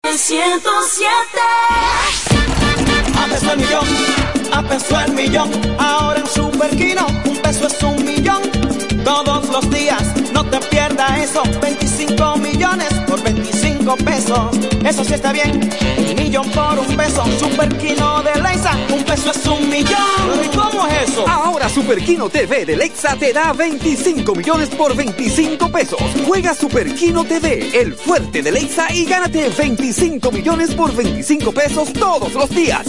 107. A peso el millón, a peso el millón. Ahora en Superquino, un peso es un millón. Todos los días, no te pierdas eso. 25 millones por 25 pesos. Eso sí está bien. Un millón por un peso. Superquino de Leisa, un peso es un millón. ¿Y cómo es eso? Ahora Superquino TV de Lexa te da 25 millones por 25 pesos. Juega Superquino TV, el fuerte de Lexa, y gánate 25 millones por 25 pesos todos los días.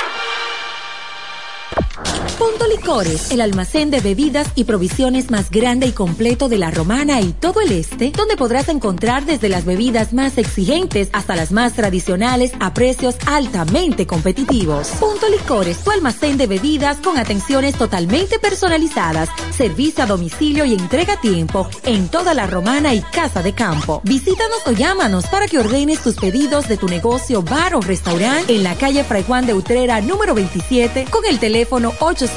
Punto Licores, el almacén de bebidas y provisiones más grande y completo de La Romana y todo el este, donde podrás encontrar desde las bebidas más exigentes hasta las más tradicionales a precios altamente competitivos. Punto Licores, tu almacén de bebidas con atenciones totalmente personalizadas, servicio a domicilio y entrega a tiempo en toda La Romana y Casa de Campo. Visítanos o llámanos para que ordenes tus pedidos de tu negocio, bar o restaurante en la calle Fray Juan de Utrera número 27 con el teléfono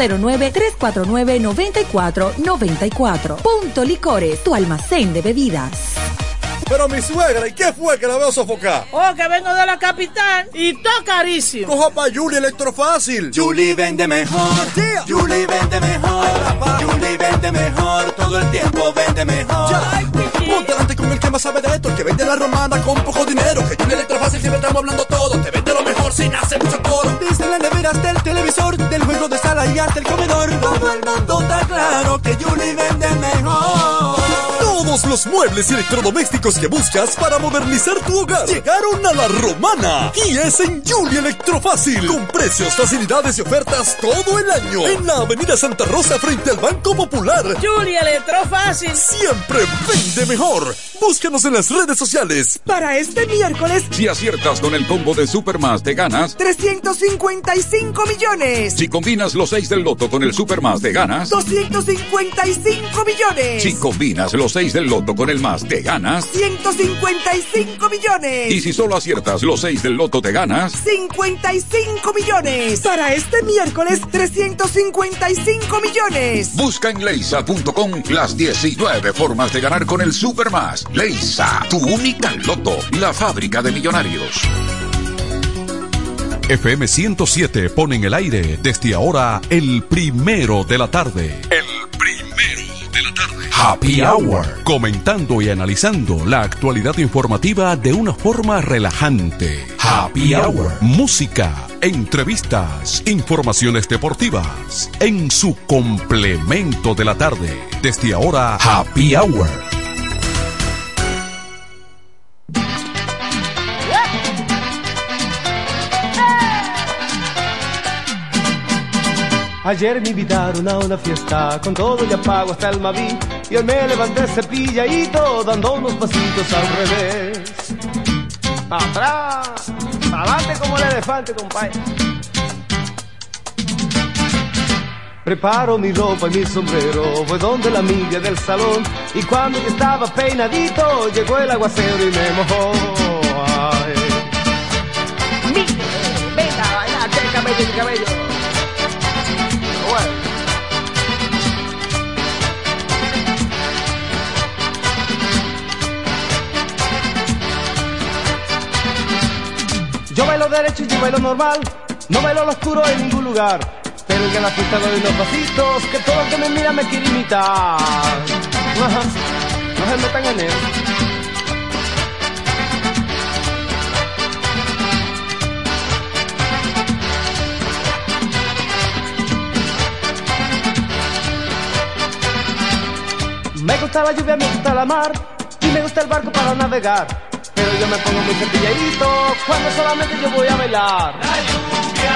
809-349-9494. Punto Licores, tu almacén de bebidas. Pero mi suegra, ¿y qué fue que la veo sofocar? Oh, que vengo de la capital y todo carísimo. Coja pa' Julie Electrofácil. Julie vende mejor. Yeah. Julie vende mejor. Julie vende mejor. Todo el tiempo vende mejor. Ponte delante con el que más sabe de esto, el que vende La Romana con poco dinero. Que Julie Electrofácil siempre estamos hablando todo. Te vende lo mejor sin hacer mucho coro. Desde la nevera hasta el televisor, del juego de sala y hasta el comedor. Todo el mundo está claro que Julie vende mejor. Todos los muebles y electrodomésticos que buscas para modernizar tu hogar llegaron a La Romana y es en Julie Electrofácil, con precios, facilidades y ofertas todo el año en la avenida Santa Rosa frente al Banco Popular. Julie Electrofácil Siempre vende mejor. Búscanos en las redes sociales. Para este miércoles, si aciertas con el combo de Supermás, te ganas 355 millones. Si combinas los 6 del loto con el Supermás, te ganas 255 millones. Si combinas los 6 del loto con el más, te ganas 155 millones. Y si solo aciertas los 6 del loto, te ganas 55 millones. Para este miércoles, 355 millones. Busca en leisa.com las 19 formas de ganar con el Supermás. Leisa, tu única loto, la fábrica de millonarios. FM 107 pone en el aire desde ahora el primero de la tarde. El primero de la tarde. Happy Hour. Comentando y analizando la actualidad informativa de una forma relajante. Happy Hour. Música, entrevistas, informaciones deportivas. En su complemento de la tarde. Desde ahora, Happy Hour. Ayer me invitaron a una fiesta, con todo ya pago hasta el Maví. Y hoy me levanté cepilladito, dando unos pasitos al revés. Para atrás, para adelante como el elefante, compadre. Preparo mi ropa y mi sombrero, voy donde la amiga del salón. Y cuando yo estaba peinadito, llegó el aguacero y me mojó. Ay. venga a bailar, que cabello, que cabello. Bueno. Yo bailo derecho y yo bailo normal, no bailo lo oscuro en ningún lugar. Pero que en la fiesta doy unos pasitos, que todo el que me mira me quiere imitar. No se metan en él. Me gusta la lluvia, me gusta la mar, y me gusta el barco para navegar. Pero yo me pongo muy cepilladito cuando solamente yo voy a bailar. La lluvia,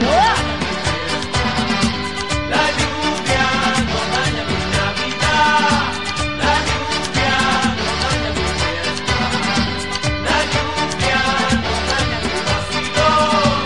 la lluvia no daña mi Navidad. La lluvia no daña mi fiesta. La lluvia no daña mi vacilón.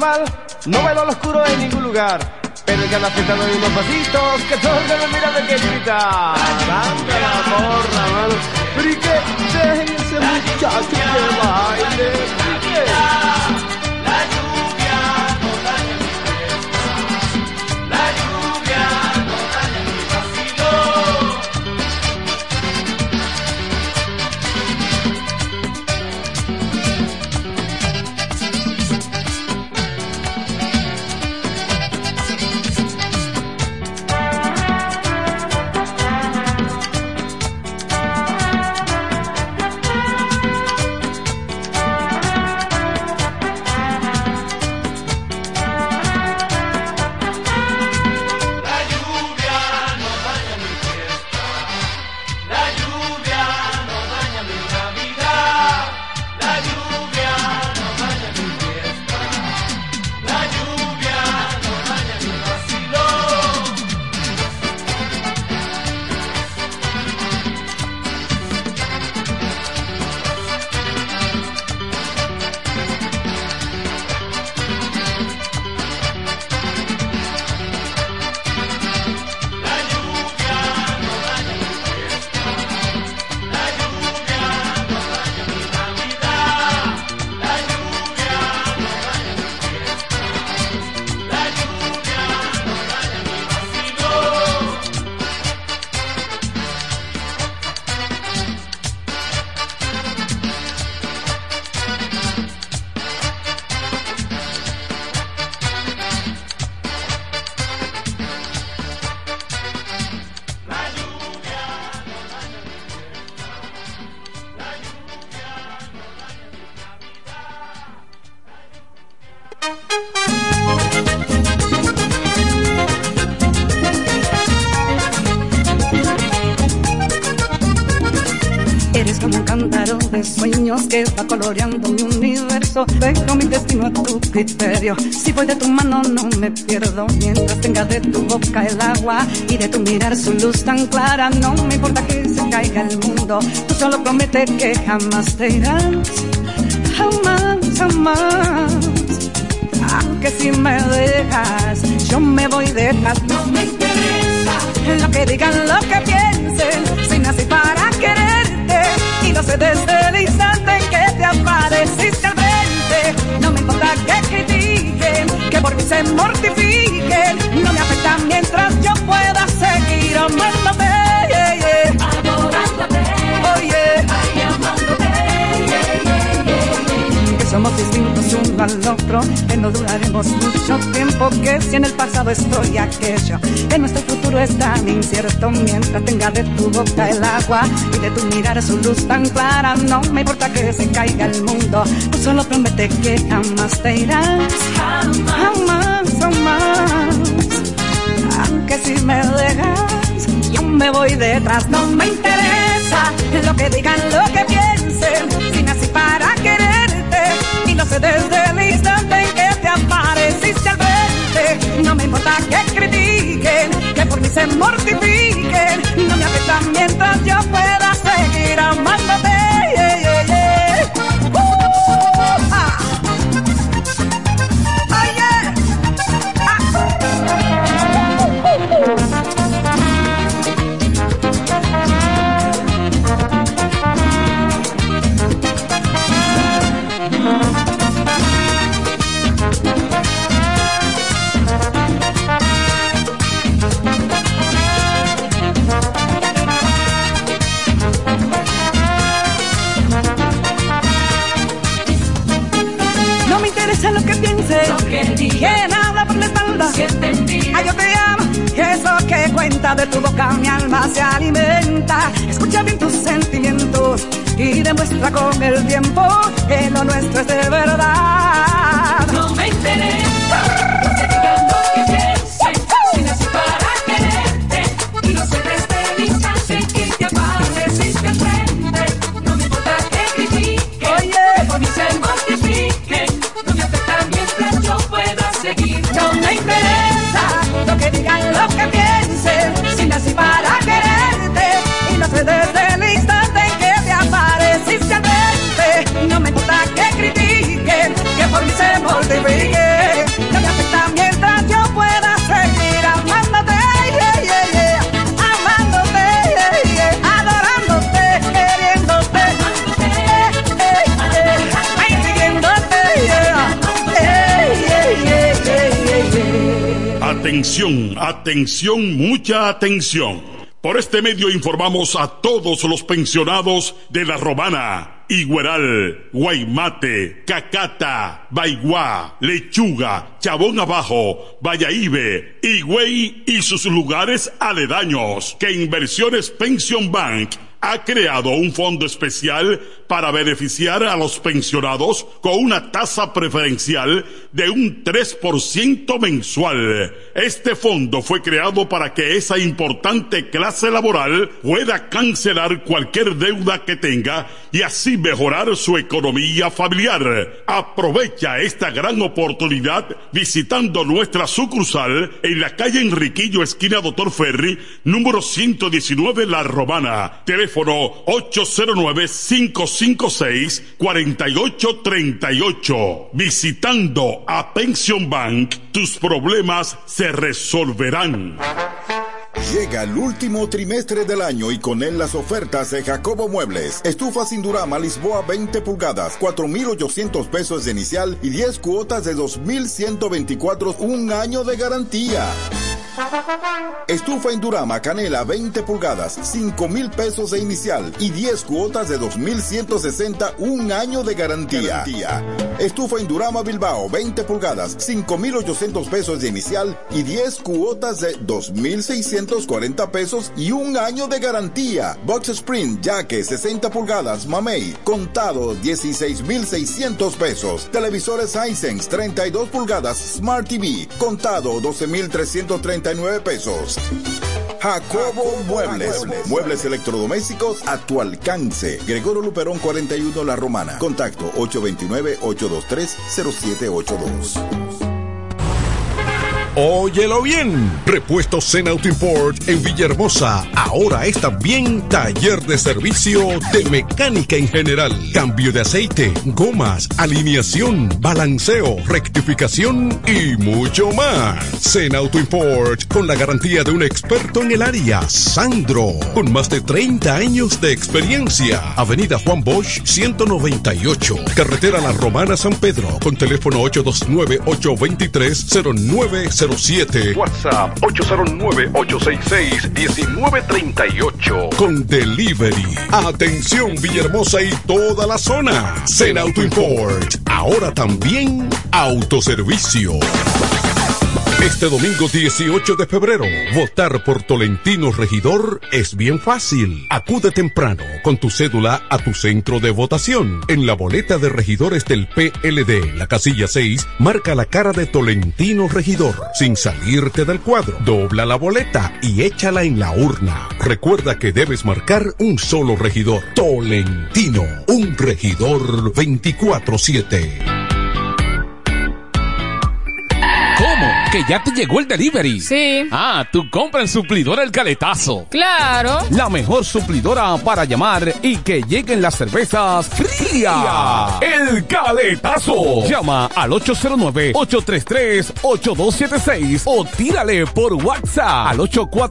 normal, no bailo al oscuro en ningún lugar. Pero ya la fiesta no hay unos pasitos que todos deben mirar de que gritar. Anda la morra, mano. Pero ¿y qué? Dejen ese muchacho que baile. La lluvia no daña mi fiesta. La lluvia no daña mi vacilón. Eres como un cántaro de sueños que va coloreando mi universo. Dejo mi destino a tu criterio. Si voy de tu mano no me pierdo. Mientras tenga de tu boca el agua y de tu mirar su luz tan clara, no me importa que se caiga el mundo. Tú solo promete que jamás te irás. Jamás, jamás. Aunque si me dejas, yo me voy detrás. No me interesa lo que digan, lo que piensen. Si nací para quererte y lo sé desde el instante en que te apareciste al frente. No me importa que critiquen, que por mí se mortifiquen. No me afecta mientras yo pueda seguir amándote, adorándote, oye, ay, amándote. Somos distintos uno al otro, que no duraremos mucho tiempo, que si en el pasado estoy aquello, que nuestro futuro es tan incierto. Mientras tenga de tu boca el agua y de tu mirar su luz tan clara, no me importa que se caiga el mundo. Tú solo promete que jamás te irás. Jamás, jamás. Aunque si me dejas, yo me voy detrás. No me interesa lo que digan, lo que piensen. Si nací para querer y lo sé desde el instante en que te apareciste al frente. No me importa que critiquen, que por mí se mortifiquen. No me afecta mientras yo pueda seguir amándote. Lo que pienses, quien habla por la espalda, ay, yo te amo, eso que cuenta de tu boca mi alma se alimenta. Escucha bien tus sentimientos y demuestra con el tiempo que lo nuestro es de verdad. No me interesa que digan lo que piensen, si nací para quererte y lo sé desde el instante en que te apareciste al frente. No me importa que critiquen, que por mí se mortifiquen. No me interesa lo que digan, lo que piensen. Si nací para quererte y lo sé desde el instante en que te apareciste al frente. No me importa que critiquen, que por mí se Atención, atención, mucha atención. Por este medio informamos a todos los pensionados de La Romana, Igueral, Guaymate, Cacata, Baigua, Lechuga, Chabón Abajo, Valladolid, Higüey y sus lugares aledaños, que Inversiones Pension Bank ha creado un fondo especial para beneficiar a los pensionados con una tasa preferencial de un 3% mensual. Este fondo fue creado para que esa importante clase laboral pueda cancelar cualquier deuda que tenga y así mejorar su economía familiar. Aprovecha esta gran oportunidad visitando nuestra sucursal en la calle Enriquillo, esquina Doctor Ferry, número 119, La Romana. Teléfono 809-556-4838. Visitando a Pension Bank, tus problemas se resolverán. Llega el último trimestre del año y con él las ofertas de Jacobo Muebles. Estufa sin Durama Lisboa 20 pulgadas, 4,800 pesos de inicial y 10 cuotas de 2,124, un año de garantía. Estufa Indurama Canela 20 pulgadas, 5,000 pesos de inicial y 10 cuotas de 2,160, un año de garantía. Estufa Indurama Bilbao 20 pulgadas, 5,800 pesos de inicial y 10 cuotas de 2,640 pesos y un año de garantía. Box Spring Yaque 60 pulgadas Mamey, contado 16,600 pesos. Televisores Hisense 32 pulgadas Smart TV, contado 12,339 pesos. Jacobo Muebles. Muebles electrodomésticos a tu alcance. Gregorio Luperón 41, La Romana. Contacto 829-823-0782. Óyelo bien, Repuestos Zen Auto Import en Villahermosa, ahora es también taller de servicio de mecánica en general, cambio de aceite, gomas, alineación, balanceo, rectificación y mucho más. Zen Auto Import, con la garantía de un experto en el área, Sandro, con más de 30 años de experiencia. Avenida Juan Bosch 198, carretera La Romana San Pedro, con teléfono 829-823-0907. WhatsApp 809-866-1938. Con delivery. Atención Villahermosa y toda la zona. Zen Auto Import. Ahora también autoservicio. Este domingo 18 de febrero, votar por Tolentino Regidor es bien fácil. Acude temprano con tu cédula a tu centro de votación. En la boleta de regidores del PLD, la casilla 6, marca la cara de Tolentino Regidor, sin salirte del cuadro. Dobla la boleta y échala en la urna. Recuerda que debes marcar un solo regidor. Tolentino, un regidor 24/7. ¿Cómo? ¿Que ya te llegó el delivery? Sí. Ah, tú compras en Suplidora El Caletazo. Claro. La mejor suplidora para llamar y que lleguen las cervezas frías. El Caletazo. Llama al 809-833-8276 o tírale por WhatsApp al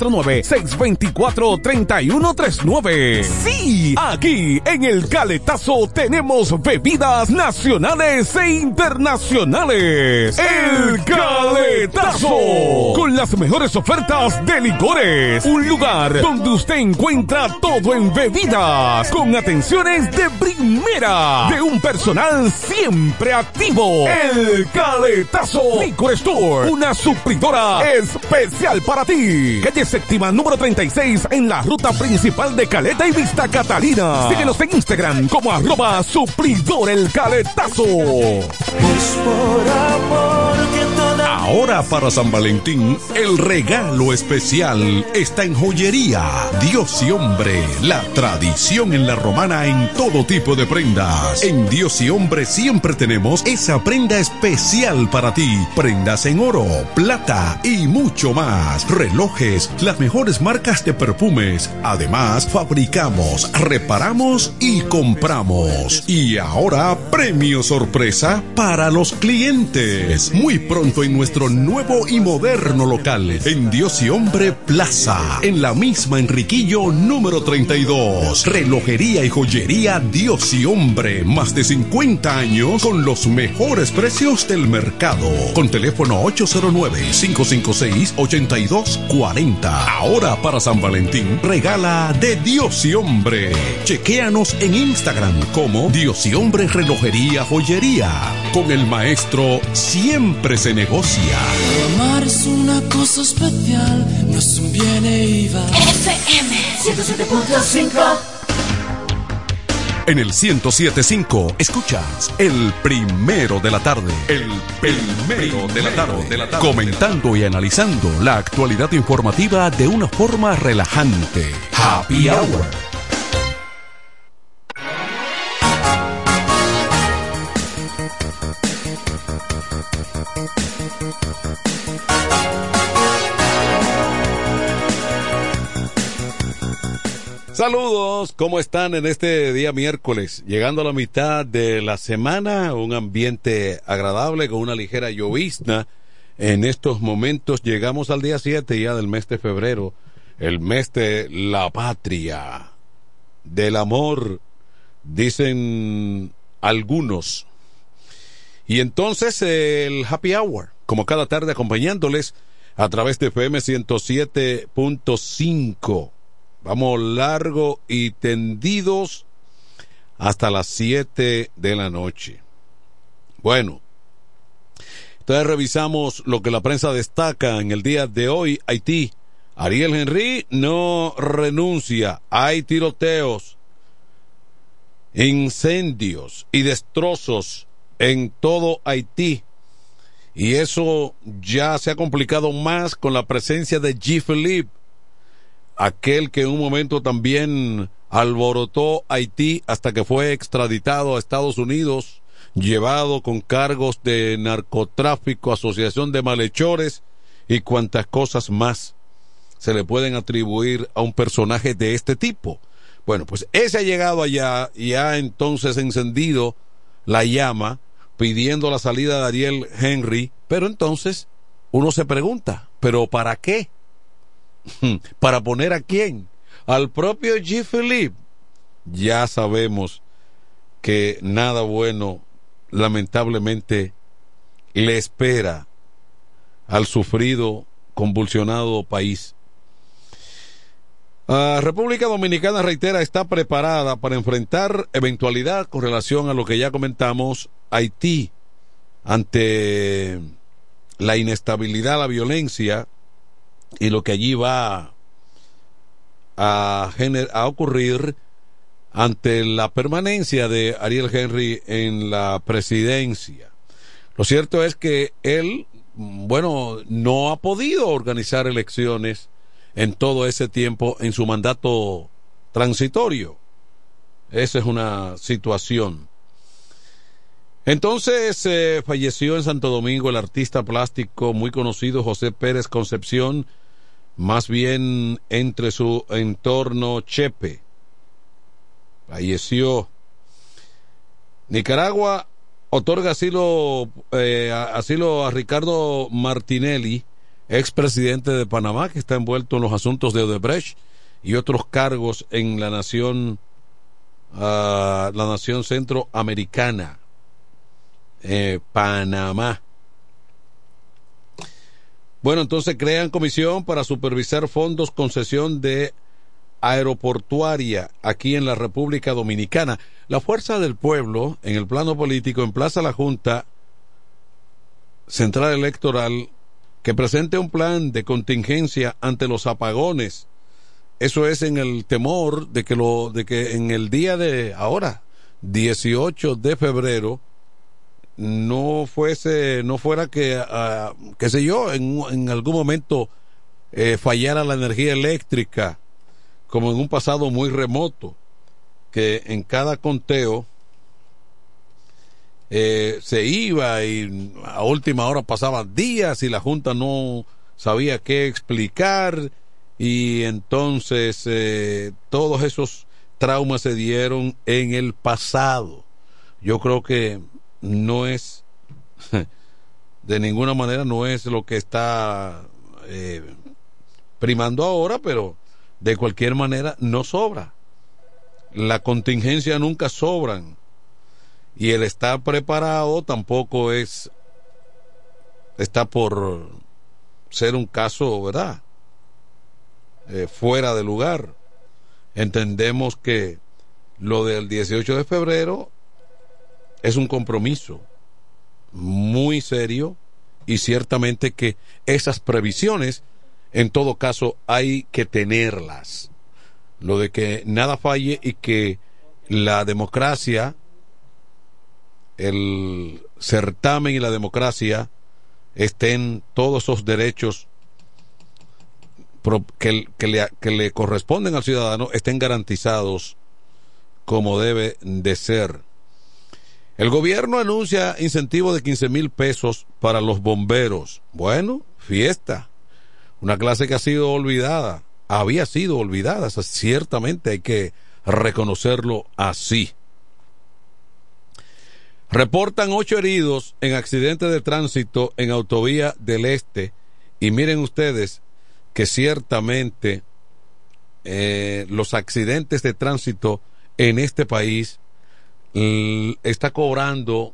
849-624-3139. Sí, aquí en El Caletazo tenemos bebidas nacionales e internacionales. El Caletazo, con las mejores ofertas de licores. Un lugar donde usted encuentra todo en bebidas, con atenciones de primera, de un personal siempre activo. El Caletazo Liquor Store, una suplidora especial para ti. Calle Séptima, número 36, en la ruta principal de Caleta y Vista Catalina. Síguenos en Instagram como @suplidor El Caletazo. Es por amor que Ahora para San Valentín, el regalo especial está en Joyería Dios y Hombre, la tradición en La Romana en todo tipo de prendas. En Dios y Hombre siempre tenemos esa prenda especial para ti. Prendas en oro, plata y mucho más. Relojes, las mejores marcas de perfumes. Además, fabricamos, reparamos y compramos. Y ahora, premio sorpresa para los clientes. Muy pronto en en nuestro nuevo y moderno local, en Dios y Hombre Plaza, en la misma Enriquillo número 32. Relojería y joyería Dios y Hombre, más de 50 años con los mejores precios del mercado. Con teléfono 809-556-8240. Ahora para San Valentín, regala de Dios y Hombre. Chequéanos en Instagram como Dios y Hombre Relojería Joyería. Con el maestro siempre se negocia. Amar es una cosa especial, no es un viene y va. FM 107.5. En el 107.5 escuchas El Primero de la Tarde. El Primero de la Tarde. Comentando y analizando la actualidad informativa de una forma relajante. Happy Hour. Saludos, ¿cómo están en este día miércoles? Llegando a la mitad de la semana, un ambiente agradable con una ligera llovizna. En estos momentos llegamos al día 7 ya del mes de febrero, el mes de la patria, del amor, dicen algunos. Y entonces el Happy Hour, como cada tarde acompañándoles a través de FM 107.5. Vamos largo y tendidos hasta las 7 de la noche. Bueno, entonces revisamos lo que la prensa destaca en el día de hoy. Haití. Ariel Henry no renuncia. Hay tiroteos, incendios y destrozos en todo Haití. Y eso ya se ha complicado más con la presencia de G. Philippe, aquel que en un momento también alborotó Haití hasta que fue extraditado a Estados Unidos, llevado con cargos de narcotráfico, asociación de malhechores y cuantas cosas más se le pueden atribuir a un personaje de este tipo. Bueno, pues ese ha llegado allá y ha entonces encendido la llama pidiendo la salida de Ariel Henry, pero entonces uno se pregunta, ¿pero para qué? ¿Para poner a quién? Al propio G. Philippe. Ya sabemos que nada bueno, lamentablemente, le espera al sufrido, convulsionado país. República Dominicana, reitera, está preparada para enfrentar eventualidad con relación a lo que ya comentamos, Haití, ante la inestabilidad, la violencia y lo que allí va a ocurrir ante la permanencia de Ariel Henry en la presidencia. Lo cierto es que él, no ha podido organizar elecciones en todo ese tiempo en su mandato transitorio. Esa es una situación. Entonces falleció en Santo Domingo el artista plástico muy conocido José Pérez Concepción, más bien entre su entorno chepe. Falleció. Nicaragua otorga asilo a Ricardo Martinelli, expresidente de Panamá, que está envuelto en los asuntos de Odebrecht y otros cargos en la nación centroamericana, Panamá. Bueno, entonces crean comisión para supervisar fondos concesión de aeroportuaria aquí en la República Dominicana. La Fuerza del Pueblo, en el plano político, emplaza a la Junta Central Electoral que presente un plan de contingencia ante los apagones. Eso es en el temor de que en el día de ahora, 18 de febrero, no fuera que qué sé yo, en algún momento fallara la energía eléctrica, como en un pasado muy remoto, que en cada conteo se iba y a última hora pasaban días y la Junta no sabía qué explicar, y entonces todos esos traumas se dieron en el pasado. Yo creo que no es de ninguna manera no es lo que está primando ahora, pero de cualquier manera no sobra. La contingencia nunca sobran, y el estar preparado tampoco está por ser un caso, ¿verdad?, fuera de lugar. Entendemos que lo del 18 de febrero es un compromiso muy serio, y ciertamente que esas previsiones en todo caso hay que tenerlas, lo de que nada falle y que la democracia, el certamen y la democracia estén todos esos derechos que le corresponden al ciudadano, estén garantizados como debe de ser. El gobierno anuncia incentivo de 15,000 pesos para los bomberos. Bueno, fiesta. Una clase que había sido olvidada, o sea, ciertamente hay que reconocerlo así. Reportan 8 heridos en accidente de tránsito en Autovía del Este, y miren ustedes que ciertamente los accidentes de tránsito en este país está cobrando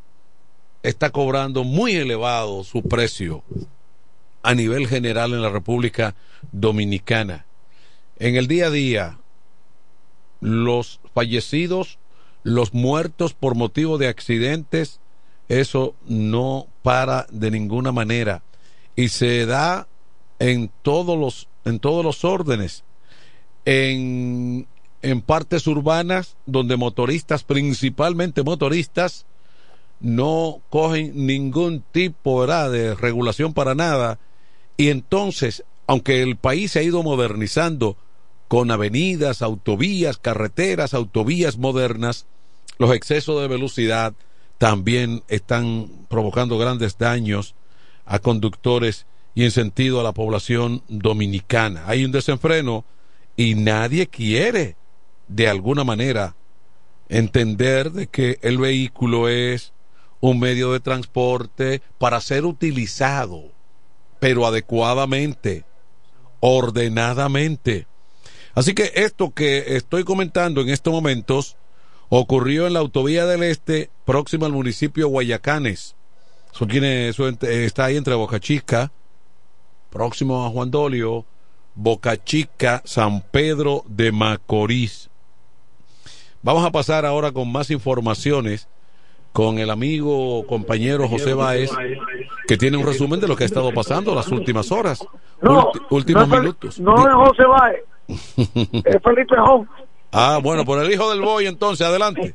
muy elevado su precio a nivel general en la República Dominicana. En el día a día, los fallecidos, los muertos por motivo de accidentes, eso no para de ninguna manera, y se da en todos los órdenes, en partes urbanas donde motoristas, principalmente motoristas, no cogen ningún tipo, ¿verdad?, de regulación para nada. Y entonces, aunque el país se ha ido modernizando con avenidas, autovías, carreteras, autovías modernas, los excesos de velocidad también están provocando grandes daños a conductores y en sentido a la población dominicana. Hay un desenfreno y nadie quiere de alguna manera entender de que el vehículo es un medio de transporte para ser utilizado, pero adecuadamente, ordenadamente. Así que esto que estoy comentando en estos momentos ocurrió en la Autovía del Este, próxima al municipio de Guayacanes. Eso está ahí entre Boca Chica, próximo a Juan Dolio, Boca Chica, San Pedro de Macorís. Vamos a pasar ahora con más informaciones con el amigo compañero José Báez, que tiene un resumen de lo que ha estado pasando las últimas horas, últimos minutos. No es José Báez, es Felipe Jón. Ah, bueno, por el hijo del Boy, entonces, adelante.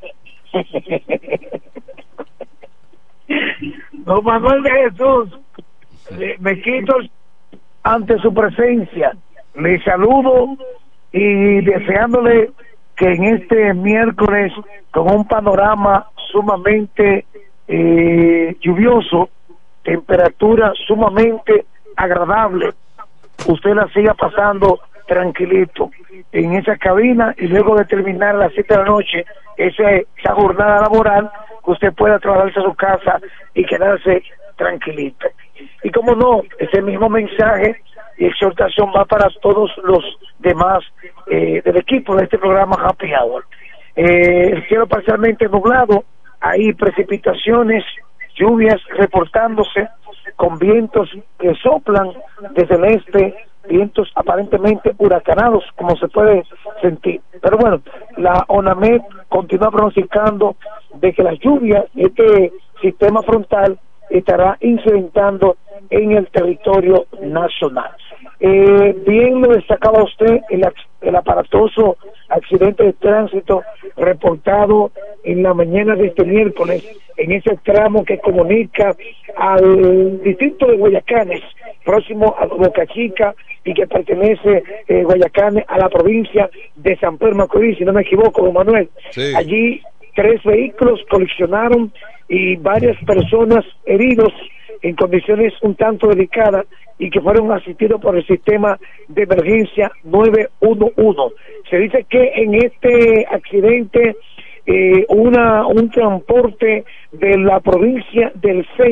Don Manuel de Jesús, me quito ante su presencia, le saludo y deseándole que en este miércoles, con un panorama sumamente lluvioso, temperatura sumamente agradable, usted la siga pasando tranquilito en esa cabina, y luego de terminar a las 7 de la noche esa jornada laboral, que usted pueda trasladarse a su casa y quedarse tranquilito. Y como no, ese mismo mensaje y exhortación va para todos los demás del equipo de este programa Happy Hour. El cielo parcialmente nublado, hay precipitaciones, lluvias reportándose, con vientos que soplan desde el este, vientos aparentemente huracanados, como se puede sentir. Pero bueno, la ONAMED continúa pronosticando de que las lluvias, este sistema frontal, estará incidentando en el territorio nacional. Bien lo destacaba usted, el aparatoso accidente de tránsito reportado en la mañana de este miércoles en ese tramo que comunica al distrito de Guayacanes, próximo a Boca Chica, y que pertenece Guayacanes a la provincia de San Pedro de Macorís, si no me equivoco, don Manuel. Sí. Allí 3 vehículos colisionaron y varias personas heridos en condiciones un tanto delicadas, y que fueron asistidos por el sistema de emergencia 911. Se dice que en este accidente un transporte de la provincia del Ceibo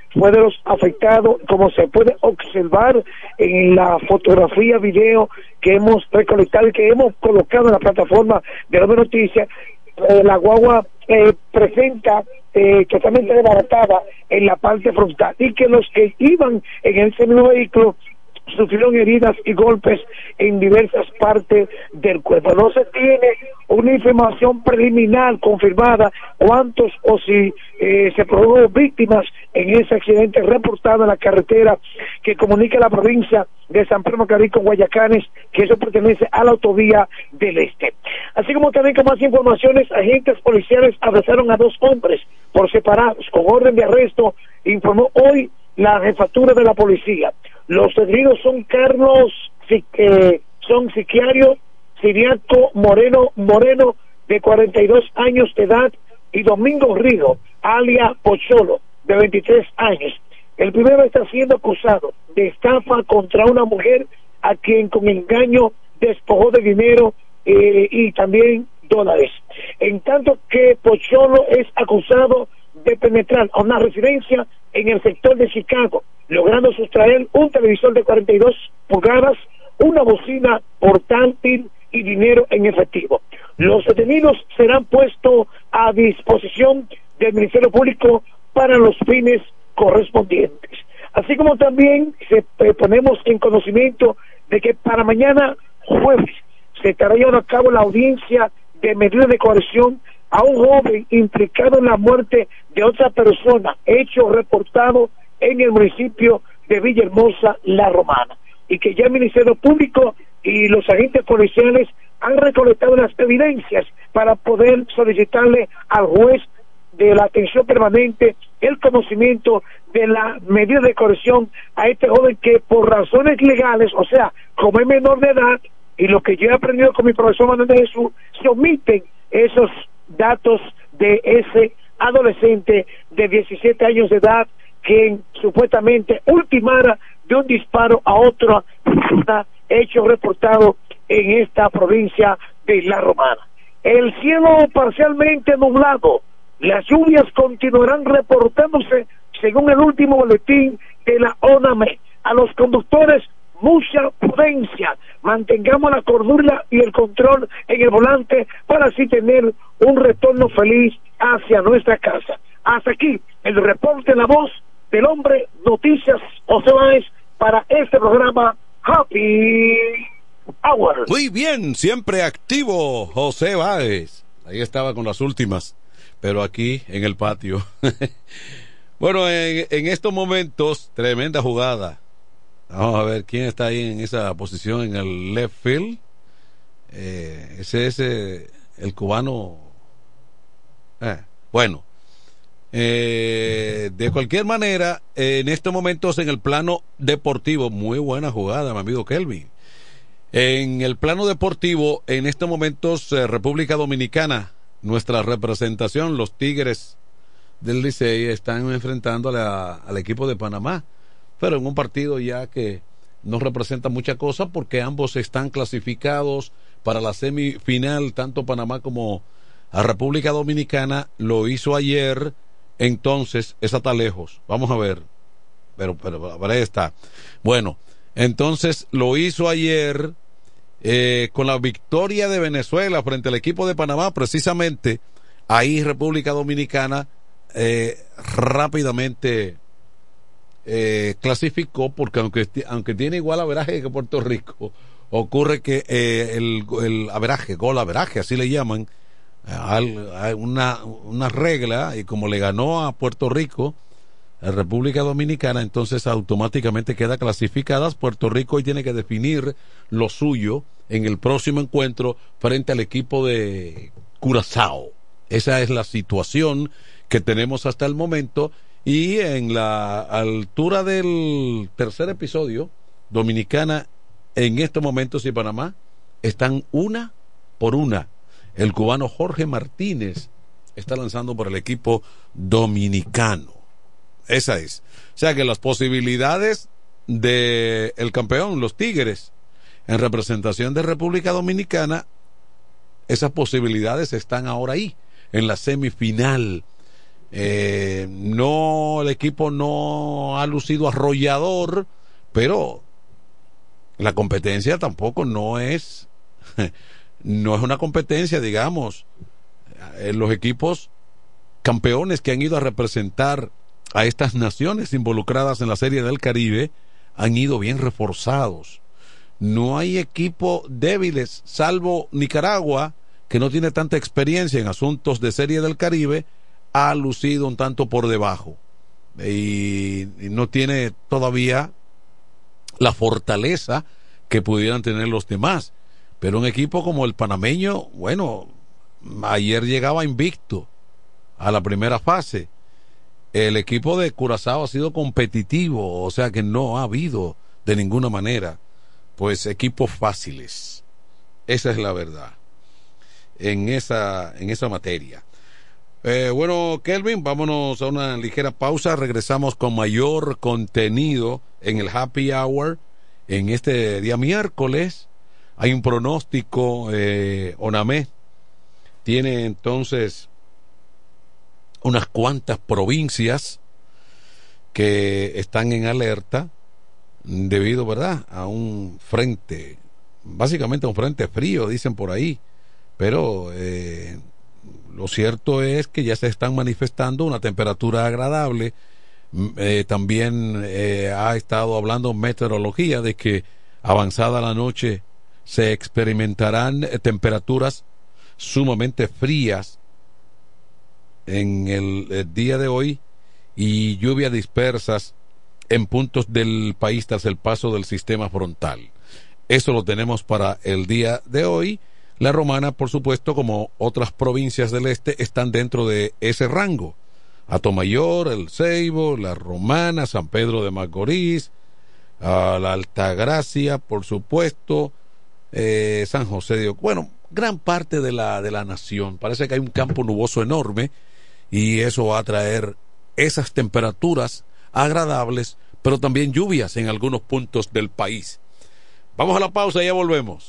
fue de los afectados, como se puede observar en la fotografía, video que hemos recolectado y que hemos colocado en la plataforma de Nove Noticias. La guagua presenta totalmente desbaratada en la parte frontal, y que los que iban en ese mismo vehículo sufrieron heridas y golpes en diversas partes del cuerpo. No se tiene una información preliminar confirmada cuántos o si se produjo víctimas en ese accidente reportado en la carretera que comunica la provincia de San Pedro Macorís con Guayacanes, que eso pertenece a la autovía del Este. Así como también, con más informaciones, agentes policiales arrestaron a 2 hombres por separados con orden de arresto, informó hoy la jefatura de la policía. Los detenidos son Carlos Siquiario Siriaco Moreno, de 42 años de edad, y Domingo Rigo, alia Pocholo, de 23 años. El primero está siendo acusado de estafa contra una mujer a quien con engaño despojó de dinero y también dólares. En tanto que Pocholo es acusado de penetrar a una residencia en el sector de Chicago, logrando sustraer un televisor de 42 pulgadas, una bocina portátil y dinero en efectivo. Los detenidos serán puestos a disposición del Ministerio Público para los fines correspondientes. Así como también ponemos en conocimiento de que para mañana jueves se estará llevando a cabo la audiencia de medida de coerción a un joven implicado en la muerte de otra persona, hecho reportado en el municipio de Villahermosa, La Romana, y que ya el Ministerio Público y los agentes policiales han recolectado las evidencias para poder solicitarle al juez de la atención permanente el conocimiento de la medida de coerción a este joven que por razones legales, o sea, como es menor de edad, y lo que yo he aprendido con mi profesor Manuel de Jesús, se omiten esos datos de ese adolescente de 17 años de edad que supuestamente ultimara de un disparo a otro hecho reportado en esta provincia de La Romana. El cielo parcialmente nublado, las lluvias continuarán reportándose según el último boletín de la ONAME. A los conductores, mucha prudencia, mantengamos la cordura y el control en el volante para así tener un retorno feliz hacia nuestra casa. Hasta aquí el reporte en la voz del hombre Noticias José Báez para este programa Happy Hour. Muy bien, siempre activo José Báez. Ahí estaba con las últimas, pero aquí en el patio. Bueno, en estos momentos, tremenda jugada. Vamos a ver quién está ahí en esa posición en el left field. Ese es el cubano. Bueno, de cualquier manera, en estos momentos en el plano deportivo, muy buena jugada, mi amigo Kelvin. En el plano deportivo, en estos momentos, República Dominicana, nuestra representación, los Tigres del Licey, están enfrentando al equipo de Panamá, pero en un partido ya que no representa mucha cosa porque ambos están clasificados para la semifinal, tanto Panamá como a República Dominicana. Lo hizo ayer, entonces esa está lejos, vamos a ver, pero ahí está. Bueno, entonces lo hizo ayer con la victoria de Venezuela frente al equipo de Panamá. Precisamente ahí República Dominicana rápidamente clasificó, porque aunque tiene igual averaje que Puerto Rico, ocurre que el averaje, gol averaje, así le llaman, hay una regla, y como le ganó a Puerto Rico a República Dominicana, entonces automáticamente queda clasificadas. Puerto Rico hoy tiene que definir lo suyo en el próximo encuentro frente al equipo de Curazao. Esa es la situación que tenemos hasta el momento. Y en la altura del tercer episodio, Dominicana en estos momentos y Panamá están 1-1. El cubano Jorge Martínez está lanzando por el equipo dominicano. Esa es. O sea que las posibilidades de el campeón, los Tigres, en representación de República Dominicana, esas posibilidades están ahora ahí, en la semifinal. No, el equipo no ha lucido arrollador, pero la competencia tampoco no es una competencia, digamos. Los equipos campeones que han ido a representar a estas naciones involucradas en la Serie del Caribe han ido bien reforzados. No hay equipos débiles, salvo Nicaragua, que no tiene tanta experiencia en asuntos de Serie del Caribe, ha lucido un tanto por debajo y no tiene todavía la fortaleza que pudieran tener los demás. Pero un equipo como el panameño, bueno, ayer llegaba invicto a la primera fase. El equipo de Curazao ha sido competitivo, o sea que no ha habido de ninguna manera pues equipos fáciles. Esa es la verdad en esa materia. Bueno, Kelvin, vámonos a una ligera pausa. Regresamos con mayor contenido en el Happy Hour en este día miércoles. Hay un pronóstico. ONAME tiene entonces unas cuantas provincias que están en alerta debido, ¿verdad?, a un frente, básicamente a un frente frío, dicen por ahí, pero lo cierto es que ya se están manifestando una temperatura agradable. También ha estado hablando meteorología de que avanzada la noche se experimentarán temperaturas sumamente frías en el día de hoy y lluvias dispersas en puntos del país tras el paso del sistema frontal. Eso lo tenemos para el día de hoy. La Romana, por supuesto, como otras provincias del este, están dentro de ese rango. Atomayor, El Ceibo, La Romana, San Pedro de Macorís, la Altagracia, por supuesto, San José de Ocoa. Bueno, gran parte de la nación. Parece que hay un campo nuboso enorme y eso va a traer esas temperaturas agradables, pero también lluvias en algunos puntos del país. Vamos a la pausa y ya volvemos.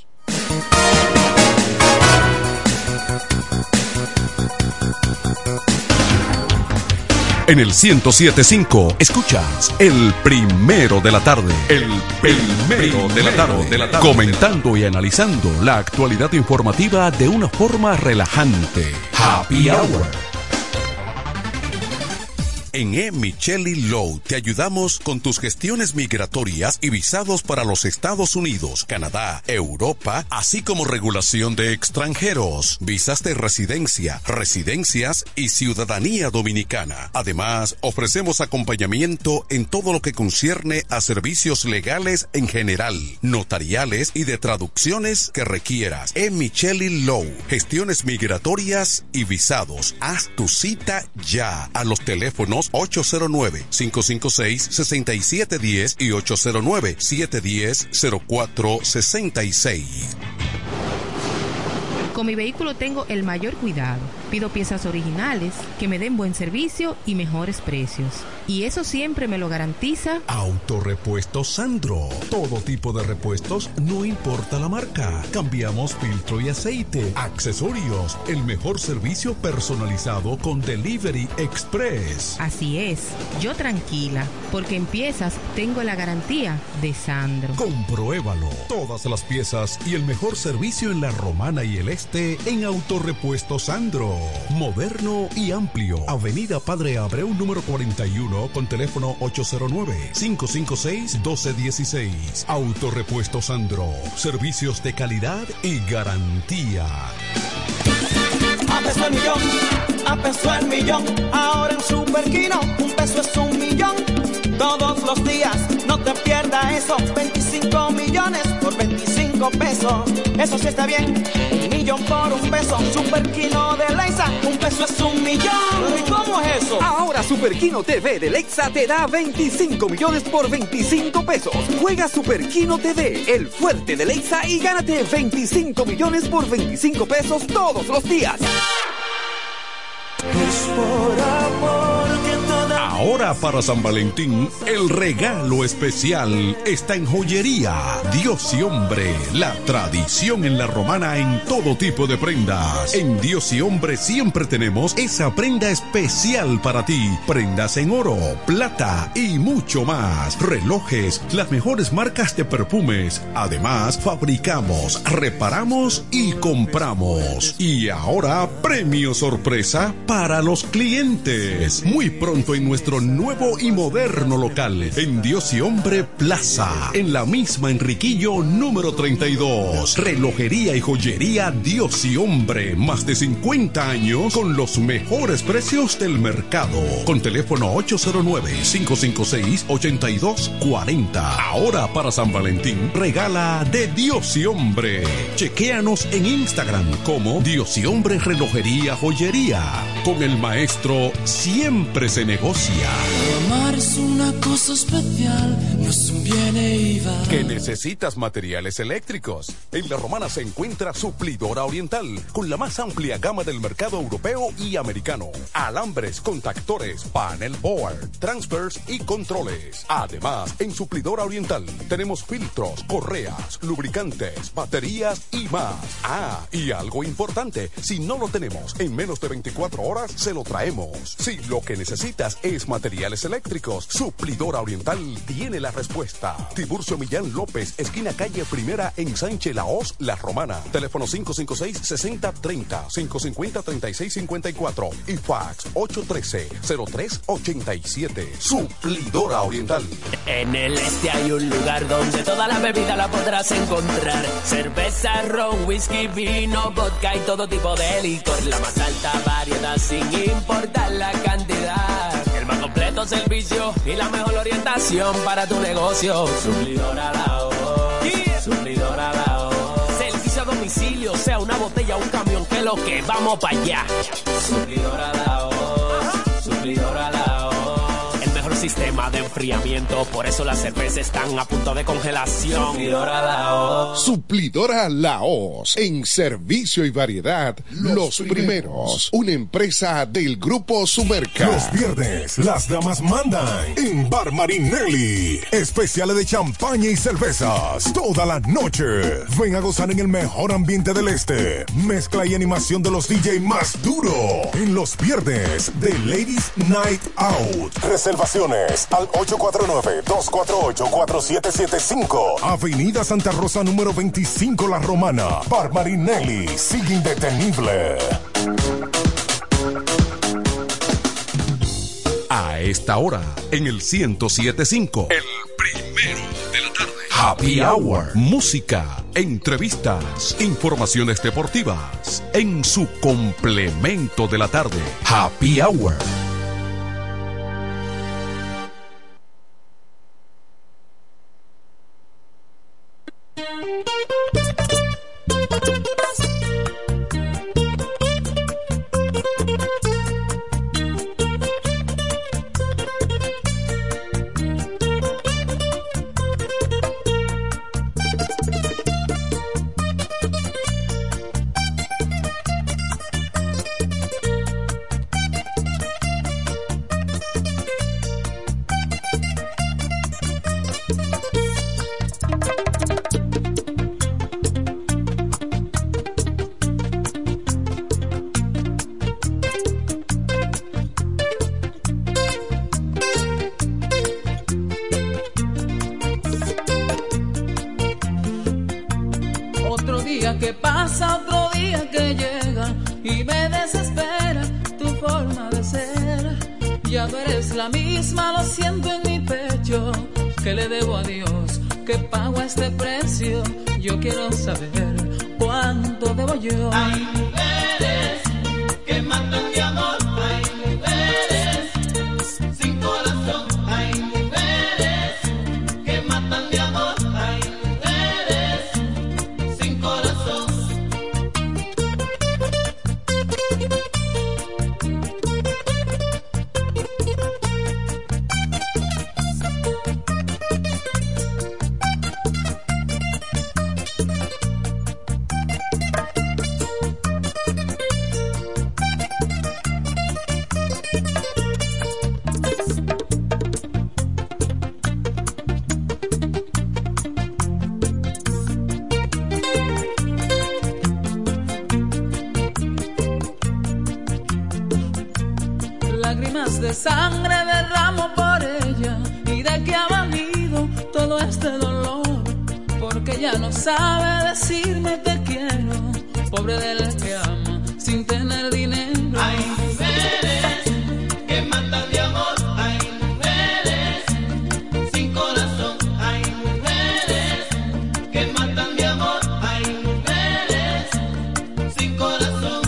En el 107.5 escuchas El Primero de la Tarde. El Primero de la Tarde. Comentando y analizando la actualidad informativa de una forma relajante. Happy Hour. En Micheli Law te ayudamos con tus gestiones migratorias y visados para los Estados Unidos, Canadá, Europa, así como regulación de extranjeros, visas de residencia, residencias y ciudadanía dominicana. Además, ofrecemos acompañamiento en todo lo que concierne a servicios legales en general, notariales y de traducciones que requieras. Micheli Law, gestiones migratorias y visados. Haz tu cita ya a los teléfonos 809-556-6710 y 809-710-0466. Con mi vehículo tengo el mayor cuidado. Pido piezas originales, que me den buen servicio y mejores precios. Y eso siempre me lo garantiza Autorepuestos Sandro. Todo tipo de repuestos, no importa la marca. Cambiamos filtro y aceite, accesorios, el mejor servicio personalizado con Delivery Express. Así es, yo tranquila, porque en piezas tengo la garantía de Sandro. Compruébalo. Todas las piezas y el mejor servicio en La Romana y el Este en Autorepuestos Sandro. Moderno y amplio. Avenida Padre Abreu número 41 con teléfono 809-556-1216. Autorepuestos Sandro. Servicios de calidad y garantía. A peso el millón, a peso el millón. Ahora en Superquino, un peso es un millón. Todos los días, no te pierdas eso. 25 millones por 25 pesos. Eso sí está bien. Un millón por un peso. Superquino de Leisa, un peso es un millón. ¿Y cómo es eso? Ahora Superquino TV de Lexa te da 25 millones por 25 pesos. Juega Superquino TV, el fuerte de Lexa, y gánate 25 millones por 25 pesos todos los días. Es por amor que toda Ahora para San Valentín, el regalo especial está en Joyería Dios y Hombre, la tradición en la Romana en todo tipo de prendas. En Dios y Hombre siempre tenemos esa prenda especial para ti. Prendas en oro, plata y mucho más. Relojes, las mejores marcas de perfumes. Además, fabricamos, reparamos y compramos. Y ahora, premio sorpresa para los clientes. Muy pronto en nuestro nuevo y moderno local, en Dios y Hombre Plaza, en la misma Enriquillo número 32. Relojería y joyería Dios y Hombre, más de 50 años con los mejores precios del mercado. Con teléfono 809-556-8240. Ahora para San Valentín, regala de Dios y Hombre. Chequéanos en Instagram como Dios y Hombre Relojería Joyería. Con el maestro siempre se negocia. Amar es una cosa especial, no es un viene y va. ¿Que necesitas materiales eléctricos? En La Romana se encuentra Suplidora Oriental, con la más amplia gama del mercado europeo y americano. Alambres, contactores, panel board, transfers y controles. Además, en Suplidora Oriental tenemos filtros, correas, lubricantes, baterías y más. Ah, y algo importante, si no lo tenemos en menos de 24 horas, se lo traemos. Si lo que necesitas es materiales eléctricos, Suplidora Oriental tiene la respuesta. Tiburcio Millán López, esquina calle Primera en Sánchez Laos, La Romana. Teléfono 556-6030, 550-3654 y fax 813-0387. Suplidora Oriental. En el este hay un lugar donde toda la bebida la podrás encontrar. Cerveza, ron, whisky, vino, vodka y todo tipo de licor. La más alta variedad sin importar la cantidad. El más completo servicio y la mejor orientación para tu negocio. Suplidora Laos. Suplidora Laos. Servicio a domicilio, sea una botella o un camión, que lo que vamos para allá. Suplidora Laos. Suplidora Laos. El mejor sistema de enfriamiento, por eso las cervezas están a punto de congelación. Suplidora Laos. Suplidora Laos. En servicio y variedad, los primeros. Una empresa del Grupo Sumerca. Los viernes, las damas mandan en Bar Marinelli. Especiales de champaña y cervezas toda la noche. Ven a gozar en el mejor ambiente del este. Mezcla y animación de los DJ más duro. En los viernes de Ladies Night Out. Reservaciones al 849-248-4775. Avenida Santa Rosa número 25 La Romana. Bar Marinelli. Sigue indetenible. A esta hora, en el 107.5, el primero de la tarde. Happy Hour. Música, entrevistas, informaciones deportivas. En su complemento de la tarde. Happy Hour. Que pasa, otro día que llega y me desespera tu forma de ser. Ya no eres la misma, lo siento en mi pecho. ¿Qué le debo a Dios? ¿Qué pago este precio? Yo quiero saber cuánto debo yo. Hay mujeres que matan de amor. Hay mujeres sin corazón. Hay mujeres que matan de amor. Hay mujeres sin corazón. lágrimas de sangre derramo por ella. ¿Y de qué ha valido todo este dolor? Porque ya no sabe decirme te quiero. Pobre del que ama sin tener dinero. Hay mujeres que matan de amor. Hay mujeres sin corazón. Hay mujeres que matan de amor. Hay mujeres sin corazón.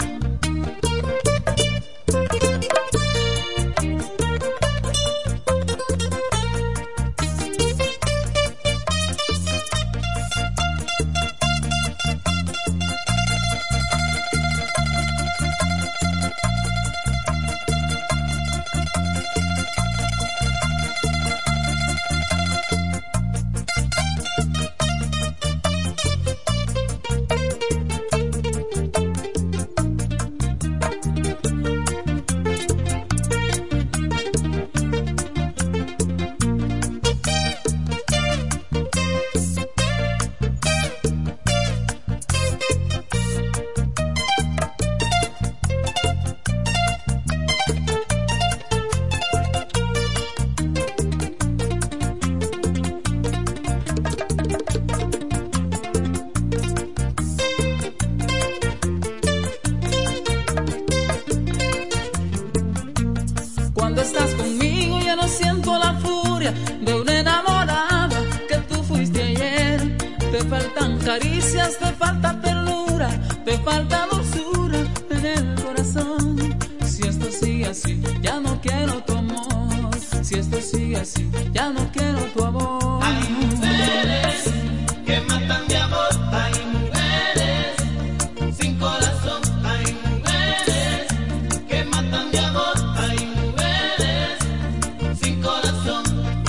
Cuando estás conmigo ya no siento la furia de una enamorada que tú fuiste ayer. Te faltan caricias, te falta ternura, te falta dulzura en el corazón. Si esto sigue así, ya no quiero tu amor. Si esto sigue así, ya no quiero tu amor. Hay mujeres que matan de amor. Hay mujeres sin corazón. Hay mujeres que matan de amor. Hay mujeres sin corazón.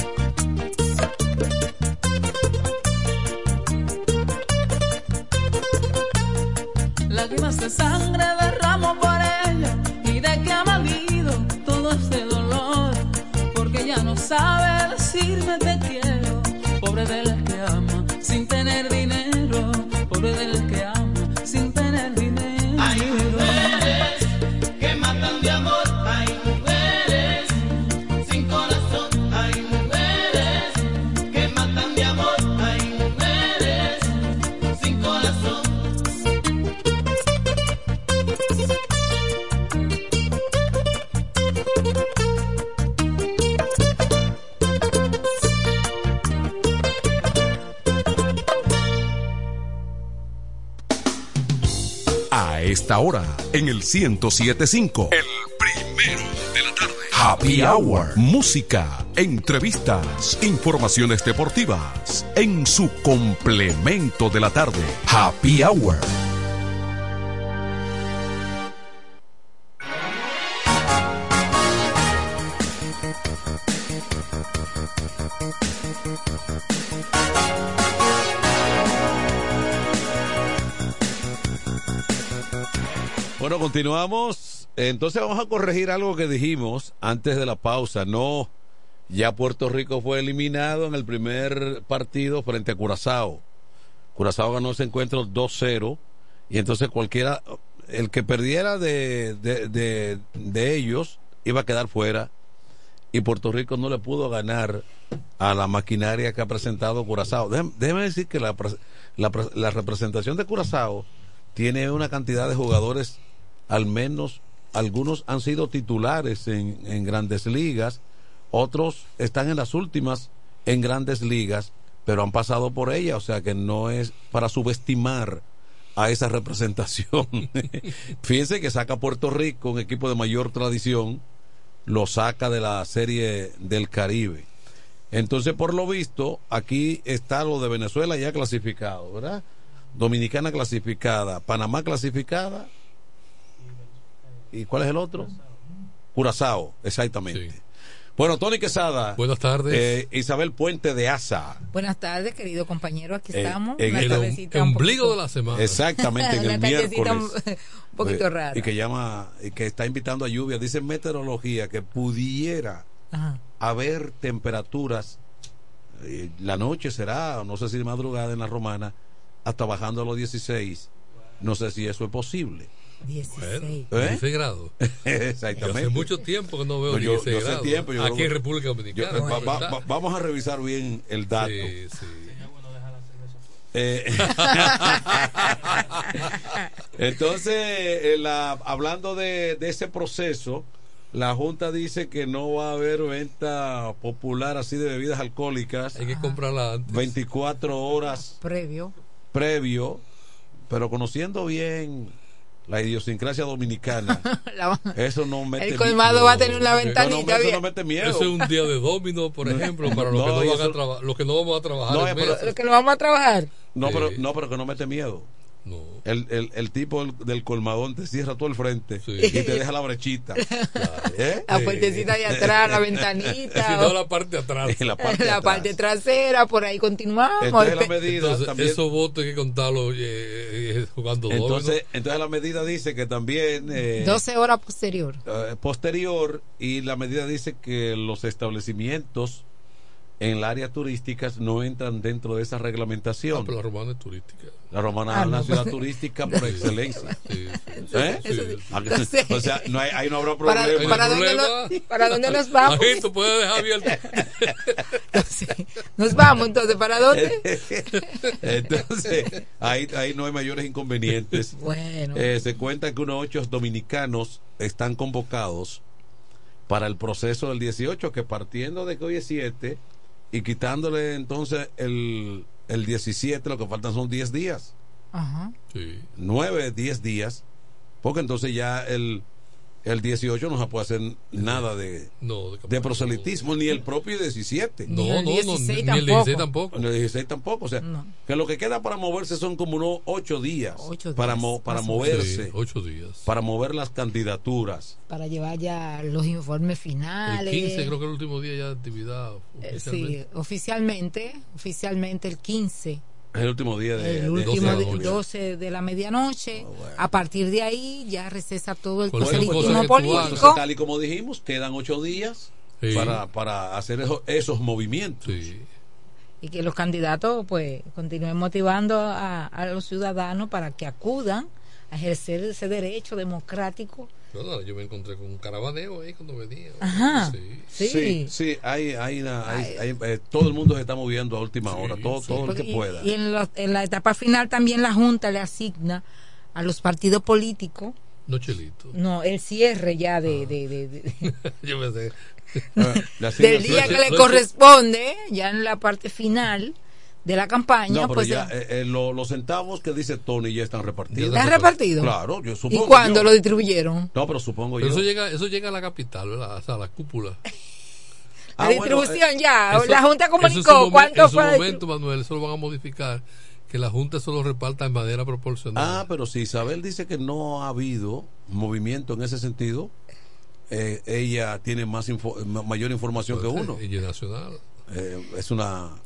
Lágrimas de sangre derramo por ella. ¿Y de qué ha valido todo este dolor? Porque ya no sabe decirme te quiero. Pobre del que ama sin tener dinero. Pobre del que ama sin tener dinero. Hay mujeres que matan de amor. Hay mujeres sin corazón. Hay mujeres que matan de amor. Hay mujeres sin corazón. A esta hora, en el 107.5, el primero de la tarde. Happy Hour. Música, entrevistas, informaciones deportivas. En su complemento de la tarde. Happy Hour. Bueno, continuamos. Entonces vamos a corregir algo que dijimos antes de la pausa. No, ya Puerto Rico fue eliminado en el primer partido frente a Curazao. Curazao ganó ese encuentro 2-0 y entonces cualquiera, el que perdiera de ellos iba a quedar fuera y Puerto Rico no le pudo ganar a la maquinaria que ha presentado Curazao. Déjeme decir que la representación de Curazao tiene una cantidad de jugadores, al menos algunos han sido titulares en grandes ligas, otros están en las últimas en grandes ligas, pero han pasado por ella, o sea que no es para subestimar a esa representación. Fíjense que saca a Puerto Rico, un equipo de mayor tradición, lo saca de la Serie del Caribe. Entonces, por lo visto, aquí está lo de Venezuela ya clasificado, ¿verdad? Dominicana clasificada, Panamá clasificada, ¿y cuál es el otro? Curazao, exactamente. Sí. Bueno, Tony Quesada. Buenas tardes. Isabel Puente de ASA. Buenas tardes, querido compañero. Aquí estamos. En el ombligo de la semana. Exactamente, en el miércoles. Un poquito rara. Y que llama, y que está invitando a lluvia. Dice meteorología que pudiera haber temperaturas. La noche será, no sé si de madrugada en la Romana, hasta bajando a los 16. No sé si eso es posible. 16. 16 grados. Exactamente. Yo hace mucho tiempo que no veo yo 16 grados. Tiempo, aquí en República Dominicana. Vamos a revisar bien el dato. Sí, sí. Entonces, hablando de ese proceso, la Junta dice que no va a haber venta popular así de bebidas alcohólicas. Hay que comprarla antes. 24 horas previo, pero conociendo bien la idiosincrasia dominicana, eso no mete miedo. El colmado va a tener una ventanita. Eso no mete miedo. Eso es un día de domino, por ejemplo, para los que no vamos a trabajar. Los que no vamos a trabajar. Pero que no mete miedo. No. El tipo del colmadón te cierra todo el frente y te deja la brechita. La puertecita de atrás, la ventanita. Si no, la parte de atrás. La parte trasera, por ahí continuamos. Entonces, la medida también, esos votos hay que contarlos jugando domino. Entonces la medida dice que también 12 horas posterior, y la medida dice que los establecimientos en el área turísticas no entran dentro de esa reglamentación. Pero la Romana es turística. La Romana es una ciudad turística por excelencia. O sea, ahí no habrá problema. ¿Para dónde nos vamos? Ahí tú puedes dejar abierto. Nos vamos, entonces, ¿para dónde? Entonces, ahí no hay mayores inconvenientes. Bueno. Se cuenta que unos 8 dominicanos están convocados para el proceso del 18, que partiendo de que hoy es 7 y quitándole entonces el 17, lo que faltan son 10 días. Ajá. Sí. 9, 10 días, porque entonces ya el 18 no se puede hacer nada de proselitismo, ni el propio 17. Ni el 16 tampoco. Ni el 16 tampoco. O sea, que lo que queda para moverse son como unos 8 días. Para moverse. Sí, 8 días. Para mover las candidaturas. Para llevar ya los informes finales. El 15 creo que es el último día ya de actividad. Oficialmente el 15. Es el último día de 12 de la medianoche. A partir de ahí ya recesa todo el proselitismo político. Entonces, tal y como dijimos, quedan 8 días para hacer esos movimientos. Sí. Y que los candidatos pues continúen motivando a los ciudadanos para que acudan a ejercer ese derecho democrático. Yo me encontré con un caravaneo ahí cuando venía. Ajá. Sí, todo el mundo se está moviendo a última hora, todo el que pueda. Y en la etapa final también la Junta le asigna a los partidos políticos. No, Chelito. No, el cierre ya Yo me sé. del día que le corresponde, ya en la parte final de la campaña. No, pero ya los centavos que dice Tony ya están repartidos. ¿Están repartidos? Claro, yo supongo. ¿Y cuándo lo distribuyeron? No, pero supongo pero yo. Eso llega a la capital, ¿verdad? O sea, a la cúpula. La distribución ya. Eso, la Junta comunicó cuánto fue. En su momento, Manuel, eso lo van a modificar. Que la Junta solo reparta en manera proporcional. Pero si Isabel dice que no ha habido movimiento en ese sentido, ella tiene mayor información que uno. Ella es nacional. Es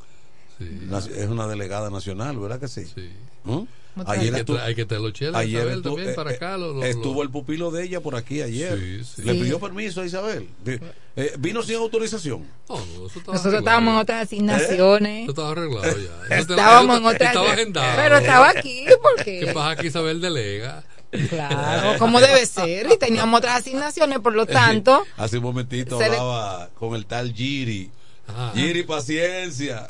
una delegada nacional, ¿verdad que sí? Sí. Ayer hay que traerlo Chela Isabel también para acá. Estuvo el pupilo de ella por aquí ayer. Le pidió permiso a Isabel. Vino sin autorización. Nosotros estábamos en otras asignaciones. Eso estaba arreglado ya. Estábamos en otras. Estaba agendado. Pero estaba aquí porque. ¿Qué pasa que Isabel delega? Claro, como debe ser. Y teníamos otras asignaciones, por lo tanto. Hace un momentito hablaba con el tal Giri. Giri, paciencia. Te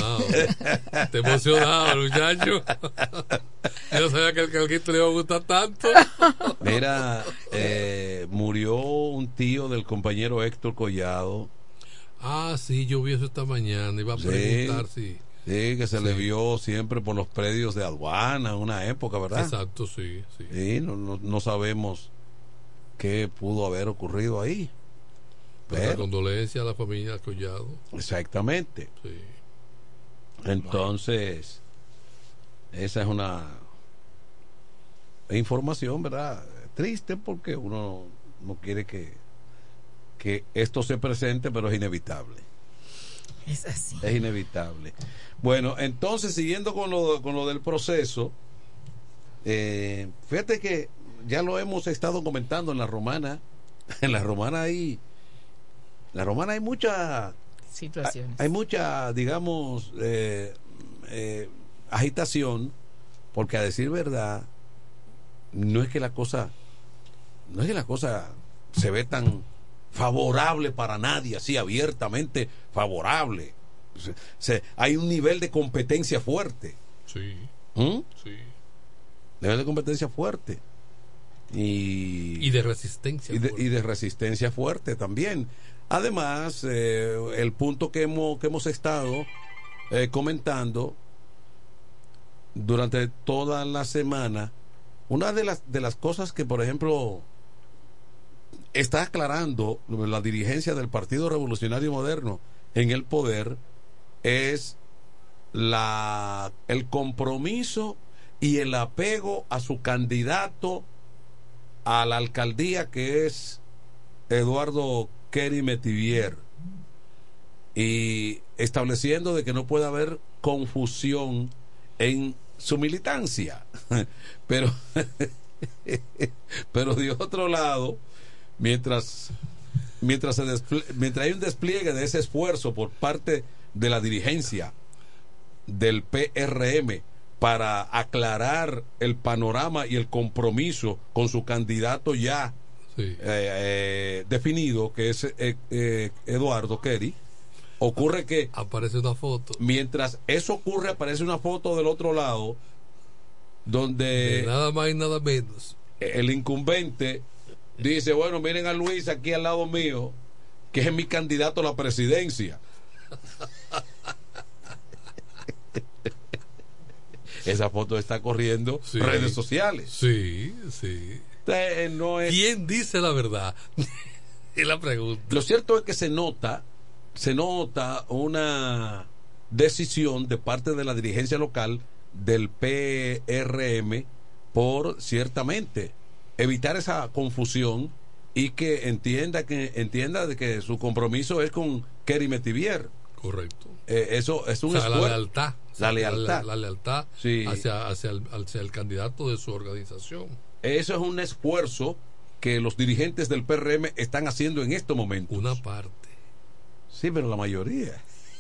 emocionado, muchacho. Yo no sabía que el calquito le iba a gustar tanto. Mira, murió un tío del compañero Héctor Collado. Sí, yo vi eso esta mañana. Iba a preguntar si. Sí, que se le vio siempre por los predios de aduana en una época, ¿verdad? Exacto, sí. No sabemos qué pudo haber ocurrido ahí. La condolencia a la familia Collado. Exactamente. Sí. Entonces, esa es una información, ¿verdad? Triste porque uno no quiere que esto se presente, pero es inevitable. Es así. Es inevitable. Bueno, entonces, siguiendo con lo del proceso, fíjate que ya lo hemos estado comentando en la Romana. En la Romana hay muchas situaciones. Hay mucha, digamos, agitación, porque a decir verdad, no es que la cosa se ve tan favorable para nadie, así abiertamente favorable. Hay un nivel de competencia fuerte. Sí. Sí. Nivel de competencia fuerte. Y de resistencia. Y de resistencia fuerte también. Además, el punto que hemos estado comentando durante toda la semana, una de las cosas que, por ejemplo, está aclarando la dirigencia del Partido Revolucionario Moderno en el poder es el compromiso y el apego a su candidato a la alcaldía, que es Eduardo Kerry Metivier, y estableciendo de que no puede haber confusión en su militancia. Pero de otro lado, mientras hay un despliegue de ese esfuerzo por parte de la dirigencia del PRM para aclarar el panorama y el compromiso con su candidato ya definido, que es Eduardo Kerry, ocurre que aparece una foto. Mientras eso ocurre, aparece una foto del otro lado donde de nada más y nada menos el incumbente dice: bueno, miren a Luis aquí al lado mío, que es mi candidato a la presidencia. Esa foto está corriendo redes sociales. Sí. No es... ¿Quién dice la verdad? Es la pregunta. Lo cierto es que se nota una decisión de parte de la dirigencia local del PRM por ciertamente evitar esa confusión y que entienda de que su compromiso es con Kerry Metivier. Correcto. Eso es un esfuerzo. La lealtad sí, hacia el candidato de su organización. Eso es un esfuerzo que los dirigentes del PRM están haciendo en este momento. Una parte. Sí, pero la mayoría.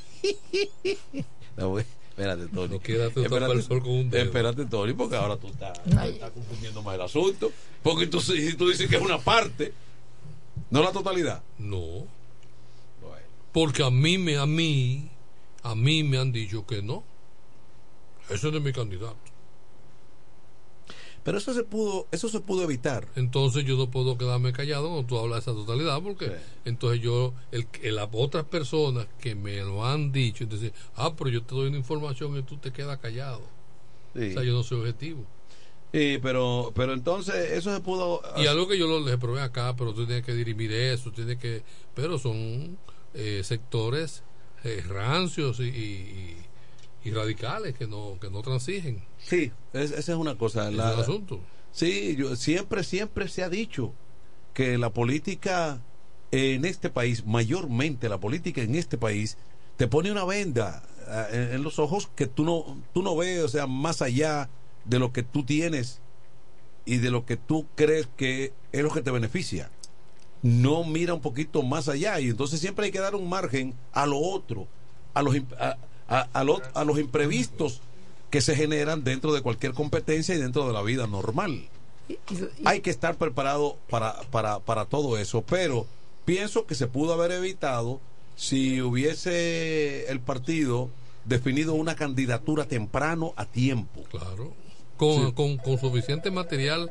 No, espérate, Tony. No quieras tú tapar el sol con un dedo. Espérate, Tony, porque ahora tú estás confundiendo más el asunto. Porque tú dices que es una parte, no la totalidad. No. Bueno. Porque a mí me han dicho que no. Ese no es mi candidato. Pero eso se pudo evitar. Entonces yo no puedo quedarme callado cuando tú hablas de esa totalidad, porque entonces las otras personas que me lo han dicho, entonces, pero yo te doy una información y tú te quedas callado. Sí. O sea, yo no soy objetivo. Sí, pero entonces eso se pudo. Y algo que yo les probé acá, pero tú tienes que dirimir eso, pero son sectores rancios y radicales que no transigen. Sí, esa es una cosa. Es un asunto. Sí, siempre se ha dicho que la política en este país, mayormente la política en este país, te pone una venda en los ojos que tú no ves, o sea, más allá de lo que tú tienes y de lo que tú crees que es lo que te beneficia. No mira un poquito más allá, y entonces siempre hay que dar un margen a lo otro, a los imprevistos que se generan dentro de cualquier competencia y dentro de la vida normal. Hay que estar preparado para todo eso, pero pienso que se pudo haber evitado si hubiese el partido definido una candidatura temprano, a tiempo. Claro, con suficiente material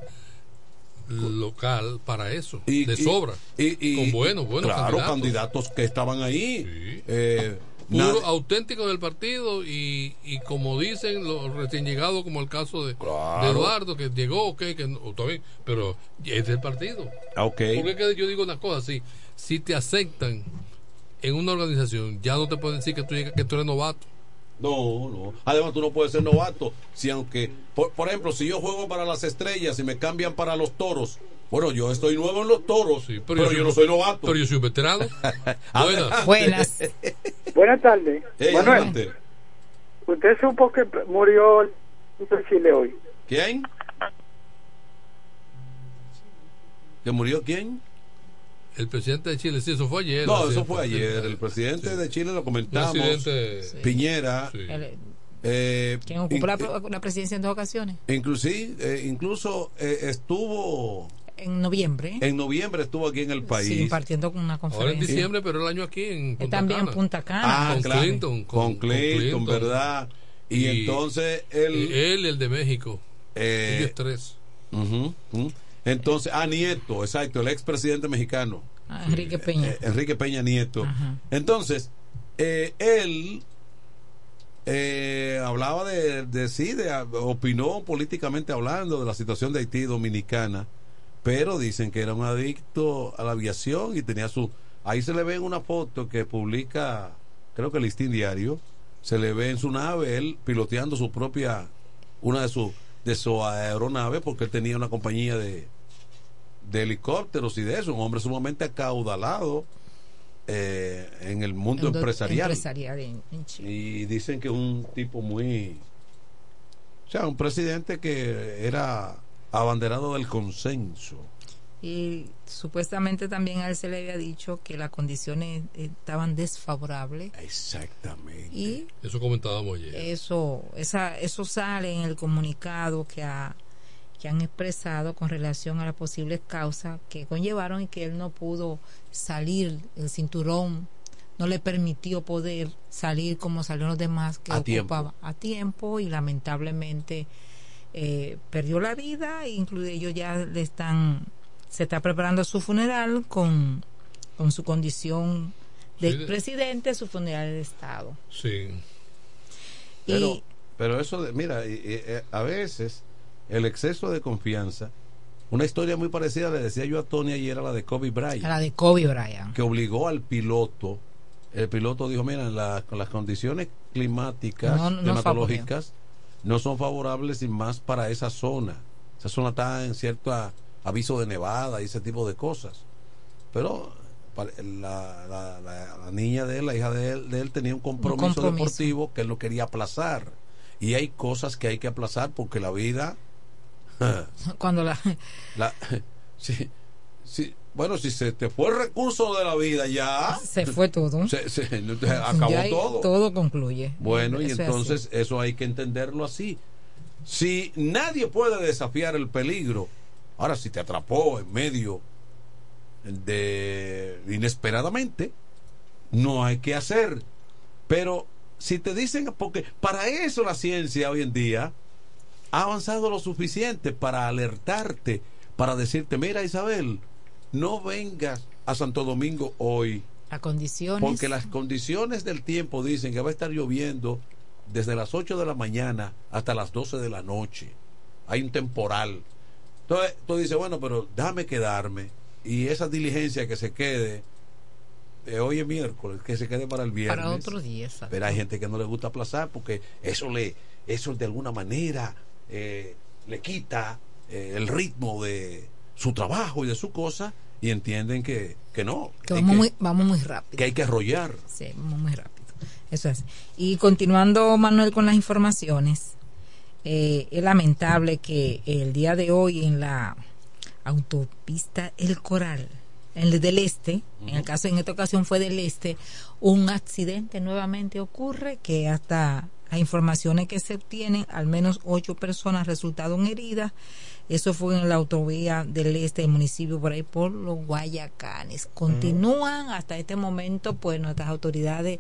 local para eso, sobra, con buenos claro, candidatos que estaban ahí, puro auténtico del partido, y como dicen los recién llegados, como el caso de Eduardo, que llegó, está bien, pero es del partido. Porque yo digo una cosa, si te aceptan en una organización, ya no te pueden decir que tú eres novato. No. Además, tú no puedes ser novato. Si aunque, por ejemplo, si yo juego para las Estrellas y me cambian para los Toros, bueno, yo estoy nuevo en los Toros, pero yo no soy novato. Pero yo soy un veterano. Buenas. Buenas tardes. Manuel, ¿usted supo que murió el de Chile hoy? ¿Quién? ¿Que murió quién? El presidente de Chile, sí, eso fue ayer. No, eso fue ayer. El presidente de Chile, lo comentamos. Piñera. quien ocupó la presidencia en 2 ocasiones. Incluso estuvo en noviembre. En noviembre estuvo aquí en el país. Sí, impartiendo con una conferencia. Ahora en diciembre, pero el año aquí en Punta también Cana. En Punta Cana. Con claro. Clinton. Con Clinton, ¿verdad? Y entonces él, el de México. Ellos 3. Entonces, Nieto, exacto, el expresidente mexicano. Enrique Peña. Enrique Peña Nieto. Entonces, él hablaba opinó políticamente hablando de la situación de Haití dominicana, pero dicen que era un adicto a la aviación y tenía ahí se le ve en una foto que publica, creo que el Listín Diario, se le ve en su nave él piloteando una de su aeronave, porque él tenía una compañía de helicópteros y de eso, un hombre sumamente acaudalado en el mundo empresarial en Chile. Y dicen que es un tipo un presidente que era abanderado del consenso. Y supuestamente también a él se le había dicho que las condiciones estaban desfavorables. Exactamente. Y eso comentábamos ayer. Eso sale en el comunicado que han expresado con relación a las posibles causas que conllevaron y que él no pudo salir, el cinturón no le permitió poder salir como salieron los demás que ocupaba a tiempo, y lamentablemente perdió la vida. Incluso ellos ya se está preparando su funeral con su condición de presidente, su funeral de Estado. Sí. Pero eso mira, a veces el exceso de confianza, una historia muy parecida le decía yo a Tony ayer, a la de Kobe Bryant. Que obligó al piloto. El piloto dijo, mira, con las condiciones climáticas, climatológicas, no son favorables y más para esa zona. Esa zona está en cierto aviso de nevada y ese tipo de cosas. Pero la niña de él, la hija de él tenía un compromiso deportivo que él no quería aplazar. Y hay cosas que hay que aplazar porque la vida... Cuando bueno, si se te fue el recurso de la vida, ya se fue todo. Acabó ya todo. Todo concluye. Bueno, y entonces eso hay que entenderlo así. Si nadie puede desafiar el peligro, ahora si te atrapó en medio de inesperadamente, no hay que hacer. Pero si te dicen, porque para eso la ciencia hoy en día ha avanzado lo suficiente para alertarte, para decirte, mira Isabel, no vengas a Santo Domingo hoy, porque las condiciones del tiempo dicen que va a estar lloviendo desde las 8 de la mañana hasta las 12 de la noche, hay un temporal. Entonces tú dices, bueno, pero déjame quedarme, y esa diligencia que se quede hoy es miércoles, que se quede para el viernes, para otro día. Exacto. Pero hay gente que no le gusta aplazar porque eso de alguna manera le quita el ritmo de su trabajo y de su cosa, y entienden que no, que vamos muy rápido, que hay que arrollar. Sí, vamos muy rápido, eso es. Y continuando, Manuel, con las informaciones, es lamentable que el día de hoy en la autopista El Coral, del Este, en el caso en esta ocasión fue del Este, un accidente nuevamente ocurre, que hasta las informaciones que se obtienen, al menos 8 personas resultaron heridas. Eso fue en la autovía del Este del municipio, por ahí por los Guayacanes. Continúan hasta este momento, pues nuestras autoridades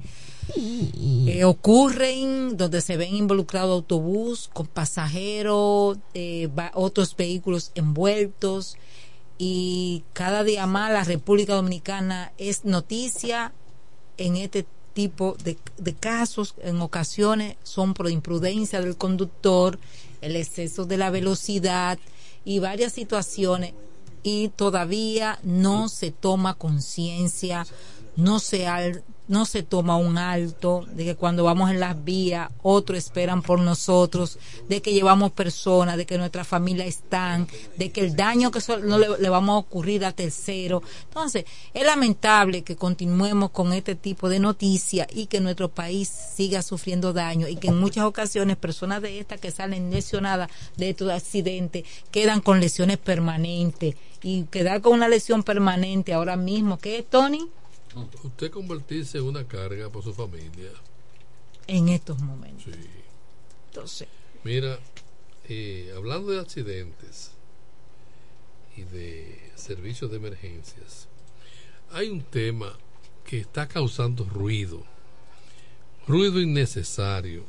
ocurren donde se ven involucrados autobús con pasajeros, otros vehículos envueltos, y cada día más la República Dominicana es noticia en este tipo de casos. En ocasiones son por imprudencia del conductor, el exceso de la velocidad y varias situaciones, y todavía no se toma conciencia, no se toma un alto de que cuando vamos en las vías otros esperan por nosotros, de que llevamos personas, de que nuestra familia están, de que el daño que no le vamos a ocurrir a terceros. Entonces es lamentable que continuemos con este tipo de noticias y que nuestro país siga sufriendo daño, y que en muchas ocasiones personas de estas que salen lesionadas de estos accidentes quedan con lesiones permanentes, y quedar con una lesión permanente ahora mismo, ¿qué es, Tony? Usted convertirse en una carga por su familia en estos momentos. Sí. Entonces, mira, hablando de accidentes y de servicios de emergencias, hay un tema que está causando ruido innecesario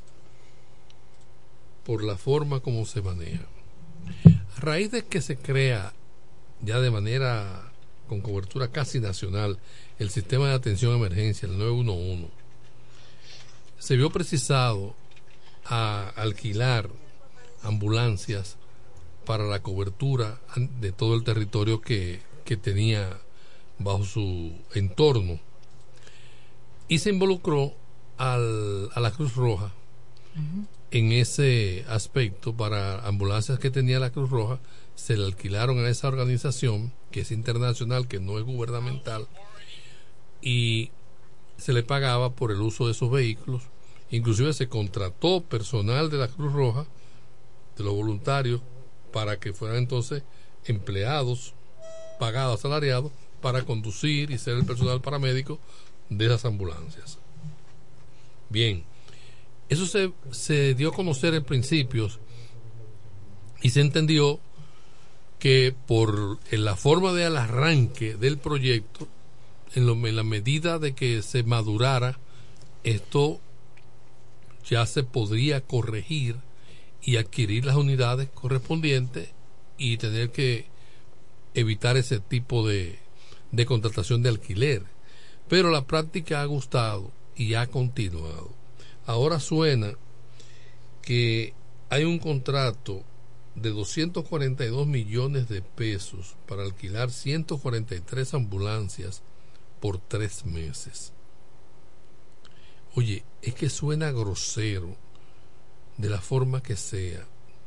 por la forma como se maneja. A raíz de que se crea ya de manera con cobertura casi nacional el sistema de atención a emergencia, el 911, se vio precisado a alquilar ambulancias para la cobertura de todo el territorio que tenía bajo su entorno, y se involucró a la Cruz Roja en ese aspecto. Para ambulancias que tenía la Cruz Roja se le alquilaron a esa organización que es internacional, que no es gubernamental, y se le pagaba por el uso de esos vehículos. Inclusive se contrató personal de la Cruz Roja, de los voluntarios, para que fueran entonces empleados pagados, asalariados, para conducir y ser el personal paramédico de esas ambulancias. Bien, eso se dio a conocer en principios y se entendió que en la forma del arranque del proyecto, en la medida de que se madurara, esto ya se podría corregir y adquirir las unidades correspondientes y tener que evitar ese tipo de contratación de alquiler. Pero la práctica ha gustado y ha continuado. Ahora suena que hay un contrato de 242 millones de pesos para alquilar 143 ambulancias por 3 meses. Oye, es que suena grosero de la forma que sea.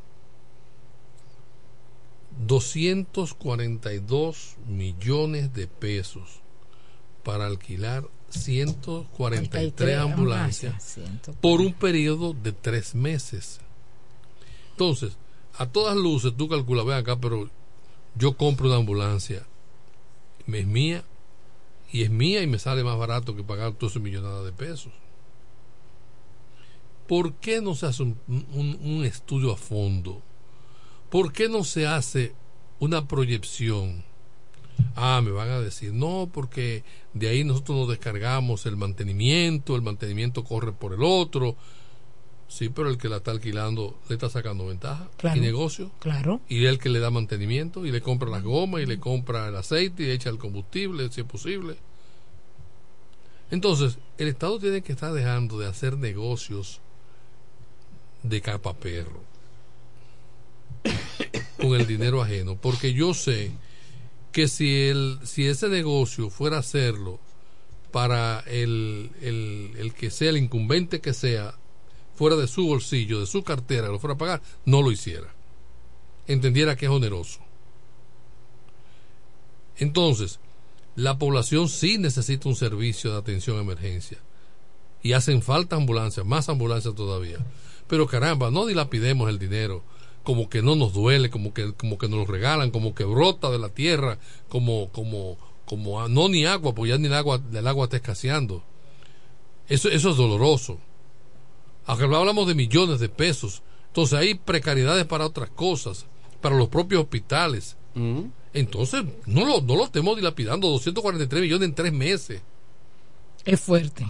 242 millones de pesos para alquilar 143 ambulancias por un periodo de 3 meses. Entonces, a todas luces tú calculas, ven acá, pero yo compro una ambulancia, es mía y me sale más barato que pagar toda esa millonada de pesos. ¿Por qué no se hace un estudio a fondo? ¿Por qué no se hace una proyección? Me van a decir, no, porque de ahí nosotros nos descargamos el mantenimiento corre por el otro. Sí, pero el que la está alquilando le está sacando ventaja, claro, y negocio. Claro. Y el que le da mantenimiento y le compra las gomas y le compra el aceite y echa el combustible, si es posible. Entonces, el Estado tiene que estar dejando de hacer negocios de capa perro con el dinero ajeno, porque yo sé que si ese negocio fuera a hacerlo para el que sea, el incumbente que sea, fuera de su bolsillo, de su cartera, lo fuera a pagar, no lo hiciera, entendiera que es oneroso. Entonces, la población sí necesita un servicio de atención a emergencia y hacen falta ambulancias, más ambulancias todavía, pero caramba, no dilapidemos el dinero como que no nos duele, como que nos lo regalan, como que brota de la tierra, como no ni agua, pues ya ni el agua está escaseando. Eso es doloroso. Aunque hablamos de millones de pesos, entonces hay precariedades para otras cosas, para los propios hospitales. Entonces no lo estemos dilapidando. 243 millones en 3 meses. Es fuerte.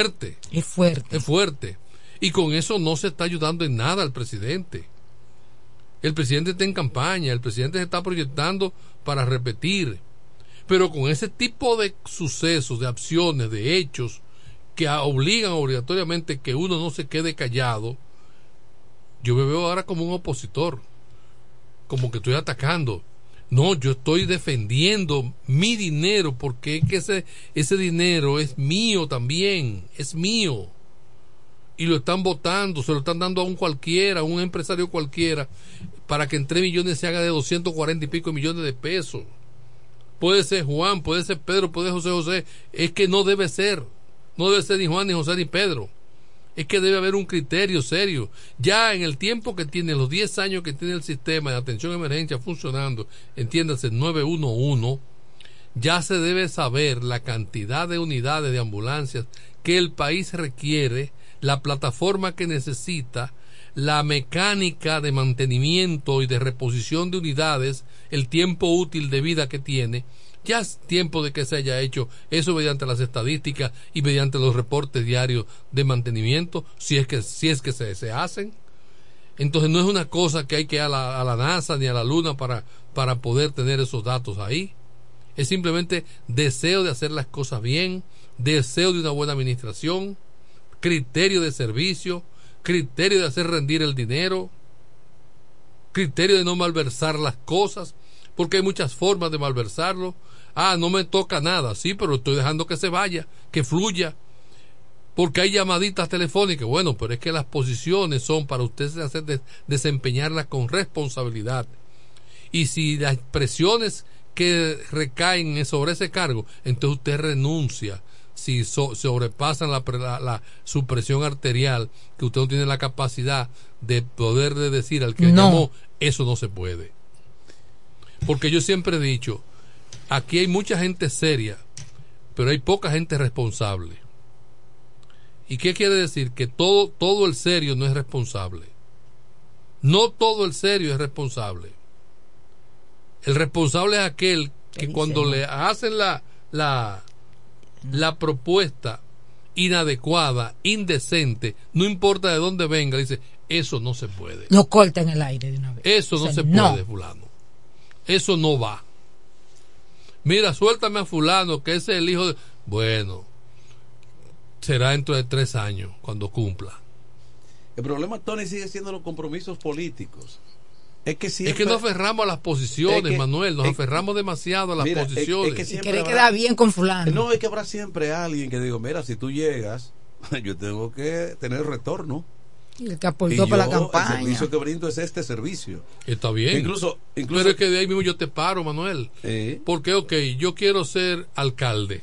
Y con eso no se está ayudando en nada al presidente. El presidente está en campaña, el presidente se está proyectando para repetir, pero con ese tipo de sucesos, de acciones, de hechos que obligan obligatoriamente que uno no se quede callado, yo me veo ahora como un opositor, como que estoy atacando. No, yo estoy defendiendo mi dinero, porque es que ese dinero es mío también, es mío. Y lo están votando, se lo están dando a un cualquiera, a un empresario cualquiera, para que en 3 millones se haga de 240 y pico millones de pesos. Puede ser Juan, puede ser Pedro, puede ser José. Es que no debe ser ni Juan, ni José, ni Pedro. Es que debe haber un criterio serio. Ya en el tiempo que tiene, los 10 años que tiene el sistema de atención a emergencia funcionando, entiéndase, 911, ya se debe saber la cantidad de unidades de ambulancias que el país requiere, la plataforma que necesita la mecánica de mantenimiento y de reposición de unidades, el tiempo útil de vida que tiene, ya es tiempo de que se haya hecho eso mediante las estadísticas y mediante los reportes diarios de mantenimiento, si es que se hacen. Entonces no es una cosa que hay que ir a la NASA ni a la Luna para poder tener esos datos ahí. Es simplemente deseo de hacer las cosas bien, deseo de una buena administración, criterio de servicio, criterio de hacer rendir el dinero, criterio de no malversar las cosas, porque hay muchas formas de malversarlo. No me toca nada, sí, pero estoy dejando que se vaya, que fluya, porque hay llamaditas telefónicas. Bueno, pero es que las posiciones son para usted desempeñarlas con responsabilidad, y si las presiones que recaen sobre ese cargo, entonces usted renuncia. Si sobrepasan su presión arterial, que usted no tiene la capacidad de poder decir al que llamó, eso no se puede. Porque yo siempre he dicho, aquí hay mucha gente seria, pero hay poca gente responsable. ¿Y qué quiere decir? Que todo el serio no es responsable. No todo el serio es responsable. El responsable es aquel que cuando le hacen la propuesta inadecuada, indecente, no importa de dónde venga, dice, eso no se puede. Lo corta en el aire de una vez. Eso no se puede, fulano. Eso no va. Mira, suéltame a fulano, que ese es el hijo de... Bueno, será dentro de 3 años, cuando cumpla. El problema, Tony, sigue siendo los compromisos políticos. Es que nos aferramos a las posiciones, Manuel, nos aferramos demasiado a las posiciones. Y quiere quedar bien con fulano. No, es que habrá siempre alguien que diga, mira, si tú llegas, yo tengo que tener retorno. Y el que aportó para la campaña. El servicio que brindo es este servicio. Está bien. Incluso pero es que de ahí mismo yo te paro, Manuel. Porque, yo quiero ser alcalde.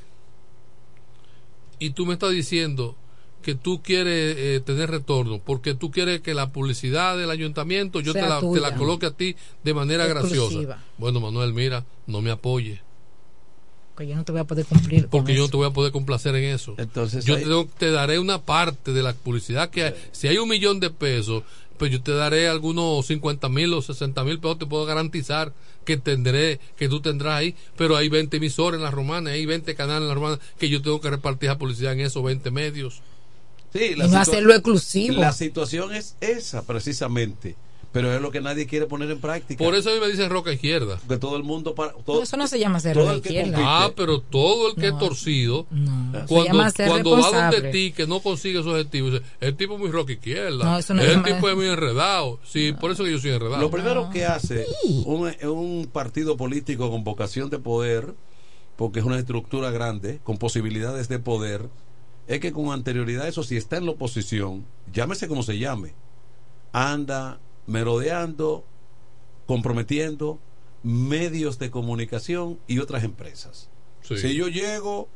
Y tú me estás diciendo que tú quieres tener retorno, porque tú quieres que la publicidad del ayuntamiento yo te la coloque a ti de manera graciosa. Bueno, Manuel, mira, no me apoye, porque yo no te voy a poder cumplir, porque yo no te voy a poder complacer en eso. Entonces yo te daré una parte de la publicidad que hay. Si hay $1,000,000, pues yo te daré algunos 50,000 o 60,000 pesos. Te puedo garantizar que tú tendrás ahí, pero hay 20 emisores en la Romana, hay 20 canales en la Romana, que yo tengo que repartir la publicidad en esos 20 medios. Sí, y no hacerlo exclusivo. La situación es esa precisamente, pero es lo que nadie quiere poner en práctica. Por eso a mí me dicen roca izquierda, que todo el mundo eso no se llama ser roca izquierda. Pero todo el que es torcido, cuando va donde ti que no consigue su objetivo, dice, el tipo es muy roca izquierda, el tipo es muy enredado. Sí, por eso que yo soy enredado. Lo primero que hace un partido político con vocación de poder, porque es una estructura grande con posibilidades de poder, es que con anterioridad, eso si está en la oposición, llámese como se llame, anda merodeando, comprometiendo medios de comunicación y otras empresas. Sí. Si yo llego,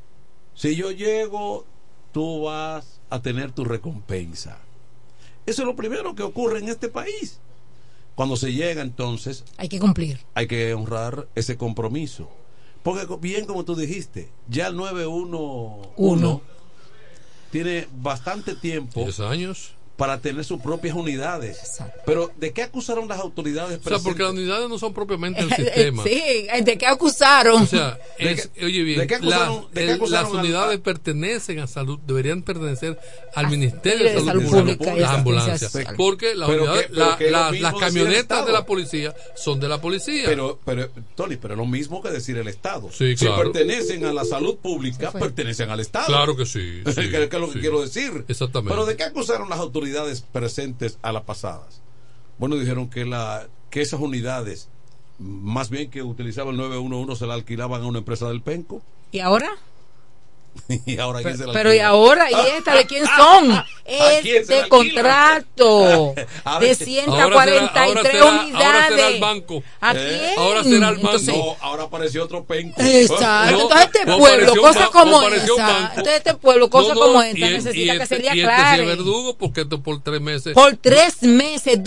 tú vas a tener tu recompensa. Eso es lo primero que ocurre en este país. Cuando se llega, entonces hay que cumplir, hay que honrar ese compromiso, porque bien como tú dijiste, ya el 911 tiene bastante tiempo, 10 años, para tener sus propias unidades. Exacto. Pero ¿de qué acusaron las autoridades presentes? O sea, porque las unidades no son propiamente el sistema. Sí, ¿de qué acusaron? O sea, oye bien, las unidades pertenecen a salud, deberían pertenecer al Ministerio de Salud Pública, las ambulancias, porque las camionetas de la policía son de la policía. Pero Tony, pero lo mismo que decir el Estado. Sí, si claro, pertenecen a la salud pública, pertenecen al Estado. Claro que sí. Que es lo que quiero decir. Exactamente. Pero ¿de qué acusaron las autoridades presentes a las pasadas? Bueno, dijeron que esas unidades, más bien que utilizaba el 911, se la alquilaban a una empresa del Penco. ¿Y ahora? Y ahora ¿quién se la pero ¿y ahora? ¿Y esta de quién son? Es de contrato de 143 unidades. Ahora será el banco. ¿A quién? Ahora será el banco. Entonces, no, ahora apareció otro Penco. Exacto. Entonces pueblo, cosas como esa. Entonces cosas como esta necesita que se le aclare. Y Verdugo, porque esto por 3 meses. Por 3 meses,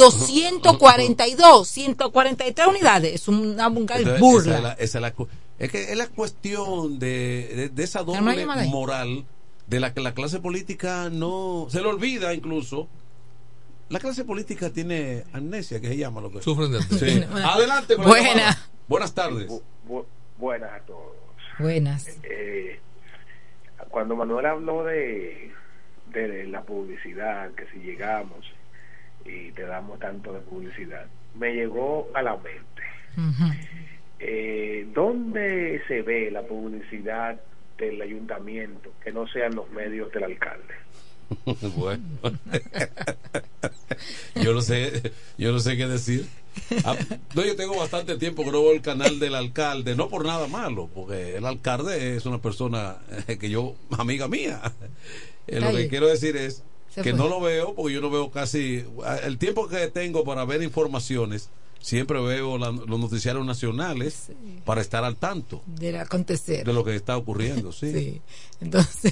143 unidades. Es una burla. Es que es la cuestión de esa doble moral de la que la clase política no se le olvida, incluso La clase política tiene amnesia, que se llama lo que sufren de amnesia. Sí. Adelante con buenas tardes. Buenas a todos. Buenas. Cuando Manuel habló de la publicidad, que si llegamos y te damos tanto de publicidad, me llegó a la mente. ¿Dónde se ve la publicidad del ayuntamiento que no sean los medios del alcalde? Bueno, yo no sé qué decir. Yo tengo bastante tiempo que no veo el canal del alcalde, no por nada malo, porque el alcalde es una persona que yo, amiga mía. Lo que quiero decir es que no lo veo, porque yo no veo casi el tiempo que tengo para ver informaciones. Siempre veo los noticiarios nacionales para estar al tanto del acontecer, de lo que está ocurriendo. Sí. Entonces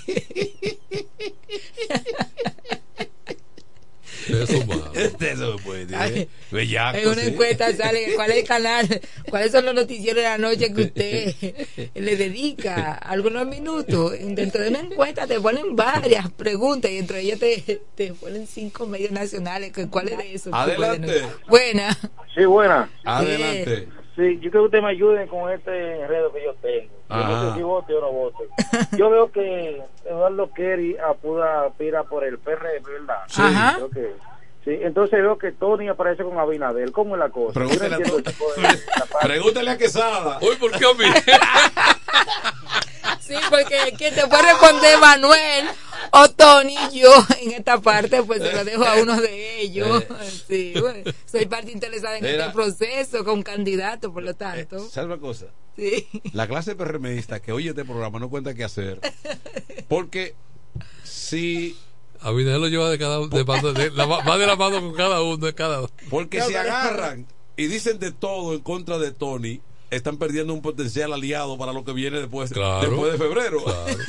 eso me puede decir. Bellaco, en una encuesta sale cuál es el canal, cuáles son los noticieros de la noche que usted le dedica algunos minutos. Dentro de una encuesta te ponen varias preguntas y entre ellas te ponen 5 medios nacionales. ¿Cuál es eso? Adelante. Buena. Sí, buena. Adelante. Sí, yo creo que usted me ayude con este enredo que yo tengo. Yo no sé si vote o no vote. Yo veo que Eduardo Kerry aspira por el PRM, ¿verdad? Sí. Creo que sí. Entonces veo que Tony aparece con Abinader. ¿Cómo es la cosa? Pregúntale a Quesada. Uy, ¿por qué a mí? Sí, porque quien te puede responder, Manuel o Tony, yo en esta parte pues se lo dejo a uno de ellos. Sí, bueno, soy parte interesada en este proceso con candidato, por lo tanto. ¿Sabes una cosa? Sí. La clase PRMista que oye este programa no cuenta qué hacer, porque si Abinader lo lleva va de la mano con cada uno de cada uno. Porque si agarran y dicen de todo en contra de Tony, están perdiendo un potencial aliado para lo que viene después de febrero. Claro.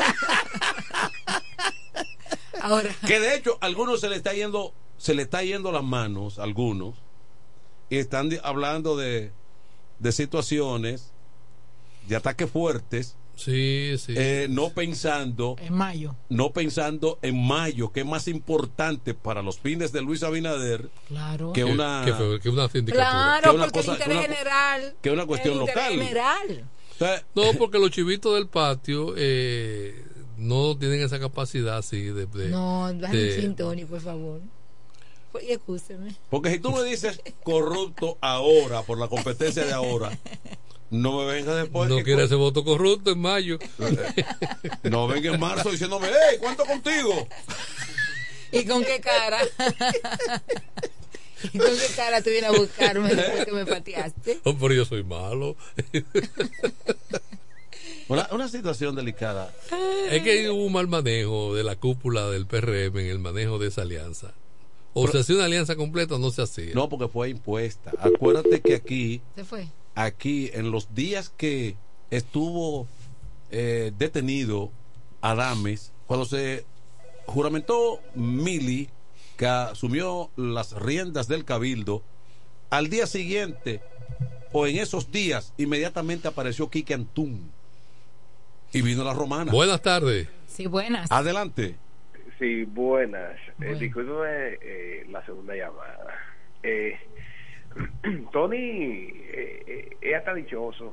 Ahora, que de hecho a algunos se le está yendo las manos, algunos, y están hablando de situaciones de ataques fuertes. Sí. No pensando en mayo, que es más importante para los fines de Luis Abinader, claro, que una sindicatura. Claro, porque el interés general, que una cuestión local. No, porque los chivitos del patio no tienen esa capacidad así no, déjame sin Tony, por favor. Y excúseme. Porque si tú me dices corrupto ahora, por la competencia de ahora, no me venga después. No quiere ese voto corrupto en mayo. No venga en marzo diciéndome, hey, ¿cuánto contigo? ¿Y con qué cara? ¿Y con qué cara tú vienes a buscarme después que me pateaste? Oh, pero yo soy malo. Una situación delicada. Es que hubo un mal manejo de la cúpula del PRM en el manejo de esa alianza. Se hacía una alianza completa o no se hacía. No, porque fue impuesta. Acuérdate que aquí en los días que estuvo detenido Adames, cuando se juramentó Mili, que asumió las riendas del cabildo, al día siguiente o en esos días inmediatamente apareció Quique Antún y vino la romana. Buenas tardes. Sí, buenas. Adelante. Sí, buenas. Discúlpeme la segunda llamada. Tony es hasta dichoso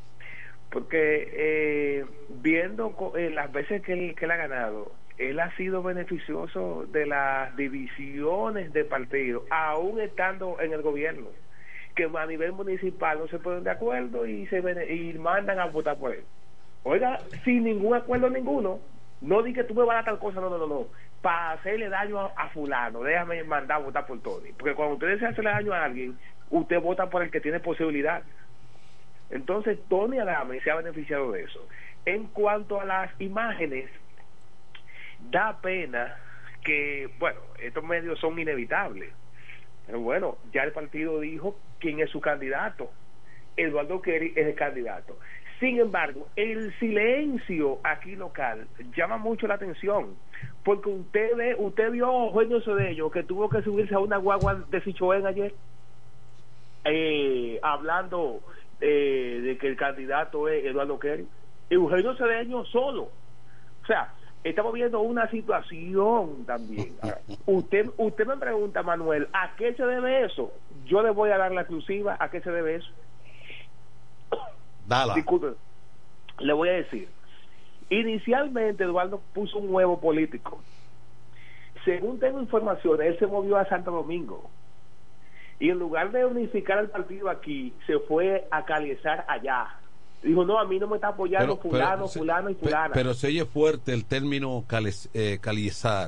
porque viendo las veces que él ha ganado, él ha sido beneficioso de las divisiones de partido, aún estando en el gobierno, que a nivel municipal no se ponen de acuerdo y mandan a votar por él. Oiga, sin ningún acuerdo ninguno, no di que tú me vas a dar tal cosa, no. Para hacerle daño a fulano, déjame mandar a votar por Tony. Porque cuando usted desea hacerle daño a alguien, usted vota por el que tiene posibilidad. Entonces, Tony Adames se ha beneficiado de eso. En cuanto a las imágenes, da pena que, bueno, estos medios son inevitables. Pero bueno, ya el partido dijo quién es su candidato. Eduardo Kerry es el candidato. Sin embargo, el silencio aquí local llama mucho la atención, porque usted vio a Eugenio Cedeño, que tuvo que subirse a una guagua de Citroën ayer, hablando de que el candidato es Eduardo Kerry. Eugenio Cedeño solo. O sea, estamos viendo una situación también. Usted me pregunta, Manuel, ¿a qué se debe eso? Yo le voy a dar la exclusiva. ¿A qué se debe eso? Dala. Disculpe, le voy a decir. Inicialmente Eduardo puso un huevo político. Según tengo informaciones, él se movió a Santo Domingo y en lugar de unificar el partido aquí, se fue a calizar allá. Dijo, no, a mí no me está apoyando fulano y fulana. Pero se oye fuerte el término calizar.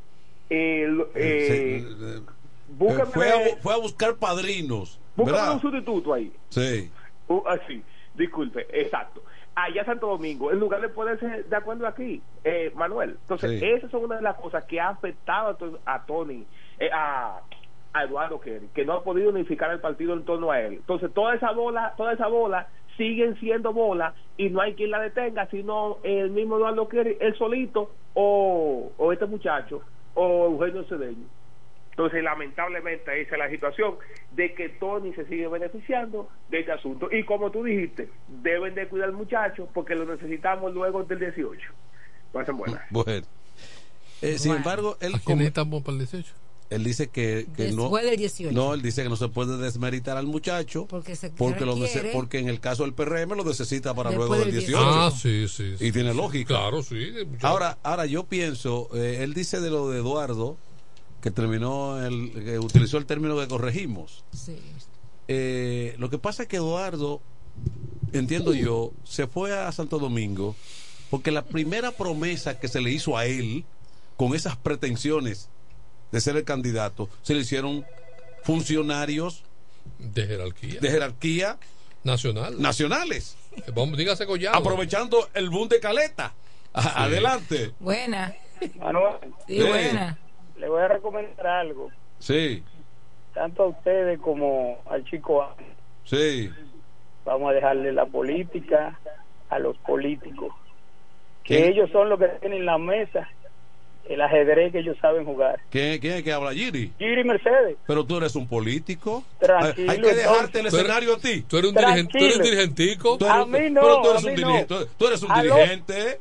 Fue a buscar padrinos. Búscame un sustituto ahí. Sí. Así, disculpe, exacto. Allá Santo Domingo, en lugar de ponerse de acuerdo aquí, Manuel. Entonces, sí, esas son una de las cosas que ha afectado a Tony, a Eduardo Kerry, que no ha podido unificar el partido en torno a él. Entonces, toda esa bola siguen siendo bola y no hay quien la detenga, sino el mismo Eduardo Kerry, él solito, o este muchacho, o Eugenio Cedeño. Entonces, lamentablemente, esa es la situación de que Tony se sigue beneficiando de este asunto. Y como tú dijiste, deben de cuidar al muchacho porque lo necesitamos luego del 18. Pasen buenas. Bueno. Sin embargo, él... ¿A quién necesitamos para el 18? Él dice que no. Después del 18. No, él dice que no se puede desmeritar al muchacho porque en el caso del PRM lo necesita para después luego del 18. Ah, sí. Y tiene lógica. Claro, sí. Ahora yo pienso, él dice de lo de Eduardo, que que utilizó el término que corregimos. Sí. Lo que pasa es que Eduardo, entiendo yo, se fue a Santo Domingo porque la primera promesa que se le hizo a él con esas pretensiones de ser el candidato se le hicieron funcionarios de jerarquía nacionales. Dígase Collado. Aprovechando el boom de Caleta. Sí. Adelante. Buena. Manuel. Sí, buena. Le voy a recomendar algo. Sí. Tanto a ustedes como al chico. Sí. Vamos a dejarle la política a los políticos. Que ellos son los que tienen la mesa, el ajedrez que ellos saben jugar. ¿Quién es que habla? Giri Mercedes. Pero tú eres un político. Tranquilo. Hay que dejarte el escenario a ti. Tú eres un dirigentico. A mí no. Pero tú eres un dirigente. Tú eres un dirigente.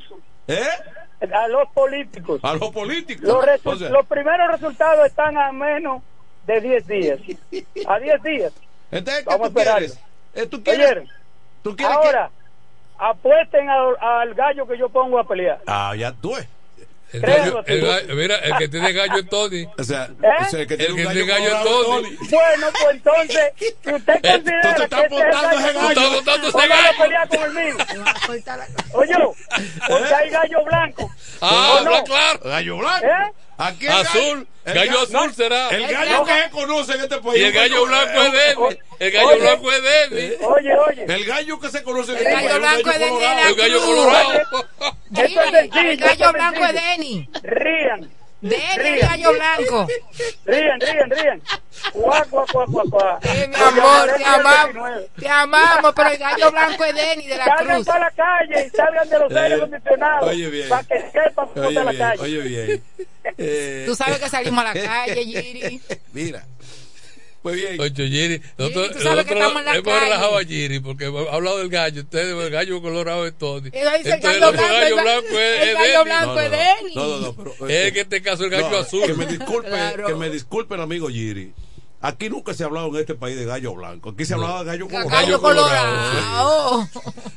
A los políticos. A los políticos. Los primeros resultados están a menos de 10 días. A 10 días. Entonces, vamos a esperar. ¿Tú quieres ahora, apuesten al gallo que yo pongo a pelear. Ya tú es. Mira, el que tiene gallo es Tony. O sea, el que tiene gallo es Tony. Bueno, pues entonces, si usted considera que estás montando ese gallo, pelear con el mío. Oye, porque hay gallo blanco. Claro. Gallo blanco. Aquí azul. Gallo azul será. El gallo que se conoce en este país. Y el gallo blanco es Denny. El gallo blanco es Denny. Oye. El gallo que se conoce en este país. El gallo blanco es Denny. El gallo colorado. El gallo blanco es Denny. Rían. Denny, el gallo blanco. Rían. Cuá. Mi amor, te amamos, pero el gallo blanco es Denny de la Cruz. Salgan para la calle y salgan de los aires acondicionados. Oye bien. Para que sepan cómo está la calle. Oye bien. Tú sabes que salimos a la calle, Giri. Mira. Pues bien. Oye, Giri, nosotros hemos relajado a Giri porque ha hablado del gallo. Ustedes, el gallo colorado es Tony. Entonces, el gallo blanco es Denny. No, pero es que en este caso el gallo azul. Que me disculpe el amigo Giri. Aquí nunca se ha hablado en este país de gallo blanco. Aquí se hablaba de gallo colorado. Gallo colorado.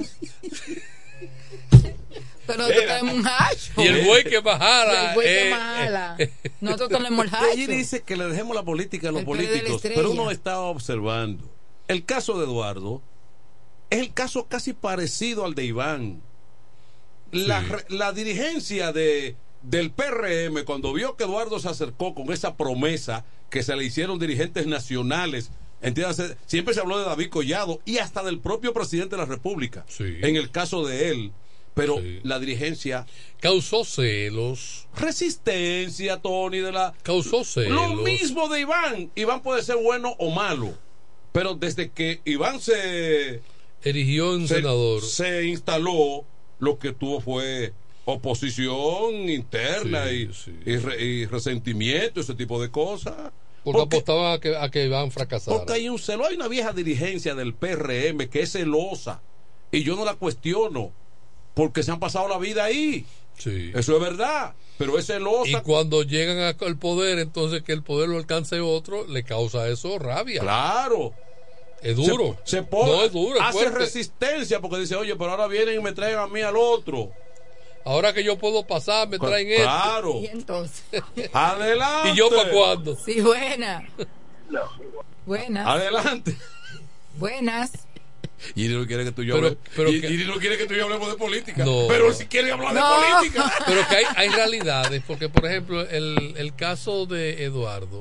Pero nosotros tenemos un hacho. Y el buey que bajara. Nosotros tenemos el hacho. Ella dice que le dejemos la política a los políticos, pero uno estaba observando. El caso de Eduardo es el caso casi parecido al de Iván. La dirigencia del PRM, cuando vio que Eduardo se acercó con esa promesa que se le hicieron dirigentes nacionales, entiéndase, siempre se habló de David Collado y hasta del propio presidente de la República, en el caso de él. Pero la dirigencia causó celos, resistencia, Tony, causó celos. Lo mismo de Iván. Iván puede ser bueno o malo, pero desde que Iván se erigió en senador, se instaló, lo que tuvo fue oposición interna y resentimiento, ese tipo de cosas. Porque apostaban a que Iván fracasara. Porque hay un celo, hay una vieja dirigencia del PRM que es celosa y yo no la cuestiono. Porque se han pasado la vida ahí. Sí. Eso es verdad, pero es celosa. Y cuando llegan al poder, entonces que el poder lo alcance otro, le causa eso rabia. Claro. Es duro. Se pone, no es duro, es hace fuerte. Resistencia porque dice, oye, pero ahora vienen y me traen a mí al otro. Ahora que yo puedo pasar, me traen esto. Claro. Y entonces. Adelante. ¿Y yo para cuándo? Sí, buena. Buenas. Adelante. Buenas. Giri no quiere que tú y yo hablemos. Giri no quiere que tú y yo hablemos de política. No, pero si quiere hablar de política. Pero que hay realidades, porque por ejemplo, el caso de Eduardo,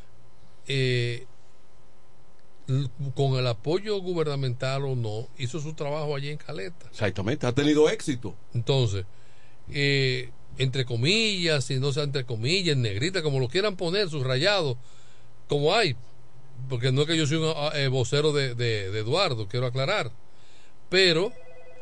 con el apoyo gubernamental o no, hizo su trabajo allí en Caleta. Exactamente, ha tenido éxito. Entonces, entre comillas, si no sea entre comillas, en negrita, como lo quieran poner, subrayado, como hay, porque no es que yo soy un vocero de Eduardo, quiero aclarar, pero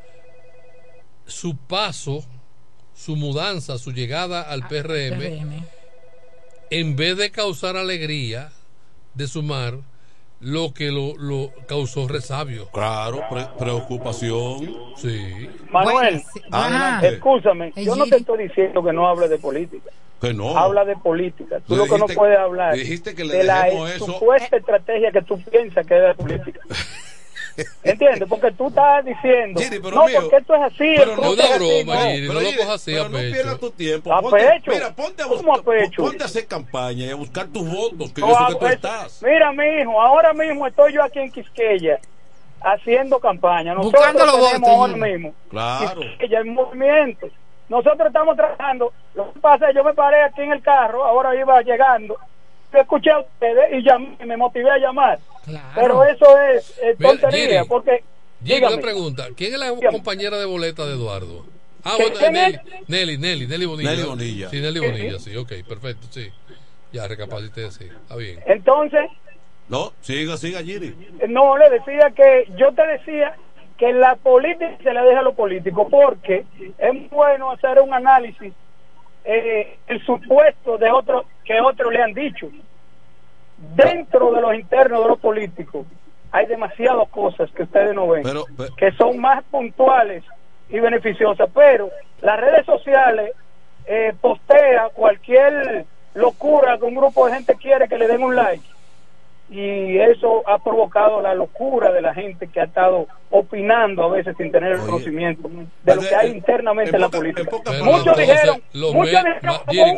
su paso, su mudanza, su llegada al PRM, en vez de causar alegría, de sumar, lo que lo causó resabio. Claro, preocupación. Sí. Manuel, escúchame, yo no te estoy diciendo que no hable de política. Que no. Habla de política. Tú lo que no puedes hablar de la supuesta estrategia que tú piensas que es de política. ¿Entiendes? Porque tú estás diciendo, Giri, no, porque esto es así. Pero no es una broma, Giri, no lo cojas así a pecho. No pierdas tu tiempo. A pecho. Mira, ponte a hacer campaña y a buscar tus votos, que yo sé que tú estás. Mira, mijo, ahora mismo estoy yo aquí en Quisqueya haciendo campaña. Nosotros Buscando los tenemos votos, ahora mismo claro. Quisqueya en movimiento. Nosotros estamos trabajando. Lo que pasa es que yo me paré aquí en el carro, ahora iba llegando, escuché a ustedes y me motivé a llamar. Claro. Pero eso es tontería. Mira, Giri, porque Giri, una pregunta, ¿quién es la compañera de boleta de Eduardo? Bueno, Nelly Bonilla. Nelly Bonilla. Sí, Nelly Bonilla, sí, ok, perfecto, sí. Ya recapacité, sí, está bien. Entonces, no, siga, Giri. No, le decía que yo te decía que la política se le deja a los políticos, porque es bueno hacer un análisis el supuesto de otros que otros le han dicho. Dentro de los internos de los políticos hay demasiadas cosas que ustedes no ven, que son más puntuales y beneficiosas, pero las redes sociales postea cualquier locura que un grupo de gente quiere que le den un like, y eso ha provocado la locura de la gente que ha estado opinando a veces sin tener el conocimiento de lo que hay internamente en la política. Muchos dijeron, Giri,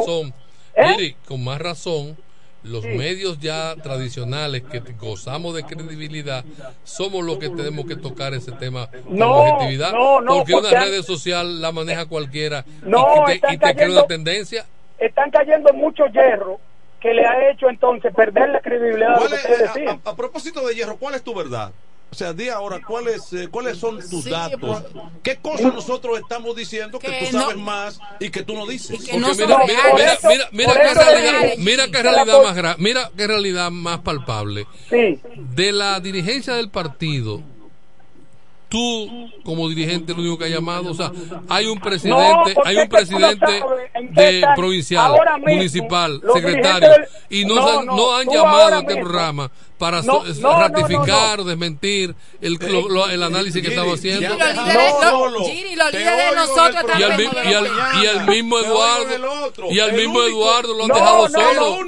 con más razón, los medios ya tradicionales que gozamos de credibilidad somos los que tenemos que tocar ese tema con objetividad, porque una red social la maneja cualquiera y te crea una tendencia. Están cayendo muchos hierros que le ha hecho entonces perder la credibilidad de lo que ustedes decían. A propósito de hierro, ¿cuál es tu verdad? O sea, di ahora, ¿cuáles son tus datos? ¿Qué cosas nosotros estamos diciendo que tú sabes más y que tú no dices? Mira qué realidad más palpable. Sí. De la dirigencia del partido, tú como dirigente lo único que ha llamado, o sea, hay un presidente de provincial, municipal, secretario, y no han llamado a este programa para ratificar o desmentir el análisis que estaba haciendo. Giri, los líderes de nosotros y al mismo Eduardo lo han dejado solo.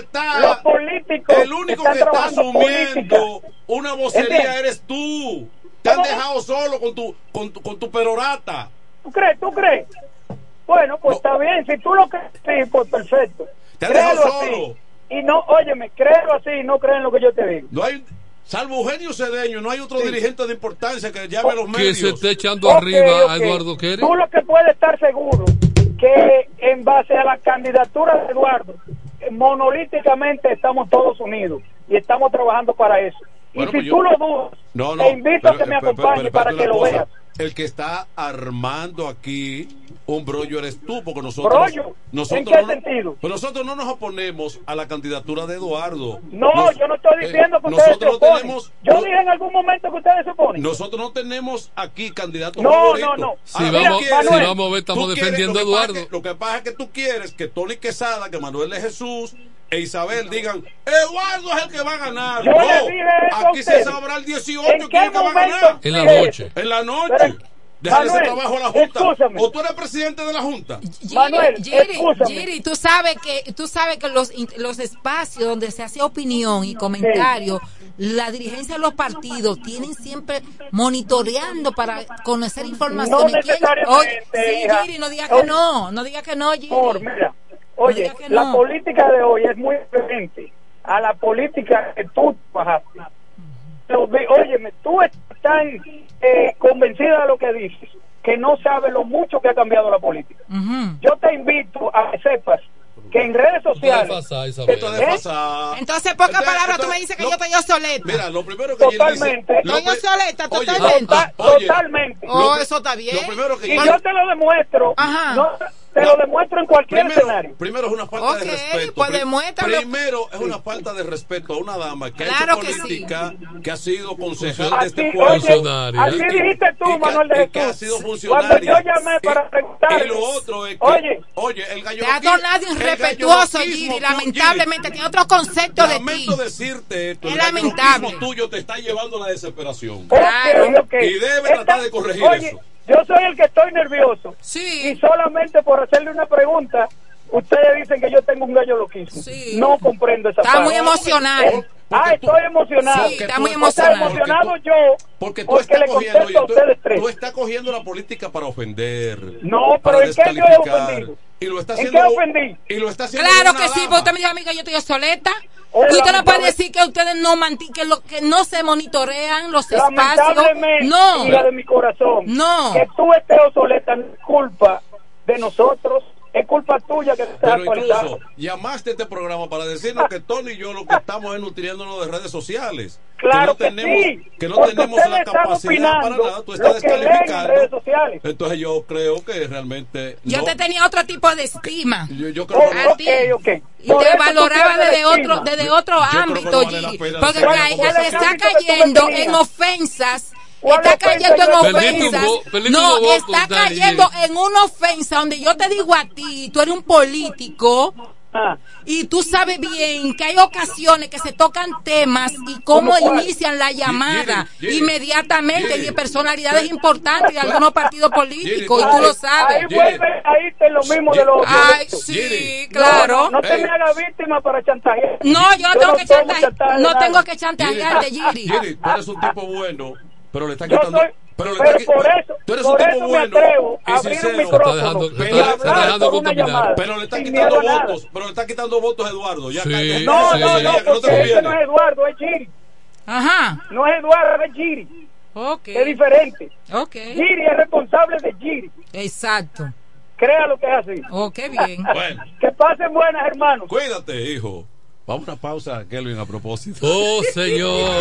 El único que está asumiendo una vocería eres tú. Te han dejado solo con tu perorata. ¿Tú crees? Bueno, pues está bien. Si tú lo crees, sí, pues perfecto. Te han dejado solo. Así. Y no, óyeme, créelo así y no creen lo que yo te digo. No hay, salvo Eugenio Cedeño, no hay otro dirigente de importancia que llame a los medios. Que se esté echando arriba a Eduardo Quere. Tú lo que puedes estar seguro que en base a la candidatura de Eduardo, monolíticamente estamos todos unidos y estamos trabajando para eso. Bueno, y si tú lo dudas, te invito a que me acompañe para que lo veas. El que está armando aquí un brollo eres tú, porque nosotros ¿en qué sentido? Pero nosotros no nos oponemos a la candidatura de Eduardo. Yo no estoy diciendo que ustedes se oponen. Yo dije en algún momento que ustedes se oponen. Nosotros no tenemos aquí candidatos favoritos. No. Si vamos a ver, estamos defendiendo a Eduardo. Lo que pasa es que tú quieres que Tony Quesada, que Manuel de Jesús e Isabel digan, Eduardo es el que va a ganar. Aquí se sabrá el 18 quién es que va a ganar. En la noche. Dejar ese trabajo a la Junta. Escúchame. ¿O tú eres presidente de la Junta? Giri, tú sabes que los espacios donde se hace opinión y comentario, la dirigencia de los partidos tienen siempre monitoreando para conocer información. Giri, no digas que no digas que no, Giri. Mira, oye, la política de hoy es muy diferente a la política que tú bajaste. Óyeme, tú estás tan convencida de lo que dices que no sabes lo mucho que ha cambiado la política. Yo te invito a que sepas que en redes sociales entonces pocas palabras tú me dices que yo estoy obsoleta. Mira, lo primero que totalmente estoy obsoleta, totalmente. Eso está bien. Lo primero que yo te lo demuestro. Te lo demuestro en cualquier escenario. Primero es una falta de respeto. Pues primero es una falta de respeto a una dama que ha hecho política, que ha sido concejal de este pueblo. Así dijiste tú, Manuel de Jesús. Que ha sido funcionaria. Cuando yo llamé para preguntarle. Y lo otro es que, oye, el gallo. Te ha tornado irrespetuoso, Giri. Lamentablemente tiene otro concepto de ti. Lamento decirte esto. Es lamentable. El tuyo te está llevando a la desesperación. Claro. Y debe tratar de corregir eso. Yo soy el que estoy nervioso. Sí. Y solamente por hacerle una pregunta, ustedes dicen que yo tengo un gallo loquísimo. Sí. No comprendo esa parte. Está muy emocional. Estoy emocionado. Sí, está muy emocionado. Estoy emocionado yo. Porque tú estás cogiendo, tú estás cogiendo la política para ofender. No, pero ¿en qué yo he ofendido? Y lo está haciendo. ¿En qué ofendí? Y lo está haciendo. Claro que sí, porque usted me dijo a mí que yo estoy obsoleta. Y usted no puede decir que ustedes que no se monitorean los espacios. No. Hija de mi corazón. No. Que tú estés obsoleta no es culpa de nosotros. Es culpa tuya que te estás actualizando. Incluso llamaste a este programa para decirnos que Tony y yo lo que estamos es nutriéndonos de redes sociales. Claro que no tenemos la capacidad para nada. Tú estás descalificando. Entonces yo creo que realmente yo te tenía otro tipo de estima. Yo creo que a ti. Y te valoraba desde otro ámbito, Giri. Porque está cayendo en ofensas. Está cayendo en ofensas. Está cayendo en una ofensa donde yo te digo a ti, tú eres un político y tú sabes bien que hay ocasiones que se tocan temas y cómo inician la llamada inmediatamente y de personalidades importantes de algunos partidos políticos, y tú lo sabes. Ahí te lo mismo de los. Ay, sí, claro. No te me hagas víctima para chantajear. No, yo no tengo que chantajear. No tengo que chantajearte, Giri. Giri, tú eres un tipo bueno. Pero le está quitando. Pero por eso, tú eres un tipo bueno. Me atrevo a abrir un micrófono. Está dejando contaminar. Pero le está quitando votos. Pero le está quitando votos a Eduardo. Ya no, porque ese no es Eduardo, es Giri. Ajá. No es Eduardo, es Giri. Es diferente. Giri es responsable de Giri. Exacto. Crea lo que es así. Qué bien. Bueno. Que pasen buenas, hermanos. Cuídate, hijo. Vamos a una pausa, Kelvin, a propósito. Oh, señor.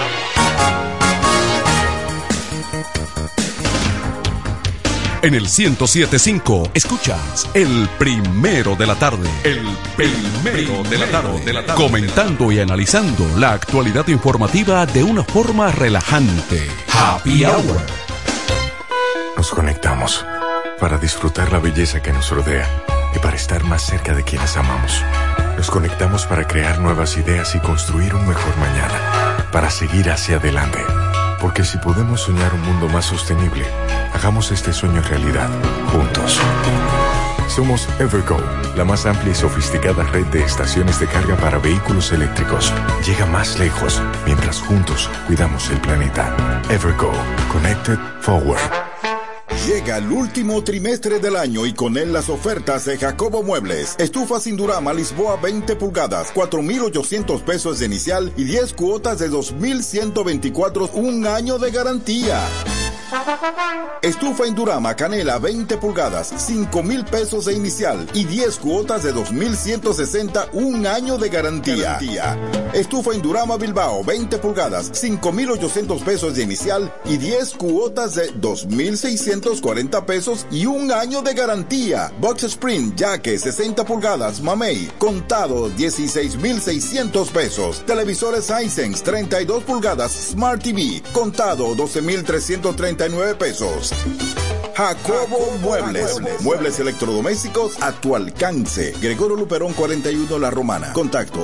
En el 107.5 escuchas El Primero de la Tarde. El Primero de la Tarde. Comentando y analizando la actualidad informativa de una forma relajante. Happy Hour. Nos conectamos para disfrutar la belleza que nos rodea y para estar más cerca de quienes amamos. Nos conectamos para crear nuevas ideas y construir un mejor mañana, para seguir hacia adelante. Porque si podemos soñar un mundo más sostenible, hagamos este sueño realidad, juntos. Somos Evergo, la más amplia y sofisticada red de estaciones de carga para vehículos eléctricos. Llega más lejos, mientras juntos cuidamos el planeta. Evergo, Connected Forward. Llega el último trimestre del año y con él las ofertas de Jacobo Muebles. Estufa sin Durama Lisboa 20 pulgadas, 4,800 pesos de inicial y 10 cuotas de 2,124, un año de garantía. Estufa Indurama Canela 20 pulgadas, 5,000 pesos de inicial y 10 cuotas de 2,160, un año de garantía. Estufa Indurama Bilbao 20 pulgadas, 5,800 pesos de inicial y 10 cuotas de 2,640 pesos y un año de garantía. Box Spring Jaque 60 pulgadas Mamey, contado 16,600 pesos. Televisores Hisense 32 pulgadas Smart TV, contado 12,339 pesos. Jacobo Muebles. Muebles electrodomésticos a tu alcance. Gregorio Luperón 41 La Romana. Contacto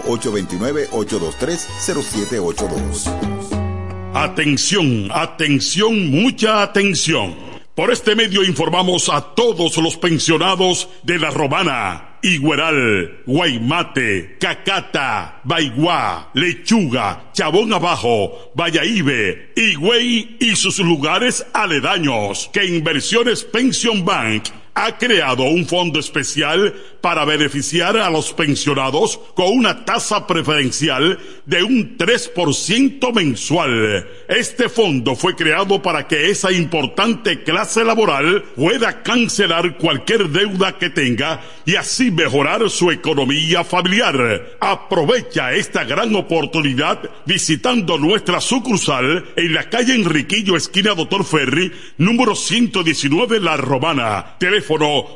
829-823-0782. Atención, atención, mucha atención. Por este medio informamos a todos los pensionados de La Romana, Igueral, Guaymate, Cacata, Baigua, Lechuga, Chabón Abajo, Valladolid, Higüey y sus lugares aledaños, que Inversiones Pension Bank ha creado un fondo especial para beneficiar a los pensionados con una tasa preferencial de un 3% mensual. Este fondo fue creado para que esa importante clase laboral pueda cancelar cualquier deuda que tenga y así mejorar su economía familiar. Aprovecha esta gran oportunidad visitando nuestra sucursal en la calle Enriquillo, esquina Doctor Ferry, número 119, La Romana. Teléfono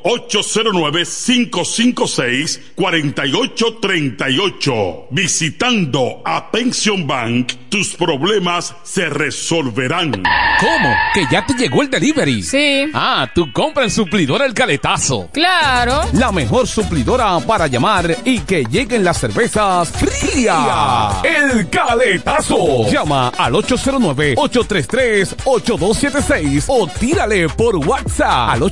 809-556-4838. Visitando a Pension Bank, tus problemas se resolverán. ¿Cómo? ¿Que ya te llegó el delivery? Sí. Ah, tú compras en Suplidora El Caletazo. Claro. La mejor suplidora para llamar y que lleguen las cervezas frías. El Caletazo. Llama al 809-833-8276 o tírale por WhatsApp al